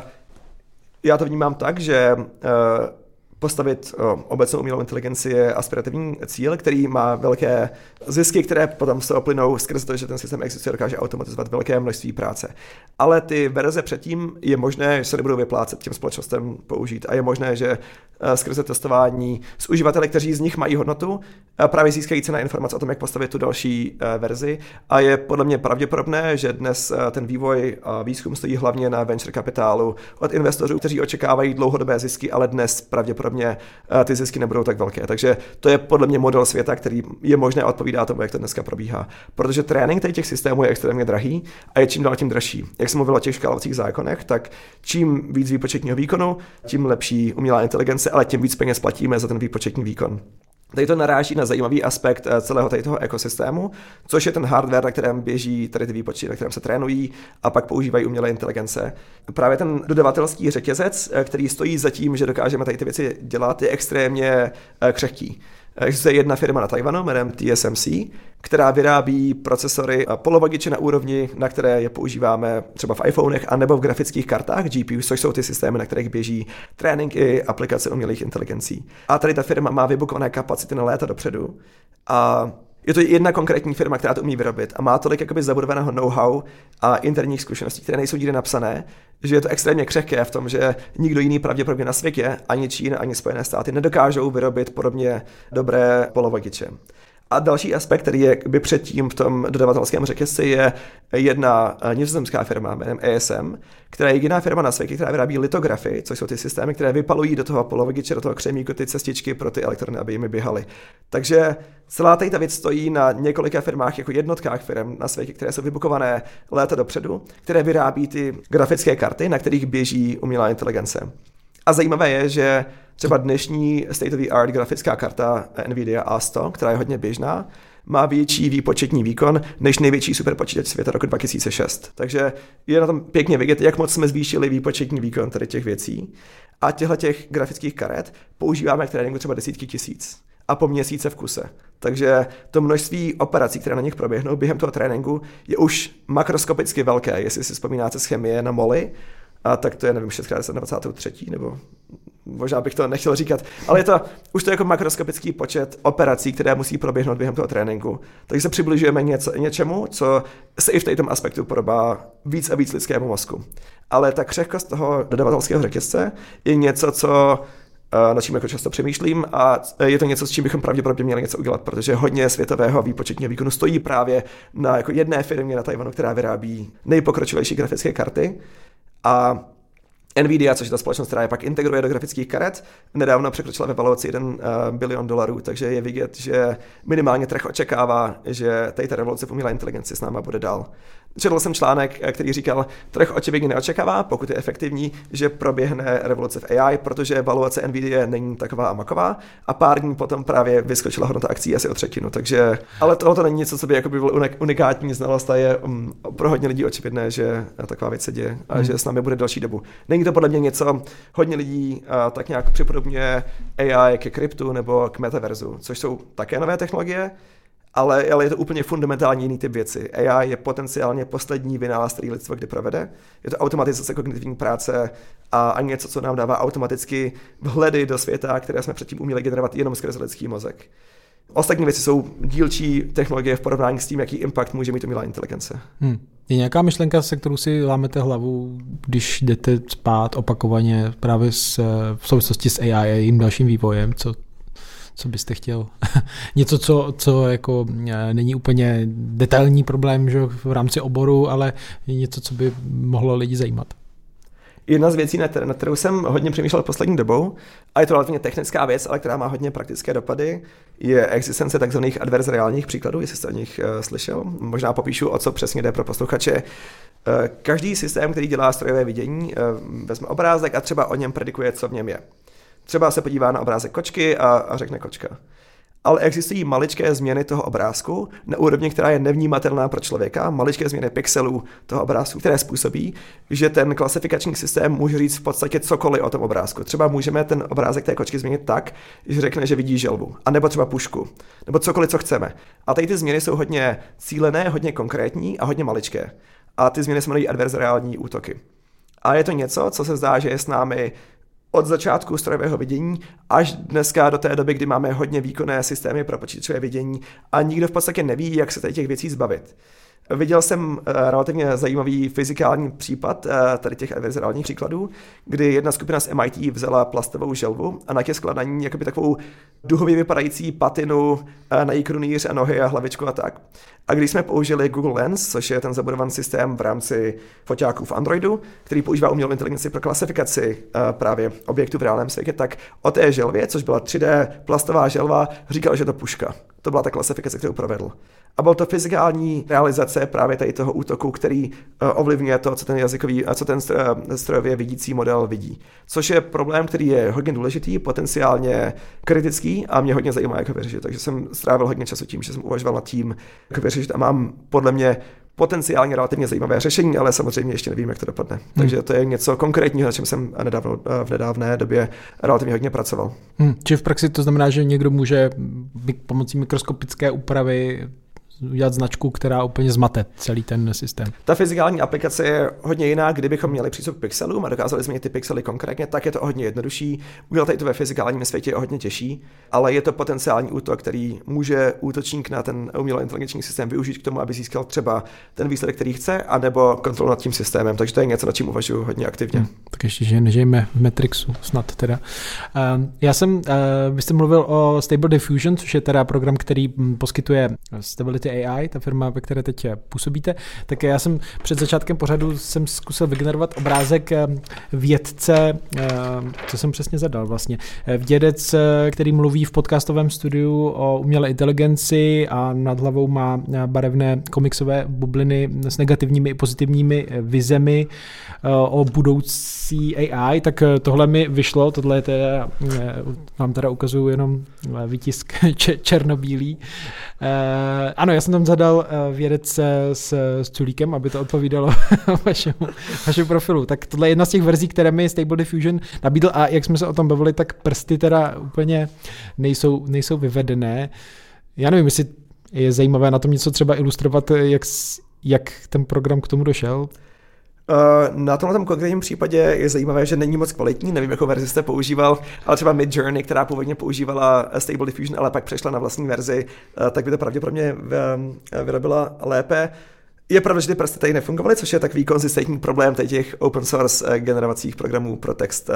já to vnímám tak, že uh, postavit uh, obecnou umělou inteligenci je aspirativní cíl, který má velké zisky, které potom se oplynou skrze to, že ten systém existuje, dokáže automatizovat velké množství práce. Ale ty verze předtím je možné, že se nebudou vyplácet těm společnostem použít a je možné, že uh, skrze testování s uživateli, kteří z nich mají hodnotu, uh, právě získají cenné informace o tom, jak postavit tu další uh, verzi a je podle mě pravděpodobné, že dnes uh, ten vývoj a výzkum stojí hlavně na venture kapitálu od investorů, kteří očekávají dlouhodobé zisky, ale dnes pravděpodobně ty zisky nebudou tak velké. Takže to je podle mě model světa, který je možné odpovídá tomu, jak to dneska probíhá. Protože trénink těch systémů je extrémně drahý a je čím dál tím dražší. Jak jsem mluvil o těch škálovacích zákonech, tak čím víc výpočetního výkonu, tím lepší umělá inteligence, ale tím víc peněz platíme za ten výpočetní výkon. Tady to naráží na zajímavý aspekt celého tady toho ekosystému, což je ten hardware, na kterém běží tady ty výpočty, na kterém se trénují a pak používají umělé inteligence. Právě ten dodavatelský řetězec, který stojí za tím, že dokážeme tady ty věci dělat, je extrémně křehký. Existuje jedna firma na Tajvanu jménem T S M C, která vyrábí procesory polovodiče na úrovni, na které je používáme třeba v iPhonech a nebo v grafických kartách G P U, což jsou ty systémy, na kterých běží trénink i aplikace umělých inteligencí. A tady ta firma má vybukované kapacity na léta dopředu a je to jedna konkrétní firma, která to umí vyrobit a má tolik jakoby zabudovaného know-how a interních zkušeností, které nejsou nikdy napsané, že je to extrémně křehké v tom, že nikdo jiný pravděpodobně na světě, ani Čína, ani Spojené státy, nedokážou vyrobit podobně dobré polovodiče. A další aspekt, který je by předtím v tom dodavatelském řetězci, je jedna nizozemská firma jménem A S M, která je jediná firma na světě, která vyrábí litografy, což jsou ty systémy, které vypalují do toho polovodiče, do toho křemíku ty cestičky pro ty elektrony, aby jimi běhaly. Takže celá ta věc stojí na několika firmách, jako jednotkách firm na světě, které jsou vybukované léta dopředu, které vyrábí ty grafické karty, na kterých běží umělá inteligence. A zajímavé je, že třeba dnešní state of the art grafická karta Nvidia A sto, která je hodně běžná, má větší výpočetní výkon než největší superpočítač světa roku dva tisíce šest. Takže je na tom pěkně vidět, jak moc jsme zvýšili výpočetní výkon tady těch věcí. A těchto těch grafických karet používáme k tréninku třeba desítky tisíc a po měsíce v kuse. Takže to množství operací, které na nich proběhnou během toho tréninku, je už makroskopicky velké. Jestli si vzpomínáte z chemie na moly, a tak to je, nevím, šest krát dvacet tři nebo možná bych to nechtěl říkat, ale je to už to jako makroskopický počet operací, které musí proběhnout během toho tréninku. Takže se přibližujeme něco, něčemu, co se i v této aspektu podobá víc a víc lidskému mozku. Ale ta křehkost toho dodavatelského řetězce je něco, co na čím jako často přemýšlím a je to něco, s čím bychom pravděpodobně měli něco udělat, protože hodně světového výpočetního výkonu stojí právě na jako jedné firmě na Tajvanu, která vyrábí nejpokročilejší grafické karty. A Nvidia, což je ta společnost, která je pak integruje do grafických karet, nedávno překročila ve valuaci jeden uh, bilion dolarů, takže je vidět, že minimálně trh očekává, že tady ta revoluce v umělé inteligenci s náma bude dál. Četl jsem článek, který říkal, trh očividně neočekává, pokud je efektivní, že proběhne revoluce v A I, protože valuace Nvidia není taková a maková a pár dní potom právě vyskočila hodnota akcí asi o třetinu, takže, ale tohle to není něco, co by jako by bylo unikátní znalost a je um, pro hodně lidí očividné, že taková věc se děje a hmm. že s námi bude další dobu. Není to podle mě něco, hodně lidí uh, tak nějak připodobňuje A I ke kryptu nebo k metaverzu, což jsou také nové technologie, ale, ale je to úplně fundamentálně jiný typ věci. A I je potenciálně poslední vynález, který lidstvo kdy provede. Je to automatizace kognitivní práce a, a něco, co nám dává automaticky vhledy do světa, které jsme předtím uměli generovat jenom skrze lidský mozek. Ostatní věci jsou dílčí technologie v porovnání s tím, jaký impact může mít umělá inteligence. Hmm. Je nějaká myšlenka, se kterou si lámete hlavu, když jdete spát opakovaně právě s, v souvislosti s A I a jejím dalším vývojem? Co, co byste chtěl? Něco, co, co jako není úplně detailní problém, že, v rámci oboru, ale něco, co by mohlo lidi zajímat. Jedna z věcí, na kterou jsem hodně přemýšlel poslední dobou, a je to relativně technická věc, ale která má hodně praktické dopady, je existence takzvaných adverzariálních příkladů, jestli jste o nich uh, slyšel. Možná popíšu, o co přesně jde pro posluchače. Uh, každý systém, který dělá strojové vidění, uh, vezme obrázek a třeba o něm predikuje, co v něm je. Třeba se podívá na obrázek kočky a, a řekne kočka. Ale existují maličké změny toho obrázku na úrovni, která je nevnímatelná pro člověka, maličké změny pixelů toho obrázku, které způsobí, že ten klasifikační systém může říct v podstatě cokoliv o tom obrázku. Třeba můžeme ten obrázek té kočky změnit tak, že řekne, že vidí želvu, anebo třeba pušku, nebo cokoliv, co chceme. A tady ty změny jsou hodně cílené, hodně konkrétní a hodně maličké. A ty změny se jmenují adverzariální útoky. A je to něco, co se zdá, že je s námi od začátku strojového vidění až dneska do té doby, kdy máme hodně výkonné systémy pro počítačové vidění a nikdo v podstatě neví, jak se tady těch věcí zbavit. Viděl jsem relativně zajímavý fyzikální případ tady těch adverzariálních příkladů, kdy jedna skupina z M I T vzala plastovou želvu a natiskla na ní jakoby takovou duhově vypadající patinu na její krunýř a nohy a hlavičku a tak. A když jsme použili Google Lens, což je ten zabudovaný systém v rámci foťáků v Androidu, který používá umělou inteligenci pro klasifikaci právě objektů v reálném světě, tak o té želvě, což byla tři dé plastová želva, říkal, že je to puška. To byla ta klasifikace, kterou provedl. A byl to fyzikální realizace právě tady toho útoku, který ovlivňuje to, co ten jazykový a co ten strojově vidící model vidí. Což je problém, který je hodně důležitý, potenciálně kritický a mě hodně zajímá, jak ho vyřešit. Takže jsem strávil hodně času tím, že jsem uvažoval nad tím, jak vyřešit a mám podle mě potenciálně relativně zajímavé řešení, ale samozřejmě ještě nevím, jak to dopadne. Hmm. Takže to je něco konkrétního, na čem jsem nedávno, v nedávné době relativně hodně pracoval. Hmm. Či v praxi to znamená, že někdo může pomocí mikroskopické úpravy udělat značku, která úplně zmate celý ten systém. Ta fyzikální aplikace je hodně jiná. Kdybychom měli přístup k pixelům a dokázali změnit ty pixely konkrétně, tak je to hodně jednodušší. Udělat tady to ve fyzikálním světě je hodně těžší, ale je to potenciální útok, který může útočník na ten umělý inteligenční systém využít k tomu, aby získal třeba ten výsledek, který chce, anebo kontrolu nad tím systémem. Takže to je něco, nad čím uvažuji hodně aktivně. Hmm, tak ještě, že nežijeme v Matrixu snad teda. Uh, já jsem, uh, vy jste mluvil o Stable Diffusion, což je teda program, který poskytuje Stability A I, ta firma, ve které teď působíte, tak já jsem před začátkem pořadu jsem zkusil vygenerovat obrázek vědce, co jsem přesně zadal vlastně. Vědec, který mluví v podcastovém studiu o umělé inteligenci a nad hlavou má barevné komiksové bubliny s negativními i pozitivními vizemi o budoucí A I, tak tohle mi vyšlo, tohle je teda, vám teda ukazuju jenom výtisk černobílý. Ano, já jsem tam zadal vědec s, s Culíkem, aby to odpovídalo vašemu, vašemu profilu. Tak tohle je jedna z těch verzí, které mi Stable Diffusion nabídl a jak jsme se o tom bavili, tak prsty teda úplně nejsou, nejsou vyvedené. Já nevím, jestli je zajímavé na tom něco třeba ilustrovat, jak, jak ten program k tomu došel. Na tomhle konkrétním případě je zajímavé, že není moc kvalitní, nevím, jakou verzi jste používal, ale třeba Midjourney, která původně používala Stable Diffusion, ale pak přešla na vlastní verzi, tak by to pravděpodobně vyrobila lépe. Je pravda, že ty prsty tady nefungovaly, což je takový konzistentní problém těch open source generovacích programů pro text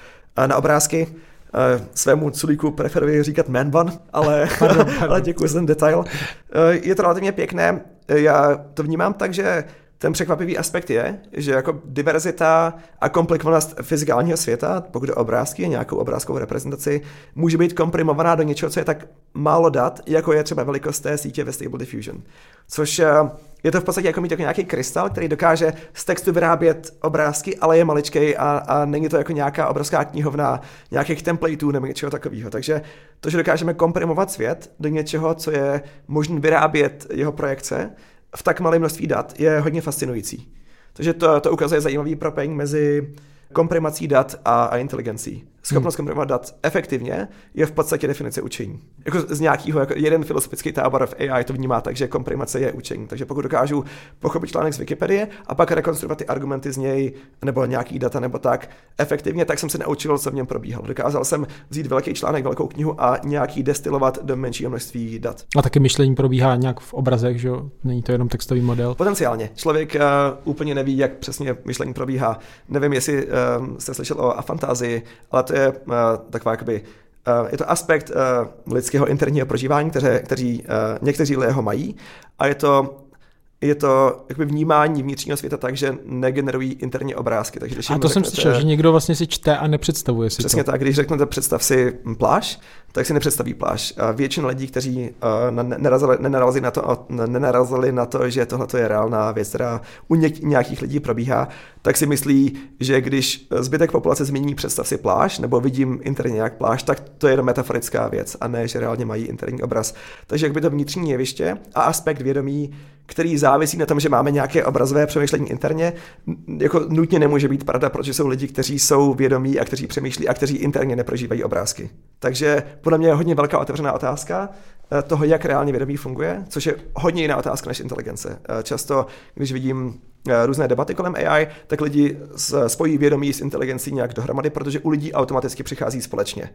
na obrázky. Svému Culíku preferuji říkat man bun, ale, ale děkuji za ten detail. Je to relativně pěkné, já to vnímám tak, že ten překvapivý aspekt je, že jako diverzita a komplikovanost fyzikálního světa, pokud o obrázky a nějakou obrázkovou reprezentaci, může být komprimovaná do něčeho, co je tak málo dat, jako je třeba velikost té sítě ve Stable Diffusion. Což je to v podstatě jako mít jako nějaký krystal, který dokáže z textu vyrábět obrázky, ale je maličkej a, a není to jako nějaká obrovská knihovna nějakých templateů nebo něčeho takového. Takže to, že dokážeme komprimovat svět do něčeho, co je možné vyrábět jeho projekce, v tak malém množství dat je hodně fascinující. Takže to, to ukazuje zajímavý propojení mezi komprimací dat a, a inteligencí. Schopnost hmm. komprimovat dat efektivně je v podstatě definice učení. Jako z nějakého, jako jeden filozofický tábor v A I to vnímá tak, že komprimace je učení. Takže pokud dokážu pochopit článek z Wikipedie a pak rekonstruovat ty argumenty z něj, nebo nějaký data, nebo tak efektivně, tak jsem se naučil, co v něm probíhalo. Dokázal jsem vzít velký článek, velkou knihu a nějaký destilovat do menšího množství dat. A taky myšlení probíhá nějak v obrazech, že jo? Není to jenom textový model. Potenciálně. Člověk uh, úplně neví, jak přesně myšlení probíhá. Nevím, jestli uh, jste slyšel o afantázii, ale to je uh, taková jakoby, uh, je to aspekt uh, lidského interního prožívání, které, kteří, uh, někteří lidé ho mají a je to je to jakoby vnímání vnitřního světa tak, že negenerují interně obrázky. Takže když a to jsem slyšel, že někdo vlastně si čte a nepředstavuje si přesně to. Tak, když řeknete představ si pláž, tak si nepředstaví pláž. A většina lidí, kteří uh, nenarazili, nenarazili, na to, nenarazili na to, že tohle je reálná věc, která u něk- nějakých lidí probíhá, tak si myslí, že když zbytek populace změní představ si pláž, nebo vidím interně nějak pláž, tak to je metaforická věc a ne, že reálně mají interní obraz. Takže jak by to vnitřní jeviště a aspekt vědomí, který závisí na tom, že máme nějaké obrazové přemýšlení interně, jako nutně nemůže být pravda, protože jsou lidi, kteří jsou vědomí a kteří přemýšlí a kteří interně neprožívají obrázky. Takže podle mě je hodně velká otevřená otázka toho, jak reálně vědomí funguje, což je hodně jiná otázka než inteligence. Často, když vidím různé debaty kolem A I, tak lidi spojí vědomí s inteligencí nějak dohromady, protože u lidí automaticky přichází společně.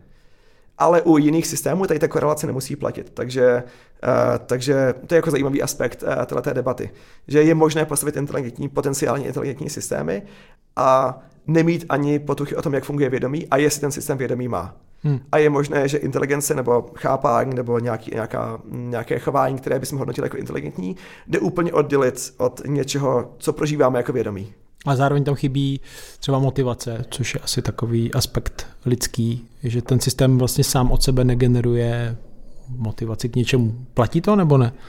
Ale u jiných systémů tady ta korelace nemusí platit. Takže, uh, takže to je jako zajímavý aspekt uh, této debaty. Že je možné postavit inteligentní, potenciálně inteligentní systémy a nemít ani potuchy o tom, jak funguje vědomí a jestli ten systém vědomí má. Hmm. A je možné, že inteligence nebo chápání nebo nějaký, nějaká, nějaké chování, které bychom hodnotili jako inteligentní, jde úplně oddělit od něčeho, co prožíváme jako vědomí. A zároveň tam chybí třeba motivace, což je asi takový aspekt lidský, že ten systém vlastně sám od sebe negeneruje motivaci k něčemu. Platí to nebo ne?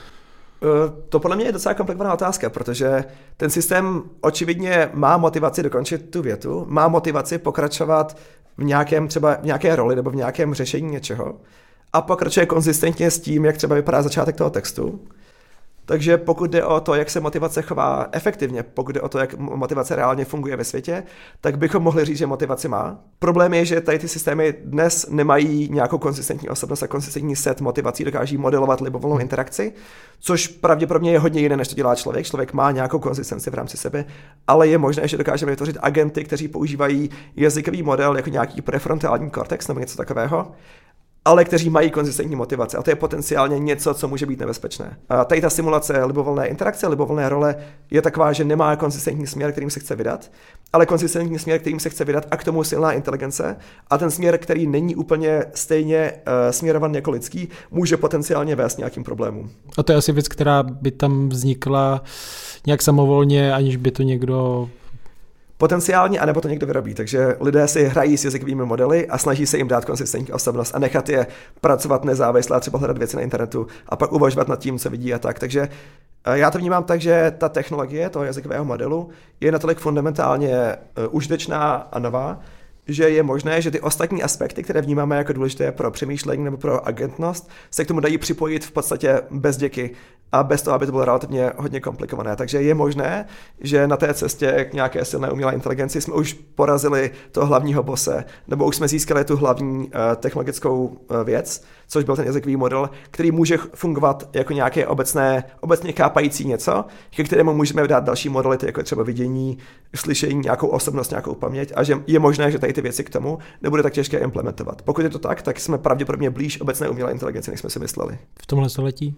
To podle mě je docela komplikovaná otázka, protože ten systém očividně má motivaci dokončit tu větu, má motivaci pokračovat v nějakém třeba v nějaké roli nebo v nějakém řešení něčeho a pokračuje konzistentně s tím, jak třeba vypadá začátek toho textu. Takže pokud jde o to, jak se motivace chová efektivně, pokud jde o to, jak motivace reálně funguje ve světě, tak bychom mohli říct, že motivaci má. Problém je, že tady ty systémy dnes nemají nějakou konzistentní osobnost a konzistentní set motivací, dokáží modelovat libovolnou interakci, což pravděpodobně je hodně jiné, než to dělá člověk. Člověk má nějakou konzistenci v rámci sebe, ale je možné, že dokážeme vytvořit agenty, kteří používají jazykový model jako nějaký prefrontální kortex nebo něco takového, ale kteří mají konzistentní motivaci. A to je potenciálně něco, co může být nebezpečné. A tady ta simulace libovolné interakce, libovolné role je taková, že nemá konzistentní směr, kterým se chce vydat, ale konzistentní směr, kterým se chce vydat, a k tomu silná inteligence. A ten směr, který není úplně stejně uh, směrovaný jako lidský, může potenciálně vést nějakým problémům. A to je asi věc, která by tam vznikla nějak samovolně, aniž by to někdo... Potenciálně, anebo to někdo vyrobí. Takže lidé si hrají s jazykovými modely a snaží se jim dát konzistentní osobnost a nechat je pracovat nezávisle a třeba hledat věci na internetu a pak uvažovat nad tím, co vidí a tak. Takže já to vnímám tak, že ta technologie toho jazykového modelu je natolik fundamentálně užitečná a nová, že je možné, že ty ostatní aspekty, které vnímáme jako důležité pro přemýšlení nebo pro agentnost, se k tomu dají připojit v podstatě bez děky a bez toho, aby to bylo relativně hodně komplikované. Takže je možné, že na té cestě k nějaké silné umělé inteligenci jsme už porazili toho hlavního bose, nebo už jsme získali tu hlavní uh, technologickou uh, věc, což byl ten jazykový model, který může fungovat jako nějaké obecné, obecně chápající něco, ke kterému můžeme dát další modality, jako třeba vidění, slyšení, nějakou osobnost, nějakou paměť, a že je možné, že tady ty věci k tomu nebude tak těžké implementovat. Pokud je to tak, tak jsme pravděpodobně blíž obecné umělé inteligenci, než jsme si mysleli. V tomhle století?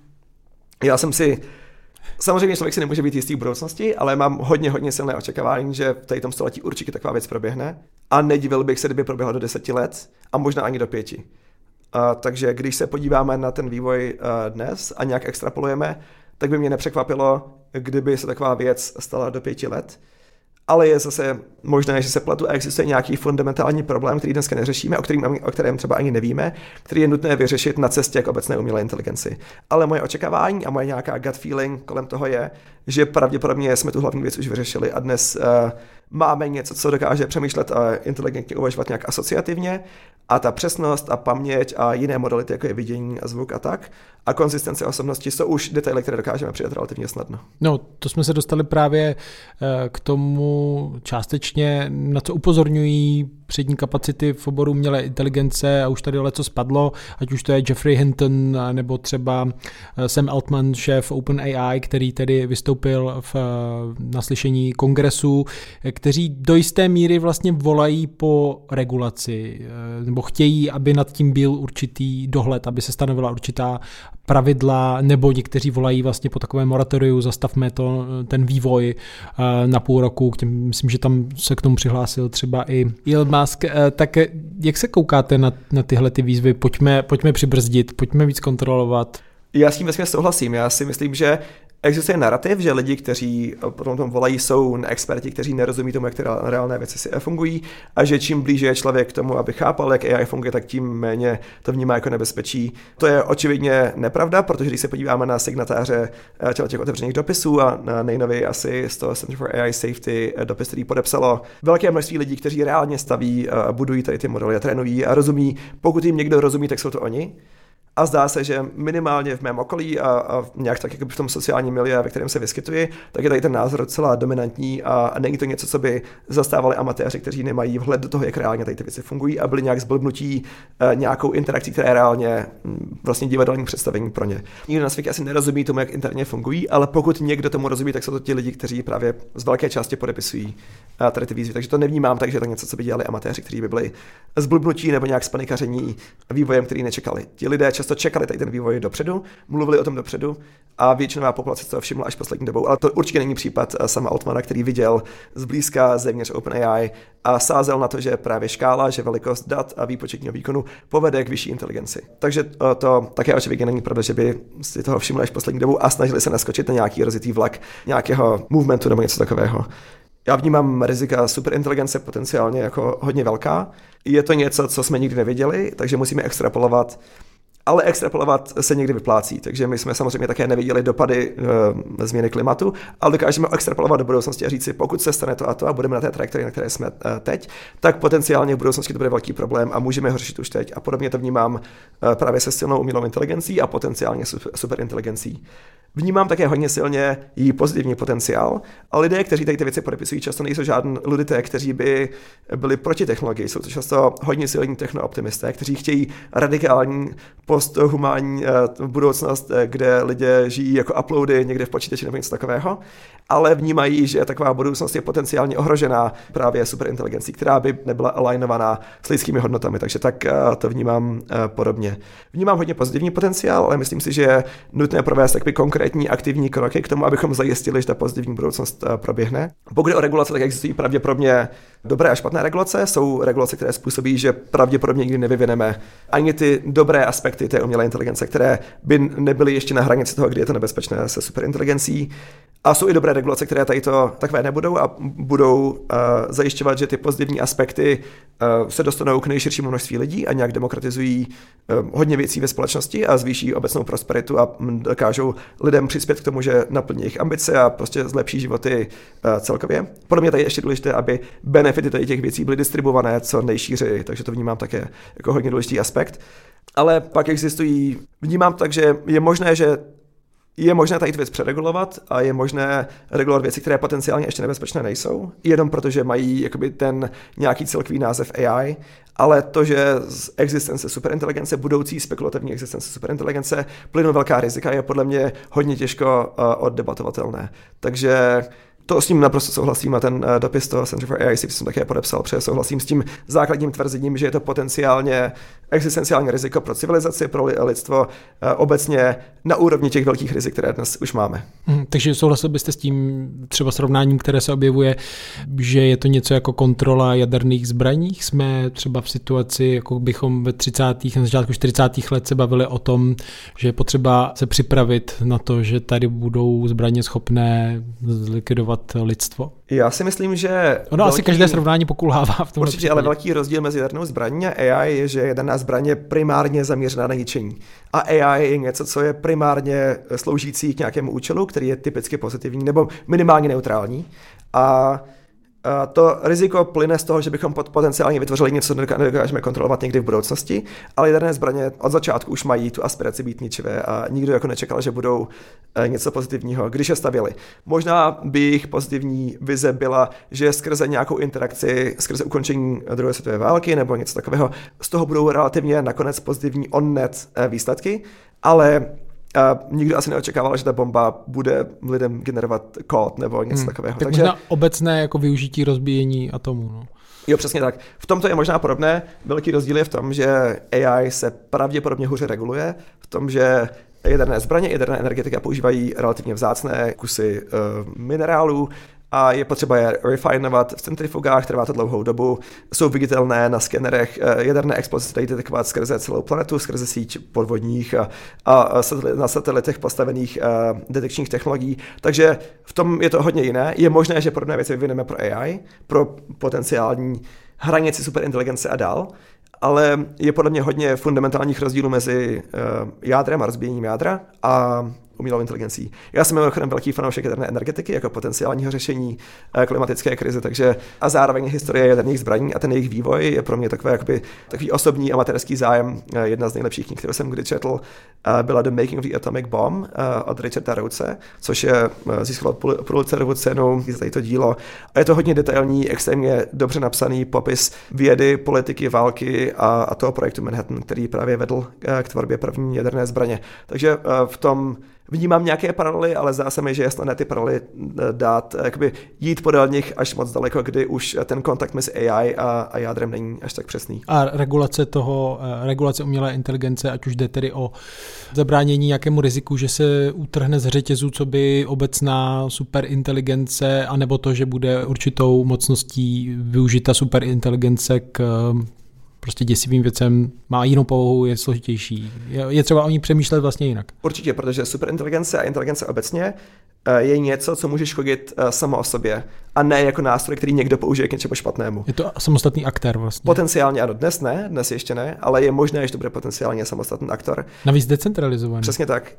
Já jsem si, samozřejmě člověk si nemůže být jistý v budoucnosti, ale mám hodně, hodně silné očekávání, že v tady tom století určitě taková věc proběhne a nedivil bych se, kdyby proběhla do deseti let a možná ani do pěti. Uh, takže když se podíváme na ten vývoj uh, dnes a nějak extrapolujeme, tak by mě nepřekvapilo, kdyby se taková věc stala do pěti let. Ale je zase možné, že se pletu a existuje nějaký fundamentální problém, který dneska neřešíme, o kterém, o kterém třeba ani nevíme, který je nutné vyřešit na cestě k obecné umělé inteligenci. Ale moje očekávání a moje nějaká gut feeling kolem toho je, že pravděpodobně jsme tu hlavní věc už vyřešili a dnes uh, máme něco, co dokáže přemýšlet a inteligentně uvažovat nějak asociativně, a ta přesnost a paměť a jiné modality, jako je vidění a zvuk a tak, a konzistence osobnosti jsou už detaily, které dokážeme přidat relativně snadno. No, to jsme se dostali právě k tomu částečně, na co upozorňují přední kapacity v oboru umělé inteligence, a už tady leco spadlo, ať už to je Geoffrey Hinton nebo třeba Sam Altman, šéf OpenAI, který tedy vystoupil v naslyšení kongresu, kteří do jisté míry vlastně volají po regulaci, nebo chtějí, aby nad tím byl určitý dohled, aby se stanovila určitá pravidla, nebo někteří volají vlastně po takovém moratoriu, zastavme to, ten vývoj na půl roku, těm, myslím, že tam se k tomu přihlásil třeba i Elon Musk. Tak jak se koukáte na, na tyhle ty výzvy? Pojďme, pojďme přibrzdit, pojďme víc kontrolovat. Já s tím vesměs souhlasím. Já si myslím, že existuje narrativ, že lidi, kteří potom tom volají, jsou experti, kteří nerozumí tomu, jak ty reálné věci si fungují, a že čím blíže je člověk k tomu, aby chápal, jak A I funguje, tak tím méně to vnímá jako nebezpečí. To je očividně nepravda, protože když se podíváme na signatáře těch otevřených dopisů a na nejnověji asi z toho Center for A I Safety dopis, který podepsalo velké množství lidí, kteří reálně staví a budují tady ty modely a trénují a rozumí. Pokud jim někdo rozumí, tak jsou to oni. A zdá se, že minimálně v mém okolí a, a nějak tak jako v tom sociálním milieu, ve kterém se vyskytuji, tak je tady ten názor docela dominantní a, a není to něco, co by zastávali amatéři, kteří nemají vhled do toho, jak reálně tady ty věci fungují, a byli nějak zblbnutí e, nějakou interakcí, která je reálně m, vlastně divadelní představení pro ně. Nikdo na světě asi nerozumí tomu, jak interně fungují, ale pokud někdo tomu rozumí, tak jsou to ti lidi, kteří právě z velké části podepisují a, tady ty výzvy. Takže to nevnímám tak, že to je něco, co by dělali amatéři, kteří by byli zblbnutí nebo nějak spanikaření vývojem, který nečekali. Ti lidé často čekali tady ten vývoj dopředu, mluvili o tom dopředu a většinová populace to všimla až poslední dobou. Ale to určitě není případ Sama Altmana, který viděl zblízka zevnitř OpenAI a sázel na to, že právě škála, že velikost dat a výpočetního výkonu povede k vyšší inteligenci. Takže to také očividně není pravda, že by si toho všimli až poslední dobou a snažili se naskočit na nějaký rozjetý vlak nějakého movementu nebo něco takového. Já vnímám rizika superinteligence potenciálně jako hodně velká. Je to něco, co jsme nikdy neviděli, takže musíme extrapolovat ale extrapolovat se někdy vyplácí, takže my jsme samozřejmě také neviděli dopady e, změny klimatu, ale dokážeme extrapolovat do budoucnosti a říct si, pokud se stane to a to a budeme na té trajektorii, na které jsme e, teď, tak potenciálně v budoucnosti to bude velký problém a můžeme ho řešit už teď. A podobně to vnímám e, právě se silnou umělou inteligencí a potenciálně super, superinteligencí. Vnímám také hodně silně její pozitivní potenciál, a lidé, kteří tady ty věci podepisují, často nejsou žádní lidé, kteří by byli proti technologii. Jsou to často hodně silní technooptimisté, kteří chtějí radikální posthumánní budoucnost, kde lidé žijí jako uploady někde v počítači nebo něco takového, ale vnímají, že taková budoucnost je potenciálně ohrožená právě superinteligencí, která by nebyla alignovaná s lidskými hodnotami, takže tak to vnímám podobně. Vnímám hodně pozitivní potenciál, ale myslím si, že je nutné provést takové konkrétní aktivní kroky k tomu, abychom zajistili, že ta pozitivní budoucnost proběhne. Pokud jde o regulace, tak existují pravděpodobně dobré a špatné regulace. Jsou regulace, které způsobí, že pravděpodobně nikdy nevyvineme ani ty dobré aspekty té umělé inteligence, které by nebyly ještě na hranici toho, kdy je to nebezpečné se superinteligencí. A jsou i dobré regulace, které tady to takové nebudou a budou uh, zajišťovat, že ty pozitivní aspekty uh, se dostanou k nejširšímu množství lidí a nějak demokratizují uh, hodně věcí ve společnosti a zvýší obecnou prosperitu a dokážou lidem přispět k tomu, že naplní jejich ambice a prostě zlepší životy uh, celkově. Podle mě tady je ještě důležité, aby benefity tady těch věcí byly distribuované co nejšířeji, takže to vnímám také jako hodně důležitý aspekt. Ale pak existují, vnímám tak, že je možné, že je možné tady tu věc přeregulovat a je možné regulovat věci, které potenciálně ještě nebezpečné nejsou, jenom protože mají jakoby ten nějaký celkový název A I, ale to, že z existence superinteligence, budoucí spekulativní existence superinteligence plynou velká rizika, je podle mě hodně těžko uh, oddebatovatelné. Takže to s tím naprosto souhlasím a ten uh, dopis toho Center for A I jsem také podepsal, protože souhlasím s tím základním tvrzením, že je to potenciálně existenciální riziko pro civilizaci, pro lidstvo uh, obecně na úrovni těch velkých rizik, které dnes už máme. Hmm, takže souhlasil byste s tím třeba srovnáním, které se objevuje, že je to něco jako kontrola jaderných zbraní? Jsme třeba v situaci, jako bychom ve třicátých na začátku čtyřicátých let se bavili o tom, že je potřeba se připravit na to, že tady budou zbraně schopné zlikvidovat lidstvo. Já si myslím, že... Ono velký... asi každé srovnání pokulhává v tom. Určitě, ale velký rozdíl mezi jadernou zbraní a A I je, že jaderná zbraň je primárně zaměřená na ničení. A A I je něco, co je primárně sloužící k nějakému účelu, který je typicky pozitivní nebo minimálně neutrální. A to riziko plyne z toho, že bychom potenciálně vytvořili něco, co nedokážeme kontrolovat někdy v budoucnosti, ale jaderné zbraně od začátku už mají tu aspiraci být ničivé a nikdo jako nečekal, že budou něco pozitivního, když je stavěli. Možná by jejich pozitivní vize byla, že skrze nějakou interakci, skrze ukončení druhé světové války nebo něco takového, z toho budou relativně nakonec pozitivní on-net výsledky, ale a nikdo asi neočekával, že ta bomba bude lidem generovat kód nebo něco hmm. takového. Tak Takže možná obecné jako využití rozbíjení atomu. No. Jo, přesně tak. V tomto je možná podobné. Velký rozdíl je v tom, že A I se pravděpodobně hůře reguluje, v tom, že jaderné zbraně, jaderná energetika používají relativně vzácné kusy uh, minerálů, a je potřeba je refinovat v centrifugách, trvá to dlouhou dobu, jsou viditelné na skenerech, jaderné exploze se dají detekovat skrze celou planetu, skrze síť podvodních a, a na satelitech postavených uh, detekčních technologií, takže v tom je to hodně jiné. Je možné, že podobné věci vyvineme pro A I, pro potenciální hranici superinteligence a dál, ale je podle mě hodně fundamentálních rozdílů mezi uh, jádrem a rozbíjením jádra a umělou inteligencí. Já jsem mimochodem velký fanoušek jaderné energetiky jako potenciálního řešení klimatické krize, takže a zároveň historie jaderných zbraní a ten jejich vývoj je pro mě takové, jakoby, takový osobní amatérský zájem. Jedna z nejlepších knih, kterou jsem kdy četl, byla The Making of the Atomic Bomb od Richarda Rhoodse, což je získalo Pulitzerovu cenu za to dílo. A je to hodně detailní, extrémně dobře napsaný popis vědy, politiky, války a, a toho projektu Manhattan, který právě vedl k tvorbě první jaderné zbraně. Takže v tom vnímám nějaké paralely, ale zdá se mi, že je snadné ty paralely dát, jakoby jít podél nich až moc daleko, kdy už ten kontakt mezi A I a, a jádrem není až tak přesný. A regulace toho, regulace umělé inteligence, ať už jde tedy o zabránění nějakému riziku, že se utrhne z řetězu, co by obecná superinteligence, anebo to, že bude určitou mocností využita superinteligence k prostě děsivým věcem, má jinou povahu, je složitější. Je, je třeba o ní přemýšlet vlastně jinak. Určitě, protože superinteligence a inteligence obecně je něco, co může škodit samo o sobě a ne jako nástroj, který někdo použije k něčemu špatnému. Je to samostatný aktér vlastně. Potenciálně ano, dnes ne, dnes ještě ne, ale je možné, že to bude potenciálně samostatný aktor. Navíc decentralizovaný. Přesně tak.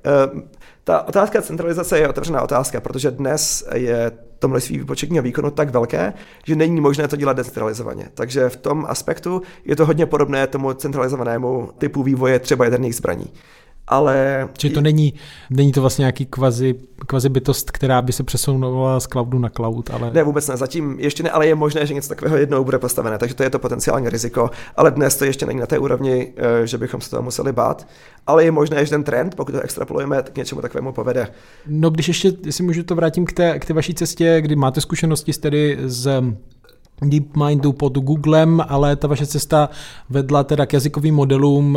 Ta otázka centralizace je otevřená otázka, protože dnes je to množství výpočetního výkonu tak velké, že není možné to dělat decentralizovaně. Takže v tom aspektu je to hodně podobné tomu centralizovanému typu vývoje třeba jaderných zbraní. Ale... Čili to není, není to vlastně nějaký kvazi, kvazi bytost, která by se přesunula z cloudu na cloud, ale... Ne, vůbec ne, zatím ještě ne, ale je možné, že něco takového jednou bude postavené, takže to je to potenciální riziko, ale dnes to ještě není na té úrovni, že bychom se toho museli bát, ale je možné, že ten trend, pokud to extrapolujeme, k něčemu takovému povede. No když ještě, jestli můžu to vrátím k té, k té vaší cestě, kdy máte zkušenosti tedy z DeepMindu pod Googlem, ale ta vaše cesta vedla teda k jazykovým modelům,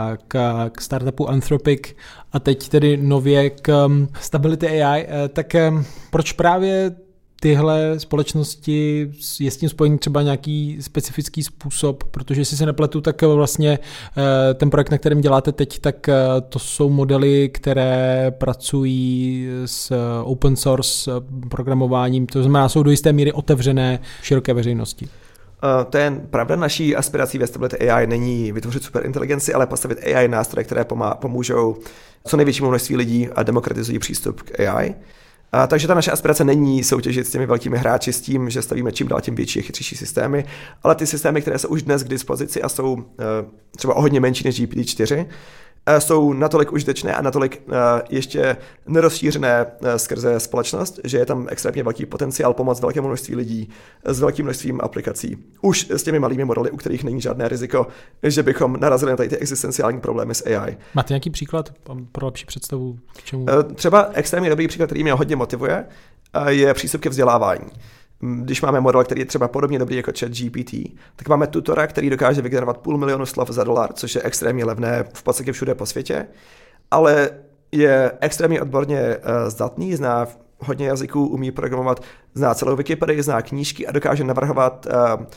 k, k startupu Anthropic a teď tedy nově k Stability A I, tak proč právě tyhle společnosti, je s tím spojený třeba nějaký specifický způsob, protože jestli se nepletu, tak vlastně ten projekt, na kterém děláte teď, tak to jsou modely, které pracují s open source programováním, to znamená, jsou do jisté míry otevřené široké veřejnosti. Uh, to je pravda, naší aspirací ve Stability A I není vytvořit superinteligenci, ale postavit A I nástroje, které pomá- pomůžou co největšímu množství lidí a demokratizují přístup k A I. A takže ta naše aspirace není soutěžit s těmi velkými hráči s tím, že stavíme čím dál tím větší a chytřejší systémy, ale ty systémy, které jsou už dnes k dispozici a jsou uh, třeba o hodně menší než G P T čtyři, jsou natolik užitečné a natolik uh, ještě nerozšířené uh, skrze společnost, že je tam extrémně velký potenciál pomoct velkému množství lidí s velkým množstvím aplikací. Už s těmi malými modely, u kterých není žádné riziko, že bychom narazili na tady ty existenciální problémy s A I. Máte nějaký příklad pro lepší představu k čemu? Uh, třeba extrémně dobrý příklad, který mě hodně motivuje, uh, je přístup ke vzdělávání. Když máme model, který je třeba podobně dobrý jako ChatGPT, tak máme tutora, který dokáže vygenerovat půl milionu slov za dolar, což je extrémně levné v podstatě všude po světě, ale je extrémně odborně zdatný, zná hodně jazyků, umí programovat, zná celou Wikipedii, zná knížky a dokáže navrhovat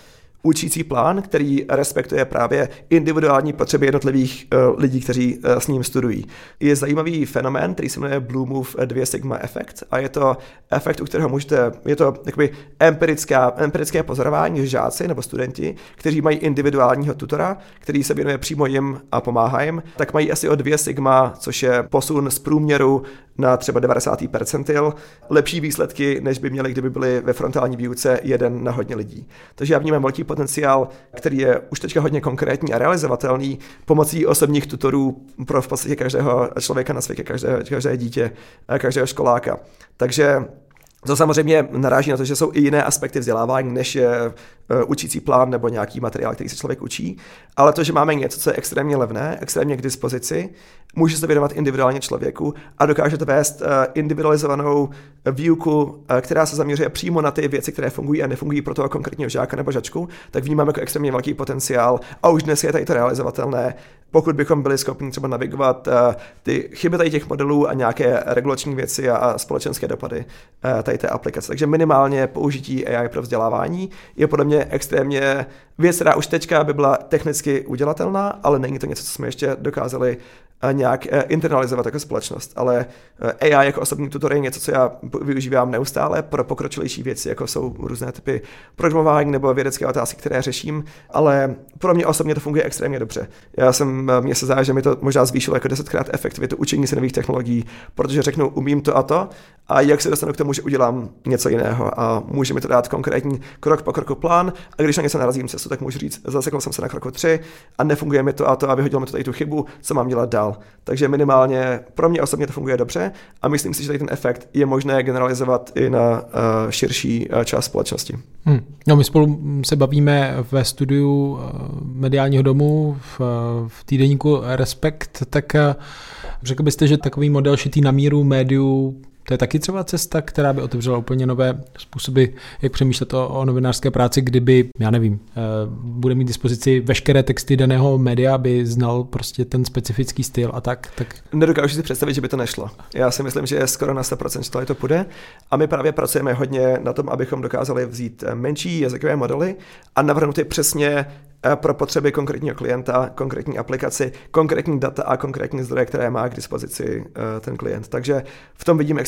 učící plán, který respektuje právě individuální potřeby jednotlivých uh, lidí, kteří uh, s ním studují. Je zajímavý fenomén, který se jmenuje Bloomův dva sigma efekt a je to efekt, u kterého můžete, je to jakoby empirická, empirické pozorování, že žáci nebo studenti, kteří mají individuálního tutora, který se věnuje přímo jim a pomáhá jim, tak mají asi o dva sigma, což je posun z průměru na třeba devadesátý percentil, lepší výsledky, než by měli, kdyby byli ve frontální výuce jeden na hodně lidí. Takže já vnímám velký potenciál, který je už teďka hodně konkrétní a realizovatelný pomocí osobních tutorů pro v podstatě každého člověka na světě, každé, každé dítě, každého školáka. Takže to samozřejmě naráží na to, že jsou i jiné aspekty vzdělávání, než je učící plán nebo nějaký materiál, který se člověk učí, ale to, že máme něco, co je extrémně levné, extrémně k dispozici, může se věnovat individuálně člověku a dokáže to vést individualizovanou výuku, která se zaměřuje přímo na ty věci, které fungují a nefungují pro toho konkrétního žáka nebo žačku, tak vnímáme jako extrémně velký potenciál a už dnes je tady to realizovatelné, pokud bychom byli schopni třeba navigovat ty chyby tady těch modelů a nějaké regulační věci a společenské dopady tady té aplikace. Takže minimálně použití A I pro vzdělávání je podle mě extrémně věc, která už teďka by byla technicky udělatelná, ale není to něco, co jsme ještě dokázali nějak internalizovat jako společnost. Ale A I jako osobní tutor je něco, co já využívám neustále pro pokročilejší věci, jako jsou různé typy programování nebo vědecké otázky, které řeším, ale pro mě osobně to funguje extrémně dobře. Já jsem, mně se zdá, že mi to možná zvýšilo jako desetkrát efektivitu učení se nových technologií, protože řeknu, umím to a to a jak se dostanu k tomu, že udělám něco jiného a může mi to dát konkrétní krok po kroku plán a když na něco narazím cestu, tak můžu říct, zasekl jsem se na kroku tři a nefunguje mi to a to a vyhodil mi to tady tu chybu, co mám dělat dál. Takže minimálně pro mě osobně to funguje dobře a myslím si, že tady ten efekt je možné generalizovat i na uh, širší uh, část společnosti. Hmm. No, my spolu se bavíme ve studiu uh, Mediálního domu v, v týdeníku Respekt, tak uh, řekl byste, že takový model šitý na míru médiu, to je taky třeba cesta, která by otevřela úplně nové způsoby, jak přemýšlet o, o novinářské práci, kdyby, já nevím, bude mít dispozici veškeré texty daného média, aby znal prostě ten specifický styl a tak. tak. Nedokážu si představit, že by to nešlo. Já si myslím, že je skoro na sto procent, že to půjde a my právě pracujeme hodně na tom, abychom dokázali vzít menší jazykové modely a navrhnout je přesně pro potřeby konkrétního klienta, konkrétní aplikaci, konkrétní data a konkrétní zdroje, které má k dispozici ten klient. Takže v tom vidím extrémně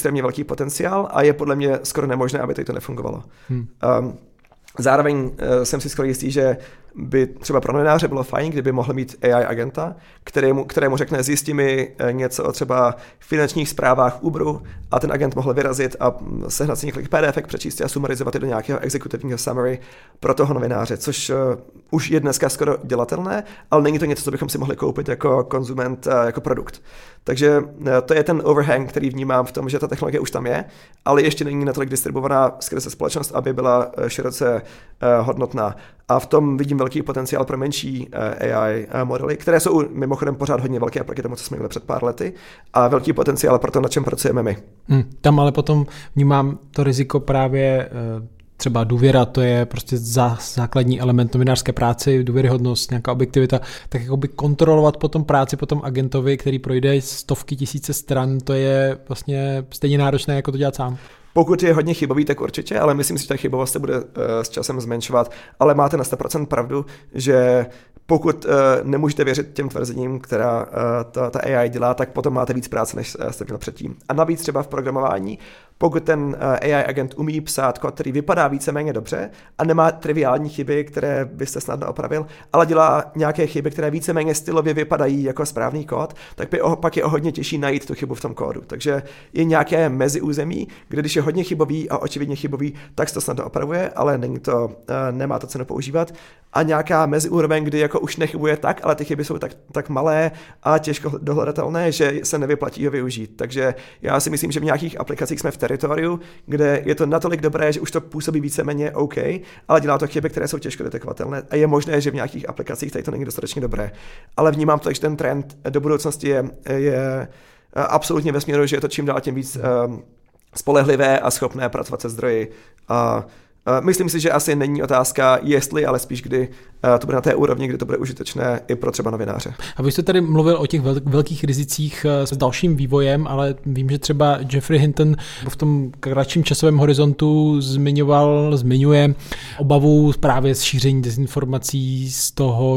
extrémně velký potenciál a je podle mě skoro nemožné, aby to nefungovalo. Hmm. Um, Zároveň uh, jsem si skoro jistý, že by třeba pro novináře bylo fajn, kdyby mohl mít A I agenta, kterému, kterému řekne zjistí mi něco o třeba finančních zprávách Uberu a ten agent mohl vyrazit a sehnat si několik P D F ek, přečíst a sumarizovat je do nějakého exekutivního summary pro toho novináře, což uh, už je dneska skoro dělatelné, ale není to něco, co bychom si mohli koupit jako konzument, uh, jako produkt. Takže uh, to je ten overhang, který vnímám v tom, že ta technologie už tam je, ale ještě není natolik distribuovaná skrze společnost, aby byla uh, široce uh, hodnotná. A v tom vidím velký potenciál pro menší A I modely, které jsou mimochodem pořád hodně velké proti tomu, co jsme měli před pár lety, a velký potenciál pro to, na čem pracujeme my. Hmm, tam ale potom vnímám to riziko právě třeba důvěra, to je prostě zá, základní element novinářské práce, důvěryhodnost, nějaká objektivita, tak jako by kontrolovat potom práci potom agentovi, který projde stovky tisíce stran, to je vlastně stejně náročné, jako to dělat sám. Pokud je hodně chybový, tak určitě, ale myslím si, že ta chybovost se bude uh, s časem zmenšovat, ale máte na sto procent pravdu, že pokud uh, nemůžete věřit těm tvrzením, která uh, ta, ta A I dělá, tak potom máte víc práce, než jste měl předtím. A navíc třeba v programování, pokud ten uh, A I agent umí psát kód, který vypadá víceméně dobře a nemá triviální chyby, které byste snadno opravil, ale dělá nějaké chyby, které víceméně stylově vypadají jako správný kód, tak by o, pak je o hodně těžší najít tu chybu v tom kódu. Takže je nějaké meziúzemí, kde když je hodně chybový a očividně chybový, tak se to snadno opravuje, ale není to, uh, nemá to cenu používat. A nějaká meziúroveň, kdy jako už nechybuje tak, ale ty chyby jsou tak, tak malé a těžko dohledatelné, že se nevyplatí ho využít. Takže já si myslím, že v nějakých aplikacích jsme v teritoriu, kde je to natolik dobré, že už to působí víceméně OK, ale dělá to chyby, které jsou těžko detekovatelné. A je možné, že v nějakých aplikacích tady to není dostatečně dobré. Ale vnímám to, že ten trend do budoucnosti je, je absolutně ve směru, že je to čím dál tím víc um, spolehlivé a schopné pracovat se zdroji. A myslím si, že asi není otázka jestli, ale spíš kdy to bude na té úrovni, kdy to bude užitečné i pro třeba novináře. A vy jste tady mluvil o těch velkých rizicích s dalším vývojem, ale vím, že třeba Geoffrey Hinton v tom kratším časovém horizontu zmiňoval, zmiňuje obavu právě z šíření dezinformací, z toho,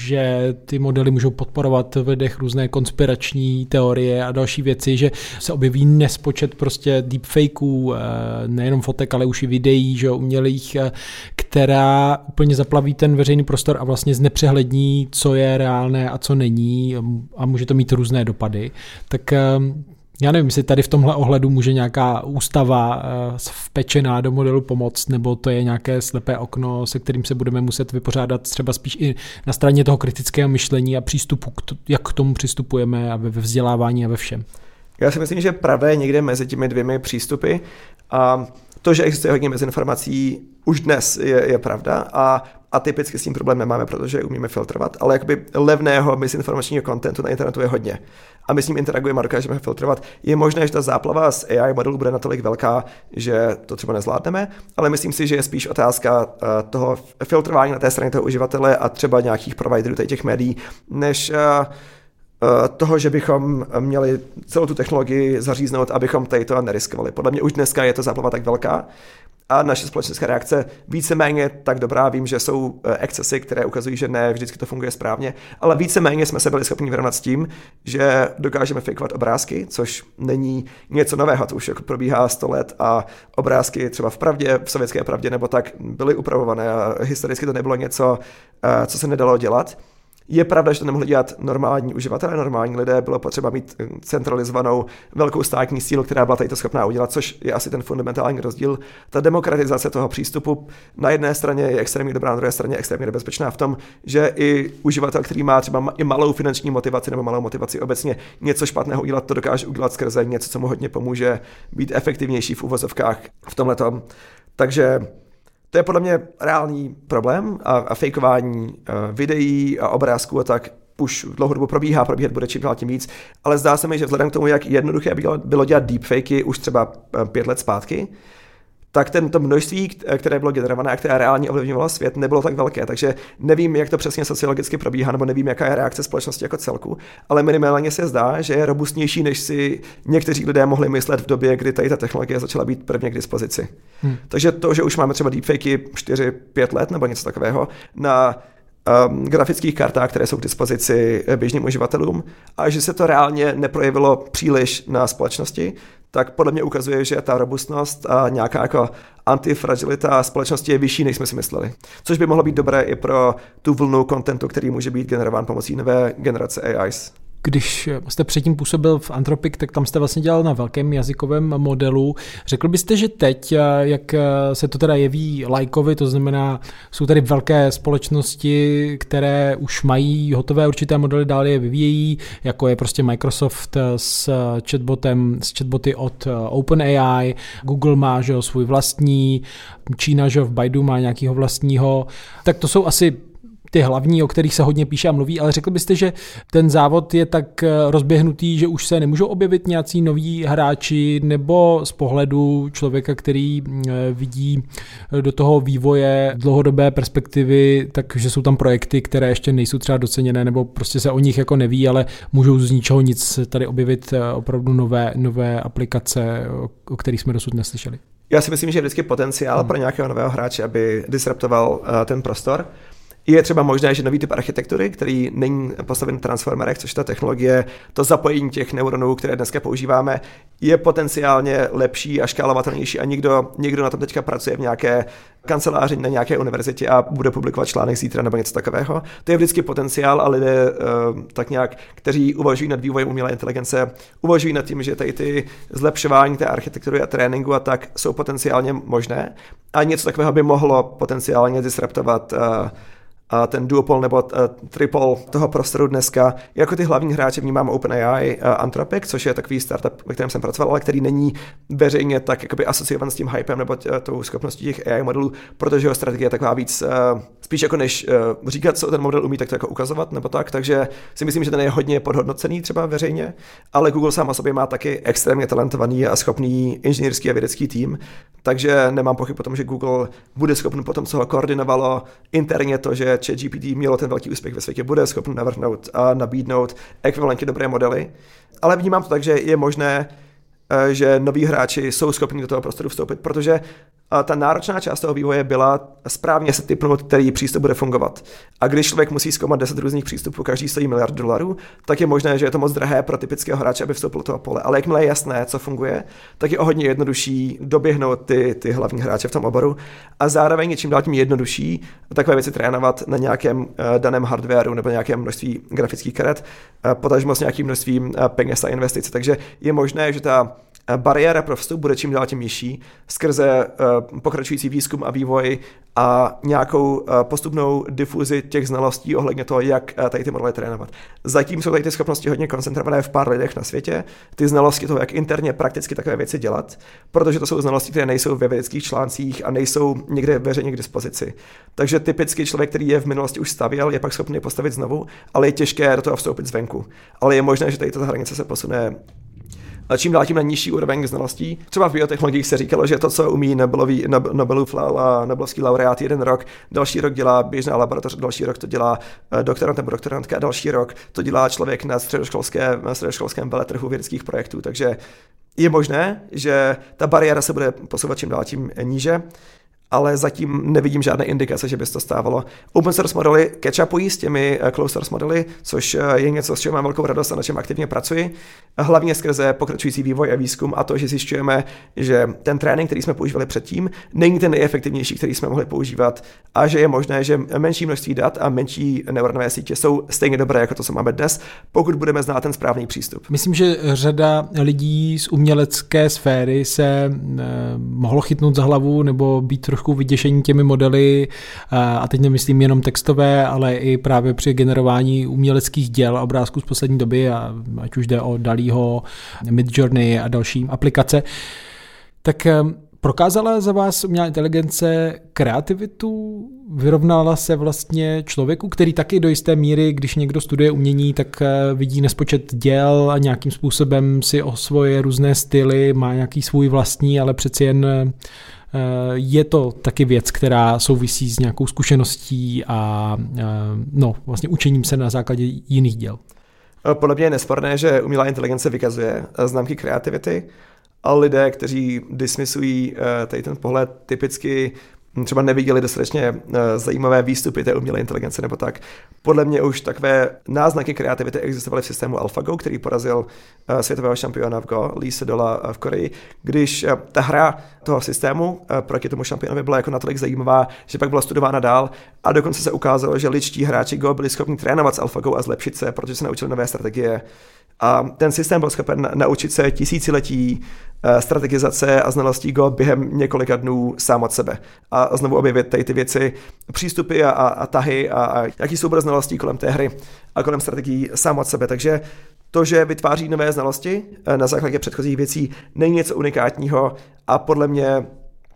že ty modely můžou podporovat v lidech různé konspirační teorie a další věci, že se objeví nespočet prostě deepfakeů, nejenom fotek, ale už i videí, že umělých, která úplně zaplaví ten veřejný prostor a vlastně znepřehlední, co je reálné a co není, a může to mít různé dopady. Tak já nevím, jestli tady v tomhle ohledu může nějaká ústava vpečená do modelu pomoct, nebo to je nějaké slepé okno, se kterým se budeme muset vypořádat třeba spíš i na straně toho kritického myšlení a přístupu, jak k tomu přistupujeme a ve vzdělávání a ve všem. Já si myslím, že pravda je někde mezi těmi dvěmi přístupy a to, že existuje hodně dezinformací, už dnes je, je pravda a, a typicky s tím problém nemáme, protože umíme filtrovat, ale jakoby levného dezinformačního kontentu na internetu je hodně. A my s ním interagujeme a dokážeme filtrovat. Je možné, že ta záplava z A I modelů bude natolik velká, že to třeba nezvládneme, ale myslím si, že je spíš otázka uh, toho filtrování na té straně toho uživatele a třeba nějakých providerů těch médií, než uh, toho, že bychom měli celou tu technologii zaříznout, abychom tady to neriskovali. Podle mě už dneska je to záplava tak velká a naše společenská reakce víceméně tak dobrá. Vím, že jsou excesy, které ukazují, že ne vždycky to funguje správně, ale víceméně jsme se byli schopni vyrovnat s tím, že dokážeme fakeovat obrázky, což není něco nového, to už jako probíhá sto let a obrázky třeba v pravdě, v sovětské pravdě nebo tak byly upravované a historicky to nebylo něco, co se nedalo dělat. Je pravda, že to nemohli dělat normální uživatelé, normální lidé, bylo potřeba mít centralizovanou velkou státní sílu, která byla tady to schopná udělat, což je asi ten fundamentální rozdíl. Ta demokratizace toho přístupu na jedné straně je extrémně dobrá, na druhé straně je extrémně nebezpečná v tom, že i uživatel, který má třeba i malou finanční motivaci nebo malou motivaci obecně něco špatného udělat, to dokáže udělat skrze něco, co mu hodně pomůže být efektivnější v uvozovkách v tomhletom. Takže to je podle mě reálný problém a, a fejkování uh, videí a obrázků a tak už dlouho dobu probíhá, probíhat bude čím dál tím víc, ale zdá se mi, že vzhledem k tomu, jak jednoduché bylo dělat deepfakey už třeba pět let zpátky, tak tento množství, které bylo generované a které reálně ovlivňovalo svět, nebylo tak velké. Takže nevím, jak to přesně sociologicky probíhá, nebo nevím, jaká je reakce společnosti jako celku, ale minimálně se zdá, že je robustnější, než si někteří lidé mohli myslet v době, kdy tady ta technologie začala být prvně k dispozici. Hmm. Takže to, že už máme třeba deepfakey čtyři pět let nebo něco takového na um, grafických kartách, které jsou k dispozici běžným uživatelům, a že se to reálně neprojevilo příliš na společnosti, tak podle mě ukazuje, že ta robustnost a nějaká jako antifragilita společnosti je vyšší, než jsme si mysleli. Což by mohlo být dobré i pro tu vlnu kontentu, který může být generován pomocí nové generace A Is. Když jste předtím působil v Anthropic, tak tam jste vlastně dělal na velkém jazykovém modelu. Řekl byste, že teď, jak se to teda jeví lajkovi, to znamená, jsou tady velké společnosti, které už mají hotové určité modely, dále je vyvíjejí, jako je prostě Microsoft s chatbotem, s chatboty od OpenAI, Google má že, svůj vlastní, Čína že, v Baidu má nějakého vlastního, tak to jsou asi ty hlavní, o kterých se hodně píše a mluví, ale řekl byste, že ten závod je tak rozběhnutý, že už se nemůžou objevit nějací noví hráči, nebo z pohledu člověka, který vidí do toho vývoje dlouhodobé perspektivy, takže jsou tam projekty, které ještě nejsou třeba doceněné, nebo prostě se o nich jako neví, ale můžou z ničeho nic tady objevit opravdu nové, nové aplikace, o kterých jsme dosud neslyšeli. Já si myslím, že je vždycky potenciál hmm. pro nějakého nového hráče, aby disruptoval uh, ten prostor. Je třeba možné, že nový typ architektury, který není postaven v transformerech, což ta technologie, to zapojení těch neuronů, které dneska používáme, je potenciálně lepší a škálovatelnější a někdo, někdo na tom teďka pracuje v nějaké kanceláři na nějaké univerzitě a bude publikovat článek zítra nebo něco takového. To je vždycky potenciál a lidé uh, tak nějak, kteří uvažují nad vývojem umělé inteligence, uvažují nad tím, že tady ty zlepšování té architektury a tréninku a tak jsou potenciálně možné a něco takového by mohlo potenciálně disruptovat uh, a ten duopol nebo uh, tripol toho prostoru dneska. Jako ty hlavní hráče vnímám OpenAI, uh, Anthropic, což je takový startup, ve kterém jsem pracoval, ale který není veřejně tak jakoby asociovaný s tím hypem nebo uh, tou schopností těch A I modelů, protože jeho strategie je taková víc, uh, spíš jako než uh, říkat, co ten model umí, tak to jako ukazovat nebo tak, takže si myslím, že ten je hodně podhodnocený třeba veřejně, ale Google sám o sobě má taky extrémně talentovaný a schopný inženýrský a vědecký tým, takže nemám pochyb o tom, že Google bude schopný potom, co ho koordinovalo interně to, že ChatGPT mělo ten velký úspěch ve světě, bude schopný navrhnout a nabídnout ekvivalentně dobré modely. Ale vnímám to tak, že je možné, že noví hráči jsou schopni do toho prostoru vstoupit, protože ta náročná část toho vývoje byla správně se tipnout, který přístup bude fungovat. A když člověk musí zkoumat deset různých přístupů, každý stojí miliard dolarů, tak je možné, že je to moc drahé pro typického hráče, aby vstoupil do toho pole. Ale jakmile je jasné, co funguje, tak je o hodně jednodušší doběhnout ty, ty hlavní hráče v tom oboru. A zároveň je čím dál tím jednodušší takové věci trénovat na nějakém uh, daném hardwareu nebo nějakém množství grafických karet, uh, potažmo s nějakým množstvím uh, peněz a investic. Takže je možné, že ta bariéra pro vstup bude čím dál tím nižší skrze uh, pokračující výzkum a vývoj a nějakou uh, postupnou difuzi těch znalostí ohledně toho, jak uh, tady ty modely trénovat. Zatím jsou tady ty schopnosti hodně koncentrované v pár lidech na světě, ty znalosti toho, jak interně prakticky takové věci dělat, protože to jsou znalosti, které nejsou ve vědeckých článcích a nejsou někde veřejně k dispozici. Takže typicky člověk, který je v minulosti už stavěl, je pak schopný postavit znovu, ale je těžké do toho vstoupit zvenku. Ale je možné, že tady ta hranice se posune čím dál tím na nižší úroveň znalostí. Třeba v biotechnologiích se říkalo, že to, co umí Nobelový, Nobelův a Nobelovský laureát jeden rok, další rok dělá běžná laboratoř, další rok to dělá doktorant nebo doktorantka, další rok to dělá člověk na středoškolské, na středoškolském veletrhu vědeckých projektů. Takže je možné, že ta bariéra se bude posouvat čím dál tím níže, ale zatím nevidím žádné indikace, že by se to stávalo. Open source modely catch-upují s těmi closed source modely, což je něco, s čím mám velkou radost a na čem aktivně pracuji. Hlavně skrze pokračující vývoj a výzkum a to, že zjišťujeme, že ten trénink, který jsme používali předtím, není ten nejefektivnější, který jsme mohli používat a že je možné, že menší množství dat a menší neuronové sítě jsou stejně dobré jako to, co máme dnes, pokud budeme znát ten správný přístup. Myslím, že řada lidí z umělecké sféry se eh, mohlo chytnout za hlavu nebo být trošku vyděšení těmi modely, a teď nemyslím jenom textové, ale i právě při generování uměleckých děl a obrázků z poslední doby, a ať už jde o Dalího, Midjourney a další aplikace. Tak prokázala za vás umělá inteligence kreativitu? Vyrovnala se vlastně člověku, který taky do jisté míry, když někdo studuje umění, tak vidí nespočet děl a nějakým způsobem si osvoje různé styly, má nějaký svůj vlastní, ale přeci jen je to taky věc, která souvisí s nějakou zkušeností a no, vlastně učením se na základě jiných děl. Podle mě je nesporné, že umělá inteligence vykazuje známky kreativity a lidé, kteří dismisují tady ten pohled, typicky třeba neviděli dostatečně zajímavé výstupy té umělé inteligence nebo tak. Podle mě už takové náznaky kreativity existovaly v systému AlphaGo, který porazil světového šampiona v Go, Lee Sedola v Koreji, když ta hra toho systému proti tomu šampionovi byla jako natolik zajímavá, že pak byla studována dál a dokonce se ukázalo, že lidští hráči Go byli schopni trénovat s AlphaGo a zlepšit se, protože se naučili nové strategie. A ten systém byl schopen naučit se tisíciletí strategizace a znalostí Go během několika dnů sám od sebe. A znovu objevit tady ty věci, přístupy a, a, a tahy a, a jaký soubor znalostí kolem té hry a kolem strategií sám od sebe. Takže to, že vytváří nové znalosti na základě předchozích věcí, není něco unikátního a podle mě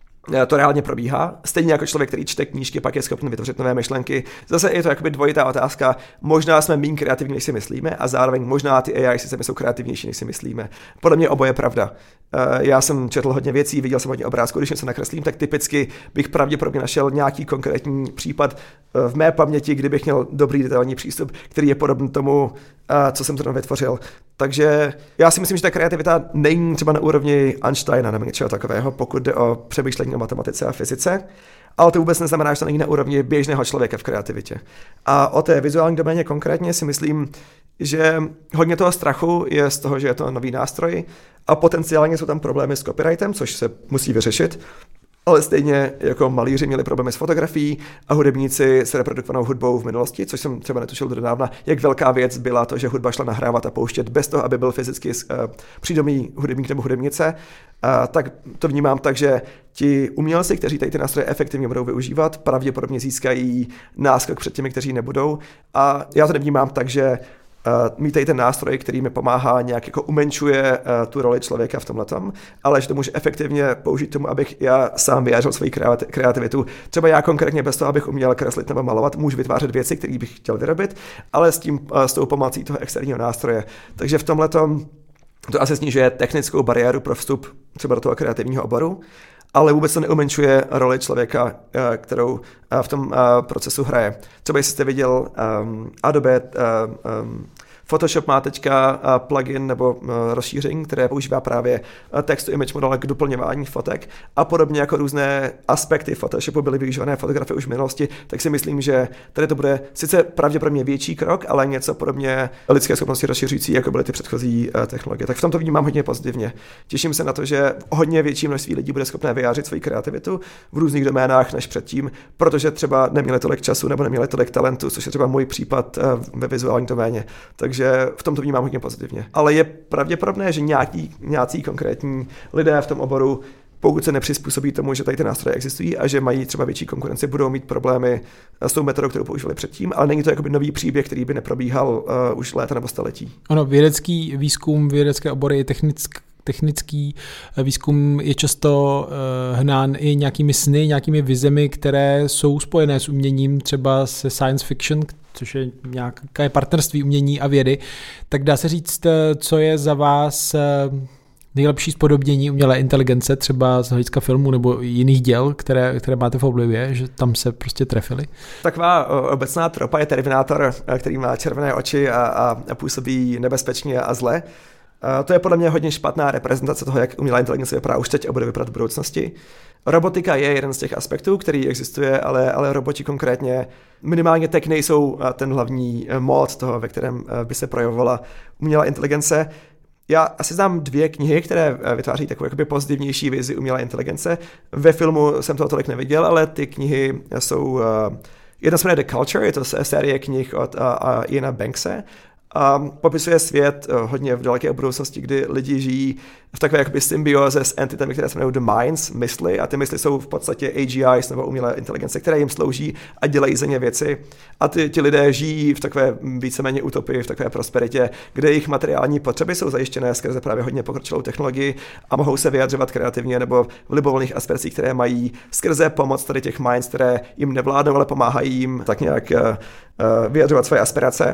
to reálně probíhá. Stejně jako člověk, který čte knížky, pak je schopný vytvořit nové myšlenky. Zase je to jakoby dvojitá otázka. Možná jsme méně kreativní, než si myslíme, a zároveň možná ty A I systémy jsou kreativnější, než si myslíme. Podle mě oboje pravda. Já jsem četl hodně věcí, viděl jsem hodně obrázků, když něco nakreslím, tak typicky bych pravděpodobně našel nějaký konkrétní případ v mé paměti, kdybych měl dobrý detailní přístup, který je podobný tomu, co jsem to vytvořil. Takže já si myslím, že ta kreativita není třeba na úrovni Einsteina nebo něčeho takového, pokud jde o přemýšlení o matematice a fyzice, ale to vůbec neznamená, že to není na úrovni běžného člověka v kreativitě. A o té vizuální doméně konkrétně si myslím, že hodně toho strachu je z toho, že je to nový nástroj a potenciálně jsou tam problémy s copyrightem, což se musí vyřešit. Ale stejně jako malíři měli problémy s fotografií a hudebníci s reprodukovanou hudbou v minulosti, což jsem třeba netušil donedávna, jak velká věc byla to, že hudba šla nahrávat a pouštět bez toho, aby byl fyzicky uh, přídomý hudebník nebo hudebnice, uh, tak to vnímám tak, že ti umělci, kteří tady ty nástroje efektivně budou využívat, pravděpodobně získají náskok před těmi, kteří nebudou. A já to nevnímám tak, že Uh, mít tady ten nástroj, který mi pomáhá, nějak jako umenčuje uh, tu roli člověka v tomhletom, ale že to může efektivně použít tomu, abych já sám vyjádřil svoji kreativitu. Třeba já konkrétně bez toho, abych uměl kreslit nebo malovat, můžu vytvářet věci, které bych chtěl vyrobit, ale s tím, uh, s tou pomocí toho externího nástroje. Takže v tomhletom to asi snižuje technickou bariéru pro vstup třeba do toho kreativního oboru, ale vůbec to neumenšuje roli člověka, kterou v tom procesu hraje. Třeba jestli jste viděl um, Adobe um, Photoshop má teďka plugin nebo rozšíření, které používá právě text-to-image model k doplňování fotek a podobně jako různé aspekty Photoshopu byly využívané fotografie už v minulosti, tak si myslím, že tady to bude sice pravděpodobně větší krok, ale něco podobně lidské schopnosti rozšiřující, jako byly ty předchozí technologie. Tak v tom to vnímám hodně pozitivně. Těším se na to, že hodně větší množství lidí bude schopné vyjádřit svoji kreativitu v různých doménách než předtím, protože třeba neměli tolik času nebo neměli tolik talentu, což je třeba můj případ ve vizuální doméně. Takže že v tom to vnímám hodně pozitivně. Ale je pravděpodobné, že nějaký, nějací konkrétní lidé v tom oboru, pokud se nepřizpůsobí tomu, že tady ty nástroje existují a že mají třeba větší konkurenci, budou mít problémy s tou metodou, kterou používali předtím, ale není to jakoby nový příběh, který by neprobíhal uh, už léta nebo staletí. Ono, vědecký výzkum, vědecké obory, technický technický výzkum je často uh, hnán i nějakými sny, nějakými vizemi, které jsou spojené s uměním, třeba se science fiction, což je nějaké partnerství umění a vědy. Tak dá se říct, co je za vás nejlepší spodobnění umělé inteligence, třeba z hlediska filmu nebo jiných děl, které, které máte v oblibě, že tam se prostě trefili? Taková obecná tropa je Terminátor, který má červené oči a, a působí nebezpečně a zle. To je podle mě hodně špatná reprezentace toho, jak umělá inteligence vypadá už teď a bude vypadat v budoucnosti. Robotika je jeden z těch aspektů, který existuje, ale, ale roboti konkrétně minimálně teď nejsou ten hlavní mód toho, ve kterém by se projevovala umělá inteligence. Já asi znám dvě knihy, které vytváří takovou jakoby pozitivnější vizi umělé inteligence. Ve filmu jsem toho tolik neviděl, ale ty knihy jsou... Jedna se jmenuje The Culture, je to série knih od Iana Bankse. A popisuje svět hodně v daleké budoucnosti, kdy lidi žijí v takové jakoby symbioze s entitami, které se jmenují The Minds, mysli, a ty mysli jsou v podstatě A G Is nebo umělé inteligence, které jim slouží a dělají za ně věci. A ty, ti lidé žijí v takové víceméně utopii, v takové prosperitě, kde jejich materiální potřeby jsou zajištěné skrze právě hodně pokročilou technologii a mohou se vyjadřovat kreativně nebo v libovolných aspiracích, které mají skrze pomoc tady těch minds, které jim nevládnou, ale pomáhají jim tak nějak uh, uh, vyjadřovat své aspirace.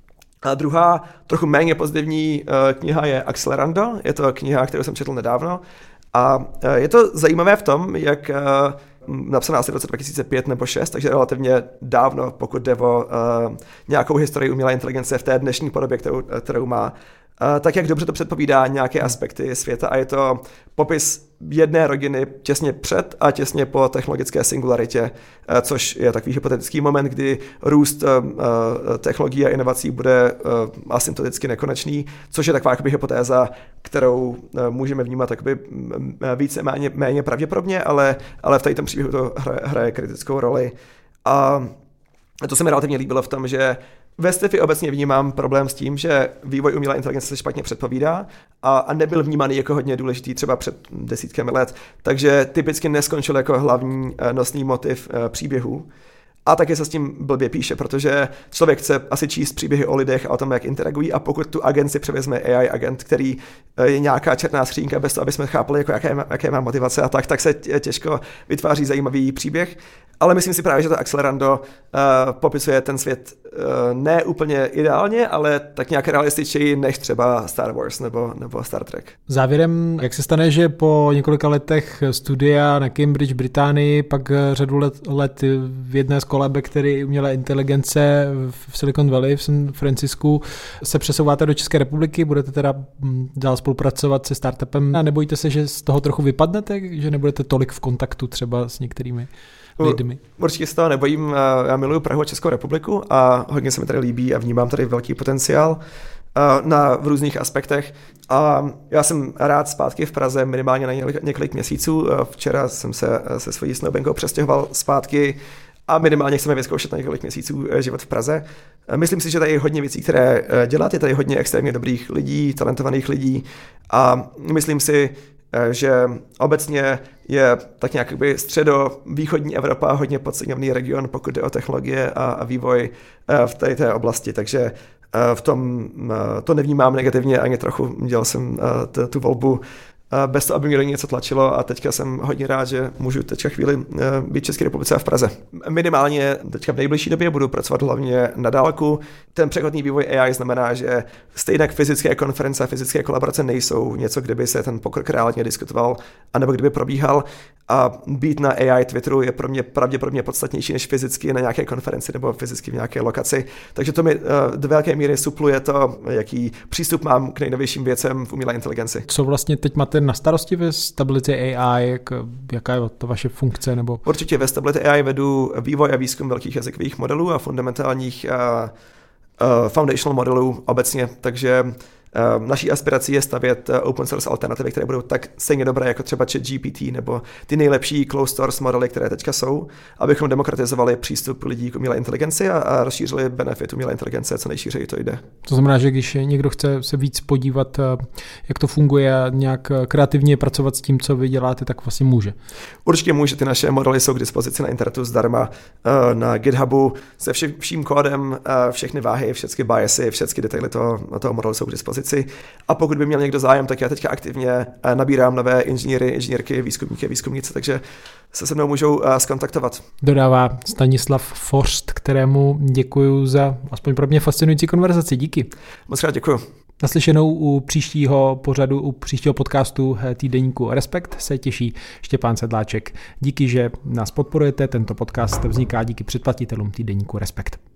A druhá, trochu méně pozitivní kniha je Accelerando. Je to kniha, kterou jsem četl nedávno. A je to zajímavé v tom, jak napsaná asi v roce dva tisíce pět nebo šest, takže relativně dávno, pokud jde o nějakou historii umělé inteligence v té dnešní podobě, kterou, kterou má. tak jak dobře to předpovídá nějaké aspekty světa a je to popis jedné rodiny těsně před a těsně po technologické singularitě, což je takový hypotetický moment, kdy růst technologií a inovací bude asymptoticky nekonečný, což je taková jakoby hypotéza, kterou můžeme vnímat jakoby více méně, méně pravděpodobně, ale, ale v tady tom příběhu to hraje, hraje kritickou roli. A to se mi relativně líbilo v tom, že ve sci-fi obecně vnímám problém s tím, že vývoj umělé inteligence se špatně předpovídá a, a nebyl vnímaný jako hodně důležitý třeba před desítkami let, takže typicky neskončil jako hlavní nosný motiv příběhů. A taky se s tím blbě píše, protože člověk chce asi číst příběhy o lidech a o tom, jak interagují, a pokud tu agenci převezme A I agent, který je nějaká černá skřínka bez toho, aby jsme chápali, jako jaké, jaké má motivace a tak, tak se těžko vytváří zajímavý příběh. Ale myslím si právě, že to Accelerando uh, popisuje ten svět uh, ne úplně ideálně, ale tak nějak realističtěji než třeba Star Wars nebo, nebo Star Trek. Závěrem, jak se stane, že po několika letech studia na Cambridge, Británii, pak řadu let, let v jedné z kolabektery umělé inteligence v Silicon Valley v San Francisku se přesouváte do České republiky, budete teda dál spolupracovat se startupem a nebojíte se, že z toho trochu vypadnete, že nebudete tolik v kontaktu třeba s některými lidmi? Určitě se toho nebojím, já miluju Prahu a Českou republiku a hodně se mi tady líbí a vnímám tady velký potenciál na v různých aspektech. A já jsem rád zpátky v Praze minimálně na několik, několik měsíců. Včera jsem se se svojí snoubenkou přestěhoval zpátky a minimálně chceme vyzkoušet na několik měsíců život v Praze. Myslím si, že tady je hodně věcí, které dělat, je tady hodně extrémně dobrých lidí, talentovaných lidí a myslím si, že obecně je tak nějak středo-východní Evropa hodně podceňovaný region, pokud jde o technologie a vývoj v té, té oblasti, takže v tom to nevnímám negativně ani trochu. Dělal jsem tu volbu bez toho, aby mě do něco tlačilo a teďka jsem hodně rád, že můžu teďka chvíli být v České republice a v Praze. Minimálně teďka v nejbližší době budu pracovat hlavně na dálku. Ten přechodný vývoj A I znamená, že stejně fyzické konference a fyzické kolaborace nejsou něco, kde by se ten pokrok reálně diskutoval, anebo kdyby probíhal, a být na A I Twitteru je pro mě pravděpodobně podstatnější než fyzicky na nějaké konferenci nebo fyzicky v nějaké lokaci. Takže to mi do velké míry supluje to, jaký přístup mám k nejnovějším věcem v umělé inteligenci. Co vlastně teď máte na starosti ve Stability A I, jak, jaká je to vaše funkce? Nebo? Určitě ve Stability A I vedu vývoj a výzkum velkých jazykových modelů a fundamentálních uh, uh, foundational modelů obecně, takže uh, naší aspirací je stavět uh, open source alternativy, které budou tak stejně dobré jako třeba ChatGPT nebo ty nejlepší closed source modely, které teďka jsou, abychom demokratizovali přístup lidí k umělé inteligenci a, a rozšířili benefit umělé inteligence, co nejšířeji to jde. To znamená, že když někdo chce se víc podívat, jak to funguje a nějak kreativně pracovat s tím, co vy děláte, tak vlastně může. Určitě může, ty naše modely jsou k dispozici na internetu zdarma, na GitHubu se vši, vším kódem, všechny váhy, všechny biasy, všechny detaily toho, toho modelu jsou k dispozici. A pokud by měl někdo zájem, tak já teďka aktivně nabírám nové inženýry, inženýrky, výzkumníky, výzkumnice, takže se se mnou můžou skontaktovat. Dodává Stanislav Forst, kterému děkuji za aspoň pro mě fascinující konverzaci. Díky. Moc krát děkuji. Naslyšenou u příštího pořadu, u příštího podcastu týdeníku Respekt se těší Štěpán Sedláček. Díky, že nás podporujete. Tento podcast vzniká díky předplatitelům týdeníku Respekt.